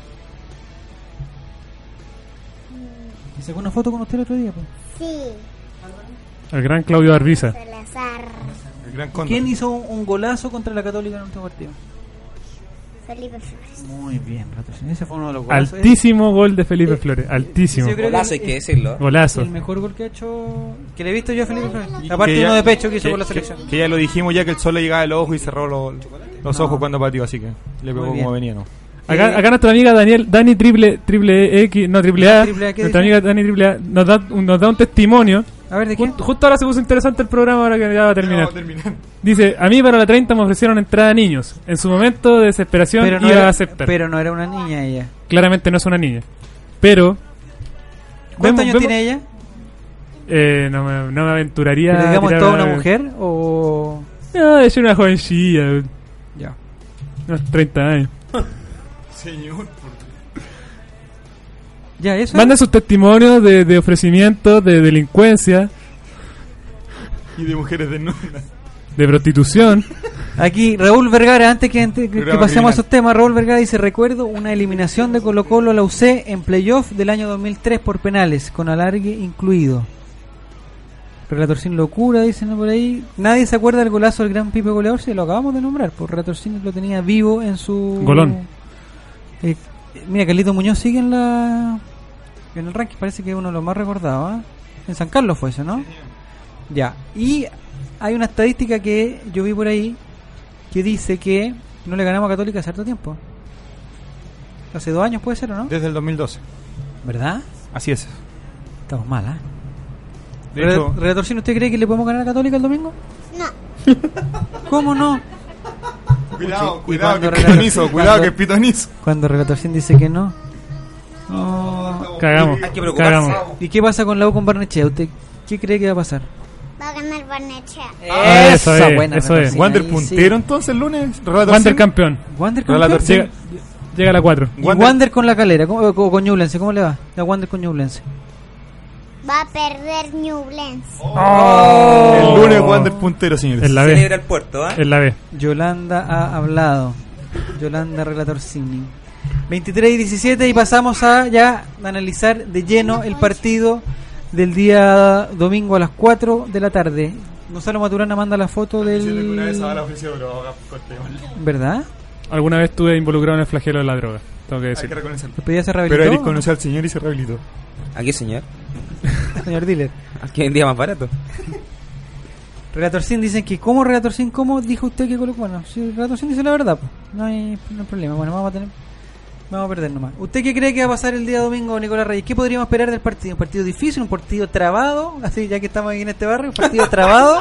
Speaker 10: Mm,
Speaker 3: ¿Me sacó una foto con usted el otro día? Pues?
Speaker 10: sí.
Speaker 4: El gran Claudio Arbiza.
Speaker 10: Salazar.
Speaker 5: El gran Cóndor.
Speaker 3: ¿Quién hizo un, un golazo contra la Católica en el último partido?
Speaker 10: Felipe Flores.
Speaker 3: Muy bien, Relator Sin. Ese fue uno de los golazos.
Speaker 4: Altísimo gol de Felipe Flores. Altísimo.
Speaker 3: Yo creo que
Speaker 6: Golazo, hay
Speaker 3: el-
Speaker 6: que decirlo.
Speaker 4: Golazo.
Speaker 3: El mejor gol que ha hecho, que le he visto yo a Felipe Flores.
Speaker 5: Y
Speaker 3: Aparte
Speaker 5: que ya-
Speaker 3: uno de pecho que hizo
Speaker 5: que-
Speaker 3: con la
Speaker 5: que-
Speaker 3: selección.
Speaker 5: Que, ya lo dijimos ya que el sol le llegaba al ojo y cerró los, los
Speaker 3: No.
Speaker 5: ojos cuando pateó, así que le pegó
Speaker 3: Muy bien.
Speaker 5: como venía, ¿no?
Speaker 4: Acá,
Speaker 3: Eh,
Speaker 4: acá nuestra amiga Daniel, Dani triple, triple X, no triple A,
Speaker 3: Triple A, ¿qué
Speaker 4: nuestra
Speaker 3: dice?
Speaker 4: amiga Dani triple A nos da, un- nos da un testimonio.
Speaker 3: A ver, ¿de quién?
Speaker 4: Justo, justo ahora se puso interesante el programa, ahora que ya va a terminar.
Speaker 5: No, terminar.
Speaker 4: Dice, a mí para la treinta me ofrecieron entrada a niños. En su momento de desesperación
Speaker 3: Pero no,
Speaker 4: iba
Speaker 3: era,
Speaker 4: a aceptar.
Speaker 3: pero no era una niña ella.
Speaker 4: Claramente no es una niña. Pero...
Speaker 3: ¿Cuántos
Speaker 4: vemos-
Speaker 3: años
Speaker 4: vemos-
Speaker 3: tiene ella?
Speaker 4: Eh, no, me, no me aventuraría...
Speaker 3: ¿Pero
Speaker 4: a
Speaker 3: digamos
Speaker 4: tirar
Speaker 3: toda
Speaker 4: a-
Speaker 3: una mujer o...?
Speaker 4: No, es una jovencilla.
Speaker 3: Ya.
Speaker 4: Unos treinta años.
Speaker 5: Señor.
Speaker 3: Ya, eso
Speaker 4: Manda
Speaker 3: es.
Speaker 4: sus testimonios de, de ofrecimiento, de delincuencia.
Speaker 5: Y de mujeres desnudas.
Speaker 4: de prostitución.
Speaker 3: Aquí Raúl Vergara, antes que, antes que, que
Speaker 5: Programa
Speaker 3: pasemos a
Speaker 5: criminal.
Speaker 3: esos temas, Raúl Vergara dice: recuerdo una eliminación de Colo Colo a la U C en playoff del año dos mil tres por penales, con alargue incluido. Relator sin locura, dicen por ahí. Nadie se acuerda del golazo del gran Pipe Goleador, si lo acabamos de nombrar, por Relator sin lo tenía vivo en su...
Speaker 4: Golón.
Speaker 3: Eh, mira, Carlito Muñoz sigue en la en el ranking, parece que es uno de los más recordados, ¿eh? En San Carlos fue eso, ¿no? Ya, y hay una estadística que yo vi por ahí que dice que no le ganamos a Católica hace harto tiempo. Hace dos años puede ser, ¿o no?
Speaker 5: Desde el dos mil doce.
Speaker 3: ¿Verdad?
Speaker 5: Así es.
Speaker 3: Estamos mal, ¿eh?
Speaker 5: De hecho-
Speaker 3: Relatorcín, ¿usted cree que le podemos ganar a Católica el domingo?
Speaker 10: No.
Speaker 3: ¿Cómo no?
Speaker 5: Cuidado,
Speaker 3: Y
Speaker 5: cuidado,
Speaker 3: cuando
Speaker 5: que es
Speaker 3: Relator-
Speaker 5: pitonizo, cuidado,
Speaker 3: cuando-
Speaker 5: que es pitonizo.
Speaker 3: Cuando Relatorcín dice que no. No.
Speaker 4: Cagamos.
Speaker 6: Hay que preocuparse.
Speaker 4: Cagamos.
Speaker 3: ¿Y qué pasa con la U con Barnechea? ¿Usted qué cree que va a pasar?
Speaker 10: Va a ganar Barnechea.
Speaker 4: Ah, eso
Speaker 3: Esa
Speaker 4: es,
Speaker 3: buena
Speaker 4: eso es.
Speaker 3: Relatorcín,
Speaker 5: Wander
Speaker 3: ahí
Speaker 5: puntero
Speaker 3: sí.
Speaker 5: entonces el lunes. Relator
Speaker 4: Wander
Speaker 5: sin-
Speaker 4: campeón.
Speaker 3: Wander
Speaker 5: Relator
Speaker 3: campeón.
Speaker 5: sin-
Speaker 4: Llega, llega a la cuatro.
Speaker 3: Y Wander con la calera, con, con, con Ñublense, ¿cómo le va? La Wander con Ñublense.
Speaker 10: Va a perder Ñublense.
Speaker 5: El lunes Wander puntero, señores.
Speaker 4: En la
Speaker 6: Celebra
Speaker 4: B.
Speaker 6: el puerto, ¿ah?
Speaker 4: En la B.
Speaker 3: Yolanda ha hablado. Yolanda Relator Cine. veintitrés y diecisiete y pasamos a ya analizar de lleno el partido del día domingo a las cuatro de la tarde. Gonzalo Maturana manda la foto del... ¿Verdad?
Speaker 4: Alguna vez estuve involucrado en el flagelo de la droga. Tengo que
Speaker 5: Hay
Speaker 4: decir.
Speaker 5: que reconocerlo.
Speaker 3: ¿Te pedía se
Speaker 5: Pero
Speaker 3: rehabilitó?
Speaker 5: Eric
Speaker 3: ¿o
Speaker 5: conoció al señor y se rehabilitó.
Speaker 6: ¿A qué, señor?
Speaker 3: no? Señor Diller.
Speaker 6: Aquí hay un día más barato.
Speaker 3: Relator Sin dicen que ¿cómo Relator Sin? ¿Cómo dijo usted que colocó? Bueno, si Relator Sin dice la verdad, pues no hay, no hay problema. Bueno, vamos a tener vamos a perder nomás. ¿Usted qué cree que va a pasar el día domingo, Nicolás Reyes? ¿Qué podríamos esperar del partido? ¿Un partido difícil? ¿Un partido trabado? Así ya que estamos aquí en este barrio, ¿un partido trabado?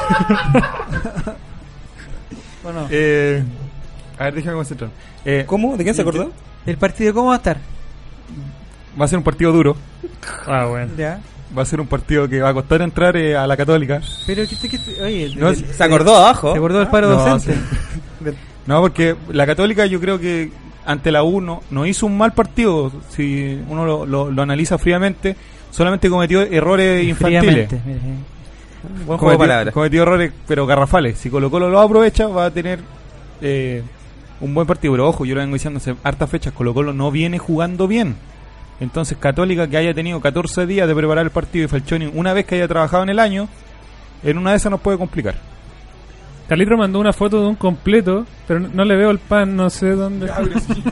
Speaker 3: ¿O no?
Speaker 5: Eh, a ver, déjame concentrar. Eh,
Speaker 6: ¿Cómo? ¿De quién se acordó?
Speaker 3: ¿El partido cómo va a estar?
Speaker 5: Va a ser un partido duro.
Speaker 4: Ah, bueno.
Speaker 3: Ya.
Speaker 5: Va a ser un partido que va a costar entrar eh, a la Católica.
Speaker 3: Pero que, que, que- oye,
Speaker 5: No,
Speaker 3: del-
Speaker 5: se
Speaker 6: Se acordó abajo.
Speaker 3: se acordó del paro
Speaker 5: No,
Speaker 3: docente.
Speaker 5: sí. No, porque la Católica yo creo que ante la U no, no hizo un mal partido. Si uno lo, lo, lo analiza fríamente, solamente cometió errores infantiles.
Speaker 3: Fríamente, mire.
Speaker 6: Buen juego de
Speaker 5: Cometió,
Speaker 6: palabras.
Speaker 5: cometió errores, pero garrafales. Si Colo Colo lo aprovecha, va a tener eh, un buen partido. Pero ojo, yo lo vengo diciendo hace hartas fechas, Colo Colo no viene jugando bien. Entonces Católica, que haya tenido catorce días de preparar el partido, y Falcioni una vez que haya trabajado en el año, en una de esas nos puede complicar.
Speaker 4: Carlitro mandó una foto de un completo, pero no, no le veo el pan, no sé dónde.
Speaker 3: ¿A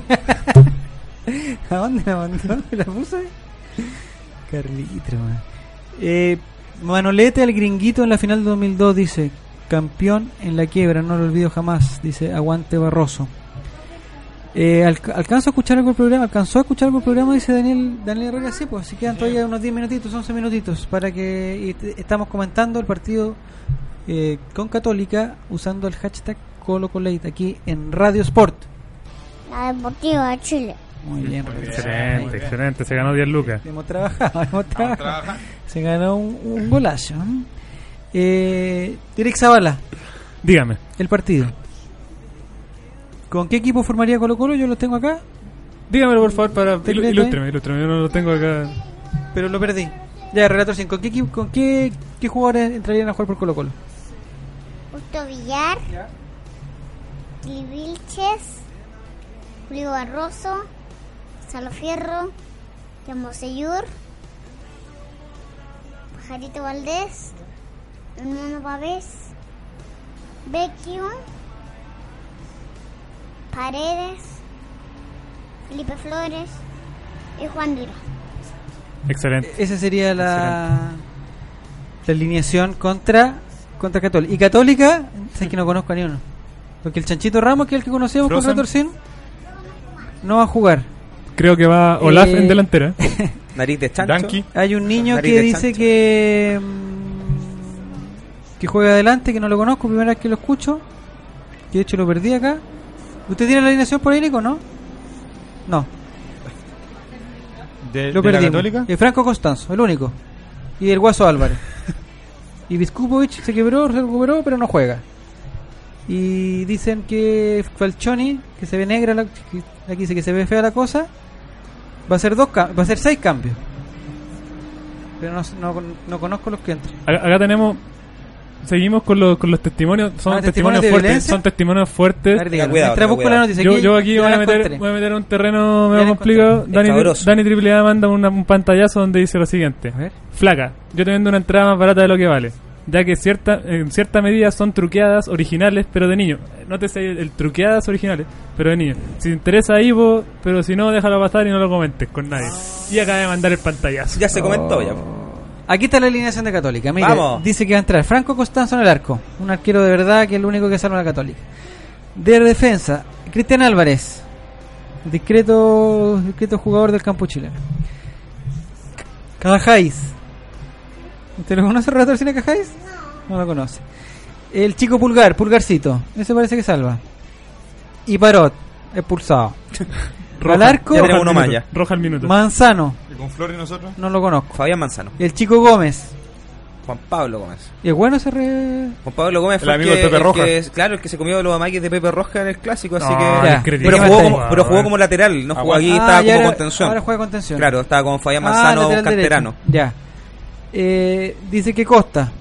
Speaker 3: dónde la mandó? ¿Me la puse? Carlitro, man. Eh, Manolete al gringuito en la final de dos mil dos dice: campeón en la quiebra, no lo olvido jamás. Dice: aguante Barroso. Eh, alc- ¿Alcanzo a escuchar algo del programa? ¿Alcanzó a escuchar algo del programa? Dice Daniel Daniel Herrera. Sí, pues si quedan todavía unos diez minutitos, once minutitos para que y t- estamos comentando el partido eh, con Católica usando el hashtag ColoColate aquí en Radio Sport.
Speaker 10: La Deportiva de Chile.
Speaker 3: Muy bien,
Speaker 4: Excelente, excelente. Se ganó diez lucas.
Speaker 3: Hemos trabajado, hemos trabajado. Se ganó un, un golazo. ¿eh? Eh, Derek Zavala,
Speaker 4: Dígame.
Speaker 3: el partido. ¿Con qué equipo formaría Colo Colo? Yo lo tengo acá,
Speaker 4: Dígamelo, por favor, para.
Speaker 3: ¿Te
Speaker 4: ilu-
Speaker 3: crees,
Speaker 4: Ilústreme, ilústreme. Yo no lo tengo acá.
Speaker 3: pero lo perdí. Ya, Relator cinco. ¿Con qué, equipo- con qué, qué jugadores entrarían a jugar por Colo Colo?
Speaker 10: Justo Villar. Gil Vilches. Julio Barroso. Salo Fierro. Yamoseyur. Pajarito Valdés. Hermano Pavés. Vecchio. Paredes. Felipe Flores. Y Juan Duro.
Speaker 4: Excelente.
Speaker 3: Esa sería la, la alineación contra contra Católica. Y Católica, sé que no conozco a ni uno. Porque el Chanchito Ramos, que es el que conocemos con
Speaker 5: Frozen.
Speaker 3: Relator Sin, no va a jugar.
Speaker 4: Creo que va Olaf
Speaker 3: Eh,
Speaker 4: en delantera.
Speaker 6: Nariz de chancho.
Speaker 5: Danqui.
Speaker 3: Hay un niño
Speaker 6: Nariz
Speaker 3: que
Speaker 6: de
Speaker 3: dice
Speaker 6: chancho.
Speaker 3: que mm, que juega adelante, que no lo conozco, primera vez que lo escucho. Que de hecho lo perdí acá. ¿Usted tiene la alineación por ahí, Nico, no? No,
Speaker 5: De,
Speaker 3: lo
Speaker 5: de la
Speaker 3: perdimos.
Speaker 5: Católica.
Speaker 3: Eh, Franco Constanzo, el único. Y el Guaso Álvarez. Y Viskupovic se quebró, se recuperó, pero no juega. Y dicen que Falcioni, que se ve negra, la, que aquí dice que se ve fea la cosa, va a ser dos cam- va a ser seis cambios. Pero no, no, no conozco los que entran.
Speaker 4: Acá acá tenemos seguimos con los, con los testimonios. Son
Speaker 3: Ah,
Speaker 4: testimonios
Speaker 3: ¿testimonios de
Speaker 4: fuertes.
Speaker 3: violencia?
Speaker 4: Son testimonios fuertes.
Speaker 3: A ver, dígalo. Mientras busco la noticia,
Speaker 4: Yo,
Speaker 3: aquí
Speaker 4: yo aquí
Speaker 3: ya
Speaker 4: voy
Speaker 3: la
Speaker 4: a, meter,
Speaker 3: encontré.
Speaker 4: voy a meter un terreno
Speaker 3: Ya
Speaker 4: medio
Speaker 3: la
Speaker 4: complicado.
Speaker 3: encontré.
Speaker 4: Dani,
Speaker 3: Escabroso.
Speaker 4: Dani Triple A manda una- un pantallazo donde dice lo siguiente. Flaca, yo te vendo una entrada más barata de lo que vale, ya que cierta, en cierta medida son truqueadas originales, pero de niño. Nótese el, el truqueadas originales, pero de niño. Si te interesa ahí, vos, pero si no, déjalo pasar y no lo comentes con nadie. Y acaba de mandar el pantallazo.
Speaker 6: Ya se comentó, ya.
Speaker 3: Aquí está la alineación de Católica. Mire,
Speaker 6: Vamos.
Speaker 3: dice que va a entrar Franco Costanzo en el arco. Un arquero de verdad que es el único que salva a la Católica. De defensa, Cristian Álvarez. Discreto, discreto jugador del campo chileno. Cajáis. ¿Usted lo conoce, relator Cine Cajáis? No. No lo conoce. El chico Pulgar, Pulgarcito. Ese parece que salva. Y Parot, expulsado.
Speaker 4: Roja,
Speaker 3: Al arco,
Speaker 4: ya tenemos uno más ya. Roja al minuto.
Speaker 3: Manzano.
Speaker 5: ¿Y con Flor y nosotros?
Speaker 3: No lo conozco.
Speaker 6: Fabián Manzano.
Speaker 3: El chico Gómez.
Speaker 6: Juan Pablo Gómez.
Speaker 3: Y es bueno ese re...
Speaker 6: Juan Pablo Gómez
Speaker 5: El
Speaker 6: fue
Speaker 5: amigo
Speaker 6: que,
Speaker 5: de Pepe
Speaker 6: el
Speaker 5: Roja.
Speaker 6: que- claro, el que se comió los amagues de Pepe Roja en el clásico, así
Speaker 3: No,
Speaker 6: que
Speaker 3: ya.
Speaker 6: pero
Speaker 3: ¿Qué
Speaker 6: jugó,
Speaker 3: más
Speaker 6: como,
Speaker 3: está?
Speaker 6: pero jugó como lateral, no jugó aquí,
Speaker 3: Ah,
Speaker 6: estaba
Speaker 3: y
Speaker 6: como
Speaker 3: ahora-
Speaker 6: contención.
Speaker 3: ahora juega contención.
Speaker 6: Claro, estaba con Fabián
Speaker 3: Ah,
Speaker 6: Manzano,
Speaker 3: lateral
Speaker 6: canterano.
Speaker 3: derecho. Ya. Eh, dice que Costa.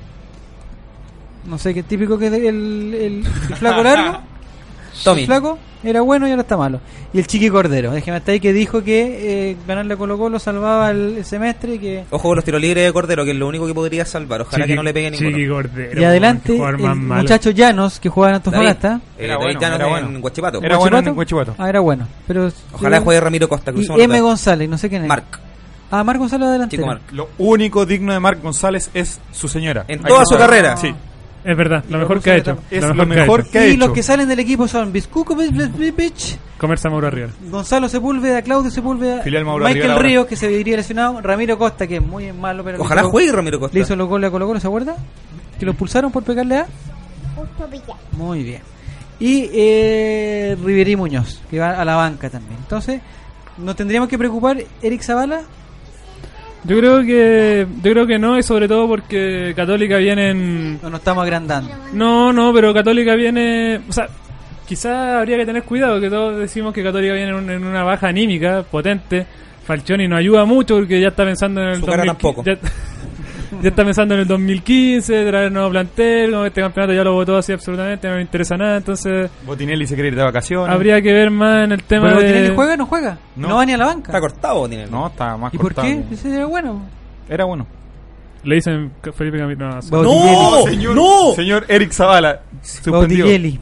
Speaker 3: No sé qué típico que es el, el, el flaco largo.
Speaker 6: Tommy.
Speaker 3: El flaco era bueno y ahora está malo. Y el Chiqui Cordero, déjeme estar ahí, que dijo que eh, ganarle a Colo Colo salvaba el, el semestre y que...
Speaker 6: Ojo con los tiros libres de Cordero, que es lo único que podría salvar. Ojalá
Speaker 4: Chiqui-
Speaker 6: que no le pegue ninguno.
Speaker 4: Chiqui Cordero.
Speaker 3: Y adelante
Speaker 4: qué jugador
Speaker 3: el
Speaker 4: más malo.
Speaker 3: muchacho Llanos, que jugaba en Antofagasta.
Speaker 6: David, eh,
Speaker 5: Era
Speaker 6: David
Speaker 5: bueno,
Speaker 6: Llanos
Speaker 5: era
Speaker 6: en
Speaker 5: bueno.
Speaker 6: Guachipato.
Speaker 5: Era bueno en Huachipato.
Speaker 3: Ah, era bueno. Pero
Speaker 6: Ojalá
Speaker 3: eh,
Speaker 6: juegue Ramiro Costa.
Speaker 3: Y
Speaker 6: crucemos
Speaker 3: M.
Speaker 6: los-
Speaker 3: González, no sé quién es.
Speaker 6: Marc.
Speaker 3: Ah, Marc González adelante.
Speaker 6: Chico Marc.
Speaker 5: Lo único digno de Marc González es su señora.
Speaker 6: En
Speaker 5: Hay
Speaker 6: toda
Speaker 5: que
Speaker 6: su
Speaker 5: saber.
Speaker 6: carrera.
Speaker 5: Sí.
Speaker 4: Es verdad, lo
Speaker 3: Y
Speaker 4: mejor
Speaker 3: lo
Speaker 4: que ha
Speaker 3: puso
Speaker 4: hecho.
Speaker 5: Es
Speaker 4: lo
Speaker 5: lo
Speaker 4: mejor que ha
Speaker 5: mejor
Speaker 4: hecho.
Speaker 5: que ha
Speaker 3: Y
Speaker 5: hecho.
Speaker 3: los que salen del equipo son Vizcuco,
Speaker 4: Comer Zamora Real.
Speaker 3: Gonzalo Sepúlveda, Claudio Sepúlveda,
Speaker 5: Filial Mauro
Speaker 3: Michael
Speaker 5: Arriola ahora.
Speaker 3: Ríos, que se vería lesionado, Ramiro Costa, que es muy malo, pero
Speaker 6: Ojalá
Speaker 3: le hizo-
Speaker 6: juegue Ramiro Costa.
Speaker 3: le hizo los goles a Colo Colo, ¿se acuerda? Que lo expulsaron por pegarle a...
Speaker 10: Justo Villa.
Speaker 3: Muy bien. Y eh, Riverí Muñoz, que va a la banca también. Entonces, ¿nos tendríamos que preocupar Eric Zavala?
Speaker 4: Yo creo que yo creo que no, y sobre todo porque Católica viene en...
Speaker 3: ¿O nos estamos agrandando?
Speaker 4: No, no, pero Católica viene... O sea, quizás habría que tener cuidado, que todos decimos que Católica viene en, un- en una baja anímica potente. Falcioni no ayuda mucho porque ya está pensando en el
Speaker 6: Su cara tampoco.
Speaker 4: Ya, ya está pensando en el dos mil quince, traer nuevo plantel, como este campeonato ya lo votó así absolutamente, no me interesa nada, entonces
Speaker 5: Botinelli se quiere ir de vacaciones.
Speaker 4: habría que ver más en el tema
Speaker 3: ¿Pero
Speaker 4: de...
Speaker 3: Botinelli juega o no juega? No.
Speaker 5: No.
Speaker 3: va ni a la banca.
Speaker 6: Está cortado Botinelli.
Speaker 5: No, está más
Speaker 3: ¿Y por
Speaker 5: cortado.
Speaker 3: qué? Ese era bueno.
Speaker 5: Era bueno.
Speaker 4: Le dicen que Felipe Camilo... No, sí.
Speaker 6: ¡No!
Speaker 5: señor,
Speaker 6: ¡No!
Speaker 5: señor Eric Zavala. Suspendido.
Speaker 3: Botielli.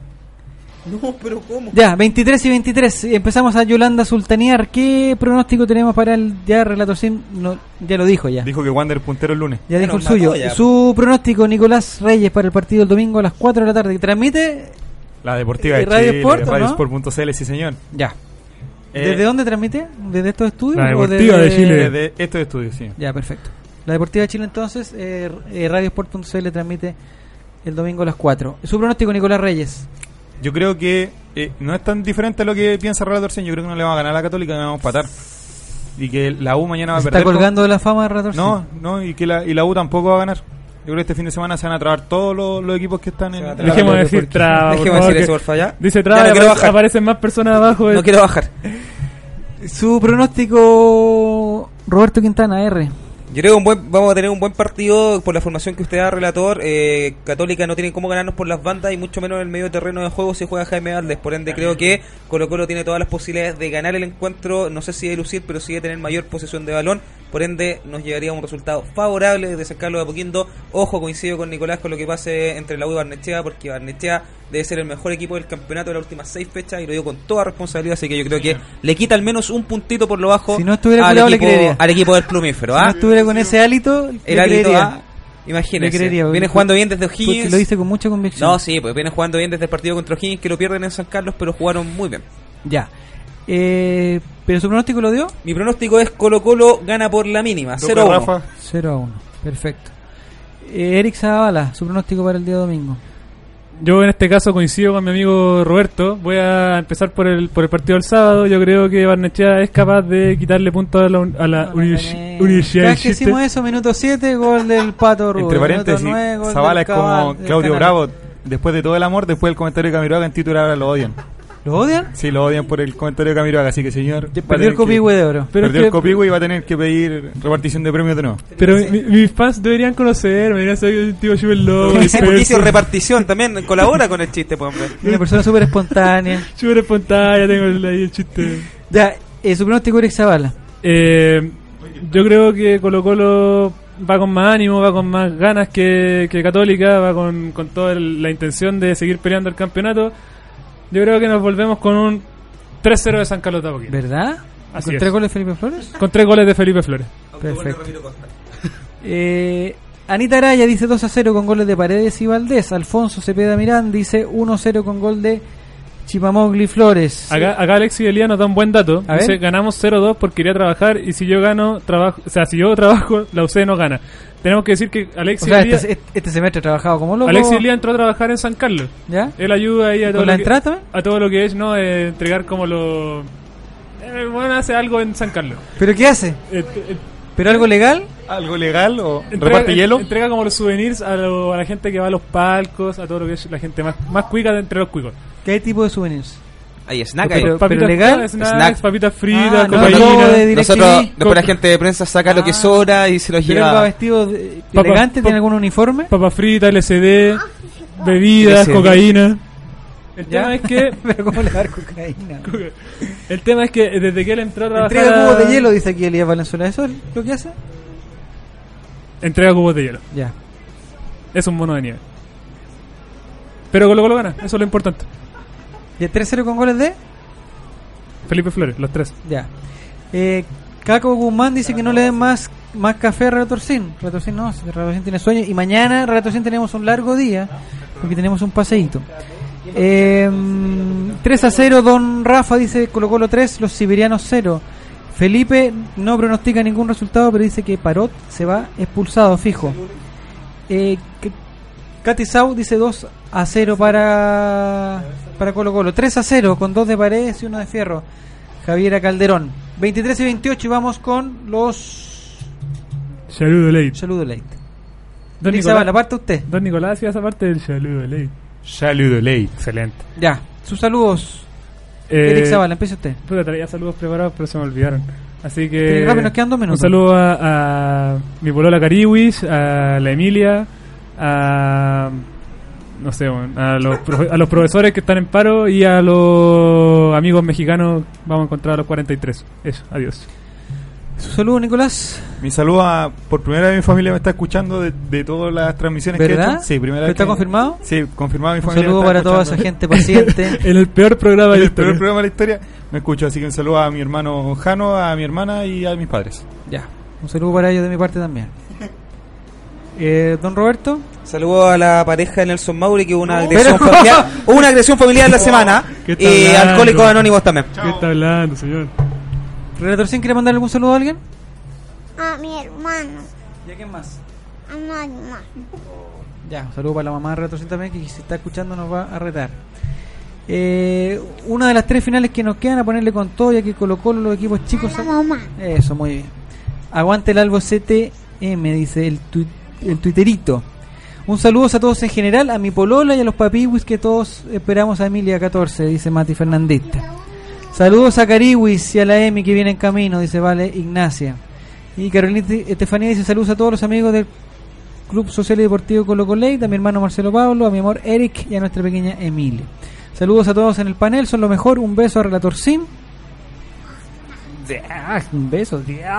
Speaker 6: No, pero ¿cómo?
Speaker 3: Ya, veintitrés y veintitrés. Empezamos a Yolanda Sultanear. ¿Qué pronóstico tenemos para el ya relator sin? No, ya lo dijo ya.
Speaker 5: Dijo que Wander puntero el lunes.
Speaker 3: Ya
Speaker 6: Ya
Speaker 3: dijo el
Speaker 6: nos mató
Speaker 3: suyo.
Speaker 6: ya.
Speaker 3: Su pronóstico, Nicolás Reyes, para el partido el domingo a las cuatro de la tarde. ¿Transmite?
Speaker 5: La Deportiva de
Speaker 3: ¿Y Radio
Speaker 5: Chile,
Speaker 3: Sport, o no?
Speaker 5: radiosport punto c l, sí señor.
Speaker 3: Ya.
Speaker 5: Eh,
Speaker 3: ¿Desde dónde transmite? ¿Desde estos estudios?
Speaker 4: La
Speaker 3: o
Speaker 4: Deportiva de Chile.
Speaker 5: Desde estos estudios, sí.
Speaker 3: Ya, perfecto. La Deportiva de Chile entonces, eh, eh, radiosport punto c l transmite el domingo a las cuatro. Su pronóstico, Nicolás Reyes.
Speaker 5: Yo creo que eh, no es tan diferente a lo que piensa Relator Sen. Yo creo que no le va a ganar a la Católica, que vamos a empatar. Y que la U mañana va a
Speaker 3: ¿Se
Speaker 5: perder.
Speaker 3: está
Speaker 5: con-
Speaker 3: colgando de la fama de Relator
Speaker 5: No, no, y que la, y la U tampoco va a ganar. Yo creo que este fin de semana se van a trabar todos los, los equipos que están en...
Speaker 6: va a
Speaker 5: en
Speaker 6: trabar.
Speaker 5: la-
Speaker 4: Dejemos de decir traba, por
Speaker 6: Dejemos
Speaker 4: favor,
Speaker 6: decir
Speaker 4: que-
Speaker 6: eso, porfa, ya.
Speaker 4: Dice
Speaker 6: Ya
Speaker 4: traba,
Speaker 6: no
Speaker 4: y
Speaker 6: quiero
Speaker 4: apare-
Speaker 6: bajar.
Speaker 4: aparecen más personas abajo.
Speaker 6: No quiero bajar.
Speaker 3: Su pronóstico, Roberto Quintana, R.
Speaker 6: Yo creo que un buen, vamos a tener un buen partido por la formación que usted da, relator. Eh, Católica no tiene cómo ganarnos por las bandas y mucho menos en el medio terreno de juego si juega Jaime Valdés. Por ende, creo que Colo Colo tiene todas las posibilidades de ganar el encuentro. No sé si de lucir, pero sí de tener mayor posesión de balón. Por ende, nos llevaría a un resultado favorable desde San Carlos de Apoquindo. Ojo, coincido con Nicolás con lo que pase entre la U y Barnechea, porque Barnechea debe ser el mejor equipo del campeonato de las últimas seis fechas y lo digo con toda responsabilidad. Así que yo creo que le quita al menos un puntito por lo bajo
Speaker 3: Si no estuviera
Speaker 6: al,
Speaker 3: curado, le
Speaker 6: equipo,
Speaker 3: creería.
Speaker 6: al equipo del plumífero.
Speaker 3: Si
Speaker 6: ¿ah?
Speaker 3: no estuviera con ese hálito,
Speaker 6: El
Speaker 3: le
Speaker 6: hálito,
Speaker 3: creería.
Speaker 6: ah, imagínense.
Speaker 3: Le creería,
Speaker 6: Viene
Speaker 3: porque-
Speaker 6: jugando bien desde
Speaker 3: porque
Speaker 6: O'Higgins.
Speaker 3: lo dice con mucha convicción.
Speaker 6: No, sí, pues viene jugando bien desde el partido contra O'Higgins, que lo pierden en San Carlos, pero jugaron muy bien.
Speaker 3: Ya. Eh, ¿Pero su pronóstico lo dio?
Speaker 6: Mi pronóstico es Colo Colo gana por la mínima,
Speaker 5: Toca,
Speaker 6: cero a uno.
Speaker 5: Rafa.
Speaker 3: cero a uno. Perfecto. Eh, Eric Zavala, su pronóstico para el día domingo.
Speaker 4: Yo en este caso coincido con mi amigo Roberto. Voy a empezar por el por el partido del sábado. Yo creo que Barnechea es capaz de quitarle puntos a la, un- a la
Speaker 3: No,
Speaker 4: univers-
Speaker 3: no, no, no.
Speaker 4: Universidad
Speaker 3: Cada
Speaker 4: de
Speaker 3: que hicimos eso, minuto siete, gol del Pato Rubio.
Speaker 5: Entre paréntesis,
Speaker 3: Minuto nueve, gol
Speaker 5: Zavala
Speaker 3: del
Speaker 5: es como
Speaker 3: Cabal, del
Speaker 5: Claudio
Speaker 3: Canal.
Speaker 5: Bravo. Después de todo el amor, después del comentario de Camiroaga en Twitter ahora lo odian.
Speaker 3: ¿Lo odian?
Speaker 5: Sí, lo odian por el comentario de Camiroaga, así que señor...
Speaker 3: Perdió el Copihue de oro.
Speaker 5: Pero perdió el Copihue y va a tener que pedir repartición de premios de nuevo.
Speaker 4: Pero mi, mis fans deberían conocerme, deberían ser un tipo súper loco.
Speaker 6: Sí, porque hizo repartición también, colabora con el chiste, pues, hombre.
Speaker 3: Una persona súper espontánea.
Speaker 4: Súper espontánea, tengo el, ahí el chiste.
Speaker 3: Ya, eh, su pronóstico Eric Zavala.
Speaker 4: Eh, yo creo que Colo Colo va con más ánimo, va con más ganas que, que Católica, va con, con toda el, la intención de seguir peleando el campeonato. Yo creo que nos volvemos con un tres cero de San Carlos de Apoquindo.
Speaker 3: ¿Verdad?
Speaker 4: Así
Speaker 3: ¿Con
Speaker 4: es.
Speaker 3: tres goles de Felipe Flores?
Speaker 4: Con tres goles de Felipe Flores.
Speaker 3: Perfecto. eh, Anita Araya dice dos a cero con goles de Paredes y Valdés. Alfonso Cepeda Mirán dice uno a cero con gol de Chipamogli Flores.
Speaker 4: Acá, acá Alexis Elía nos da un buen dato.
Speaker 3: A
Speaker 4: Dice,
Speaker 3: ver.
Speaker 4: ganamos cero dos porque iría a trabajar y si yo gano, trabajo, o sea, si yo trabajo, la U C no gana. Tenemos que decir que Alexis
Speaker 3: O sea,
Speaker 4: Elía,
Speaker 3: este, este semestre ha trabajado como loco.
Speaker 4: Alexis Elía entró a trabajar en San Carlos.
Speaker 3: ¿Ya?
Speaker 4: Él ayuda ahí a todo
Speaker 3: ¿Con la
Speaker 4: lo que,
Speaker 3: entrada también?
Speaker 4: a todo lo que es, ¿no? Eh, entregar como lo... Eh, bueno, hace algo en San Carlos.
Speaker 3: ¿Pero qué hace?
Speaker 4: Eh, eh,
Speaker 3: ¿Pero algo legal?
Speaker 5: ¿Algo legal o
Speaker 4: entrega,
Speaker 5: reparte hielo?
Speaker 4: Entrega como los souvenirs a, lo- a la gente que va a los palcos, a todo lo que es la gente más, más cuica de entre los cuicos.
Speaker 3: ¿Qué tipo de souvenirs?
Speaker 6: Hay snack ahí.
Speaker 3: Pero-
Speaker 4: Papitas,
Speaker 3: legal?
Speaker 4: snacks,
Speaker 6: Snack.
Speaker 4: papitas fritas,
Speaker 3: Ah, no,
Speaker 4: cocaína.
Speaker 3: no, de DirecTV.
Speaker 6: Nosotros, después
Speaker 4: Co-
Speaker 6: la gente de prensa saca lo que sobra y se lo
Speaker 3: ¿Pero él va
Speaker 6: lleva.
Speaker 3: vestido de-
Speaker 4: Papa-
Speaker 3: elegante? ¿Tiene
Speaker 4: pap-
Speaker 3: algún uniforme?
Speaker 4: Papas fritas, L C D, bebidas,
Speaker 6: L C D.
Speaker 4: cocaína. El
Speaker 3: ¿Ya?
Speaker 4: tema es que
Speaker 3: ¿Pero cómo le va a dar cocaína?
Speaker 4: el tema es que desde que él entró a trabajar
Speaker 3: Entrega cubos
Speaker 4: a-
Speaker 3: de hielo, dice aquí Elías Valenzuela. ¿Eso es lo que hace?
Speaker 4: entrega cubos de hielo.
Speaker 3: Ya.
Speaker 4: Es un mono de nieve. Pero Colo Colo gana, eso es lo importante.
Speaker 3: ¿Y el tres cero con goles de?
Speaker 4: Felipe Flores, los tres.
Speaker 3: Ya. Eh, Caco Guzmán dice que no le den más más café a Relatorcín. Relatorcín no, Relatorcín tiene sueño. Y mañana Relatorcín tenemos un largo día porque tenemos un paseíto. Eh, tres a cero Don Rafa dice Colo Colo tres, los siberianos cero. Felipe no pronostica ningún resultado, pero dice que Parot se va expulsado, fijo. Eh, que- Katy Sau dice dos a cero para para Colo Colo. tres a cero con dos de Paredes y uno de Fierro. Javiera Calderón. veintitrés y veintiocho y vamos con los...
Speaker 4: Saludo late.
Speaker 3: Saludo late.
Speaker 4: Don
Speaker 3: Nicolás,
Speaker 4: Nicolás,
Speaker 3: la parte usted.
Speaker 4: Don Nicolás hacía esa parte del saludo late.
Speaker 5: Saludo late.
Speaker 4: Excelente.
Speaker 3: Ya, sus saludos.
Speaker 4: Eh,
Speaker 3: Eric Zavala, empiece usted.
Speaker 4: Puta, traía saludos preparados, pero se me olvidaron. Así que.
Speaker 3: Tiene rápido, nos quedan dos minutos.
Speaker 4: Un saludo a, a mi polola Cariwis, a la Emilia, a. No sé, bueno, a los, profe- a los profesores que están en paro y a los amigos mexicanos. Vamos a encontrar a los cuarenta y tres. Eso, adiós.
Speaker 3: Su saludo, Nicolás.
Speaker 5: Mi saludo a, por primera vez mi familia me está escuchando de, de todas las transmisiones que he
Speaker 3: ¿Verdad?
Speaker 5: hecho. Sí, primera
Speaker 3: ¿Pero
Speaker 5: vez
Speaker 3: está
Speaker 5: que-
Speaker 3: confirmado?
Speaker 5: Sí, confirmado mi
Speaker 3: Un
Speaker 5: familia.
Speaker 3: saludo
Speaker 5: me está
Speaker 3: para toda
Speaker 5: escuchando.
Speaker 3: esa gente paciente.
Speaker 4: En el peor programa de la
Speaker 5: El peor
Speaker 4: historia.
Speaker 5: programa de la historia me escucho, así que un saludo a mi hermano Jano, a mi hermana y a mis padres.
Speaker 3: Ya, un saludo para ellos de mi parte también. Eh, Don Roberto.
Speaker 6: Saludo a la pareja de Nelson Mauri que hubo una
Speaker 3: No.
Speaker 6: agresión
Speaker 3: Pero-
Speaker 6: familiar. Hubo una agresión familiar la semana.
Speaker 4: ¿Qué está
Speaker 6: Y
Speaker 4: hablando?
Speaker 6: Alcohólicos Anónimos también.
Speaker 4: ¿Qué está hablando, señor?
Speaker 3: ¿Relator Sin quiere mandar algún saludo a alguien?
Speaker 10: A mi hermano.
Speaker 3: ¿Y a quién más?
Speaker 10: A nadie más.
Speaker 3: Ya, un saludo para la mamá de Relator Sin también, que si está escuchando nos va a retar. Eh, una de las tres finales que nos quedan a ponerle con todo, ya que Colo Colo, los equipos chicos.
Speaker 10: A la mamá.
Speaker 3: Eso, muy bien. Aguante el Albo C T M, dice el, tu, el tuiterito. Un saludo a todos en general, a mi polola y a los papiwis que todos esperamos a Emilia catorce, dice Mati Fernandista. Saludos a Cariwis y a la Emi que viene en camino, dice Vale Ignacia. Y Carolina Estefanía dice saludos a todos los amigos del Club Social y Deportivo Colo Coleit, a mi hermano Marcelo Pablo, a mi amor Eric y a nuestra pequeña Emilia. Saludos a todos en el panel, son lo mejor. Un beso a Relator Sim. Un beso.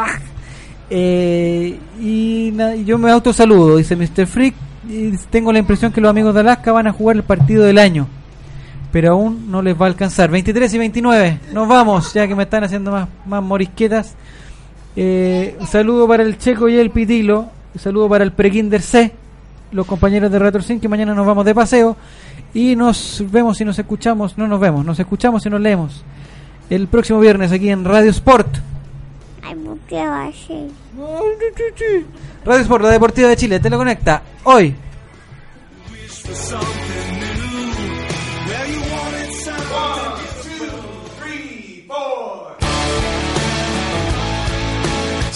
Speaker 3: Eh, y na- yo me autosaludo, dice mister Freak. Y tengo la impresión que los amigos de Alaska van a jugar el partido del año, pero aún no les va a alcanzar. veintitrés y veintinueve, nos vamos, ya que me están haciendo más, más morisquetas. Eh, un saludo para el Checo y el Pitilo. Un saludo para el Prekinder C, los compañeros de Relator Sim, que mañana nos vamos de paseo. Y nos vemos y nos escuchamos, no nos vemos, nos escuchamos y nos leemos el próximo viernes aquí en Radio Sport.
Speaker 10: Ay, ¿por qué va así?
Speaker 3: Radio Sport, la deportiva de Chile, te lo conecta hoy.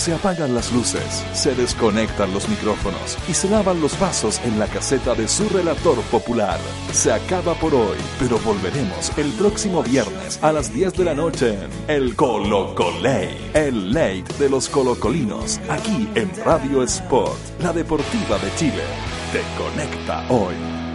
Speaker 1: Se apagan las luces, se desconectan los micrófonos y se lavan los vasos en la caseta de su relator popular. Se acaba por hoy, pero volveremos el próximo viernes a las diez de la noche en El Colocolate, el late de los colocolinos, aquí en Radio Sport, la deportiva de Chile. Te conecta hoy.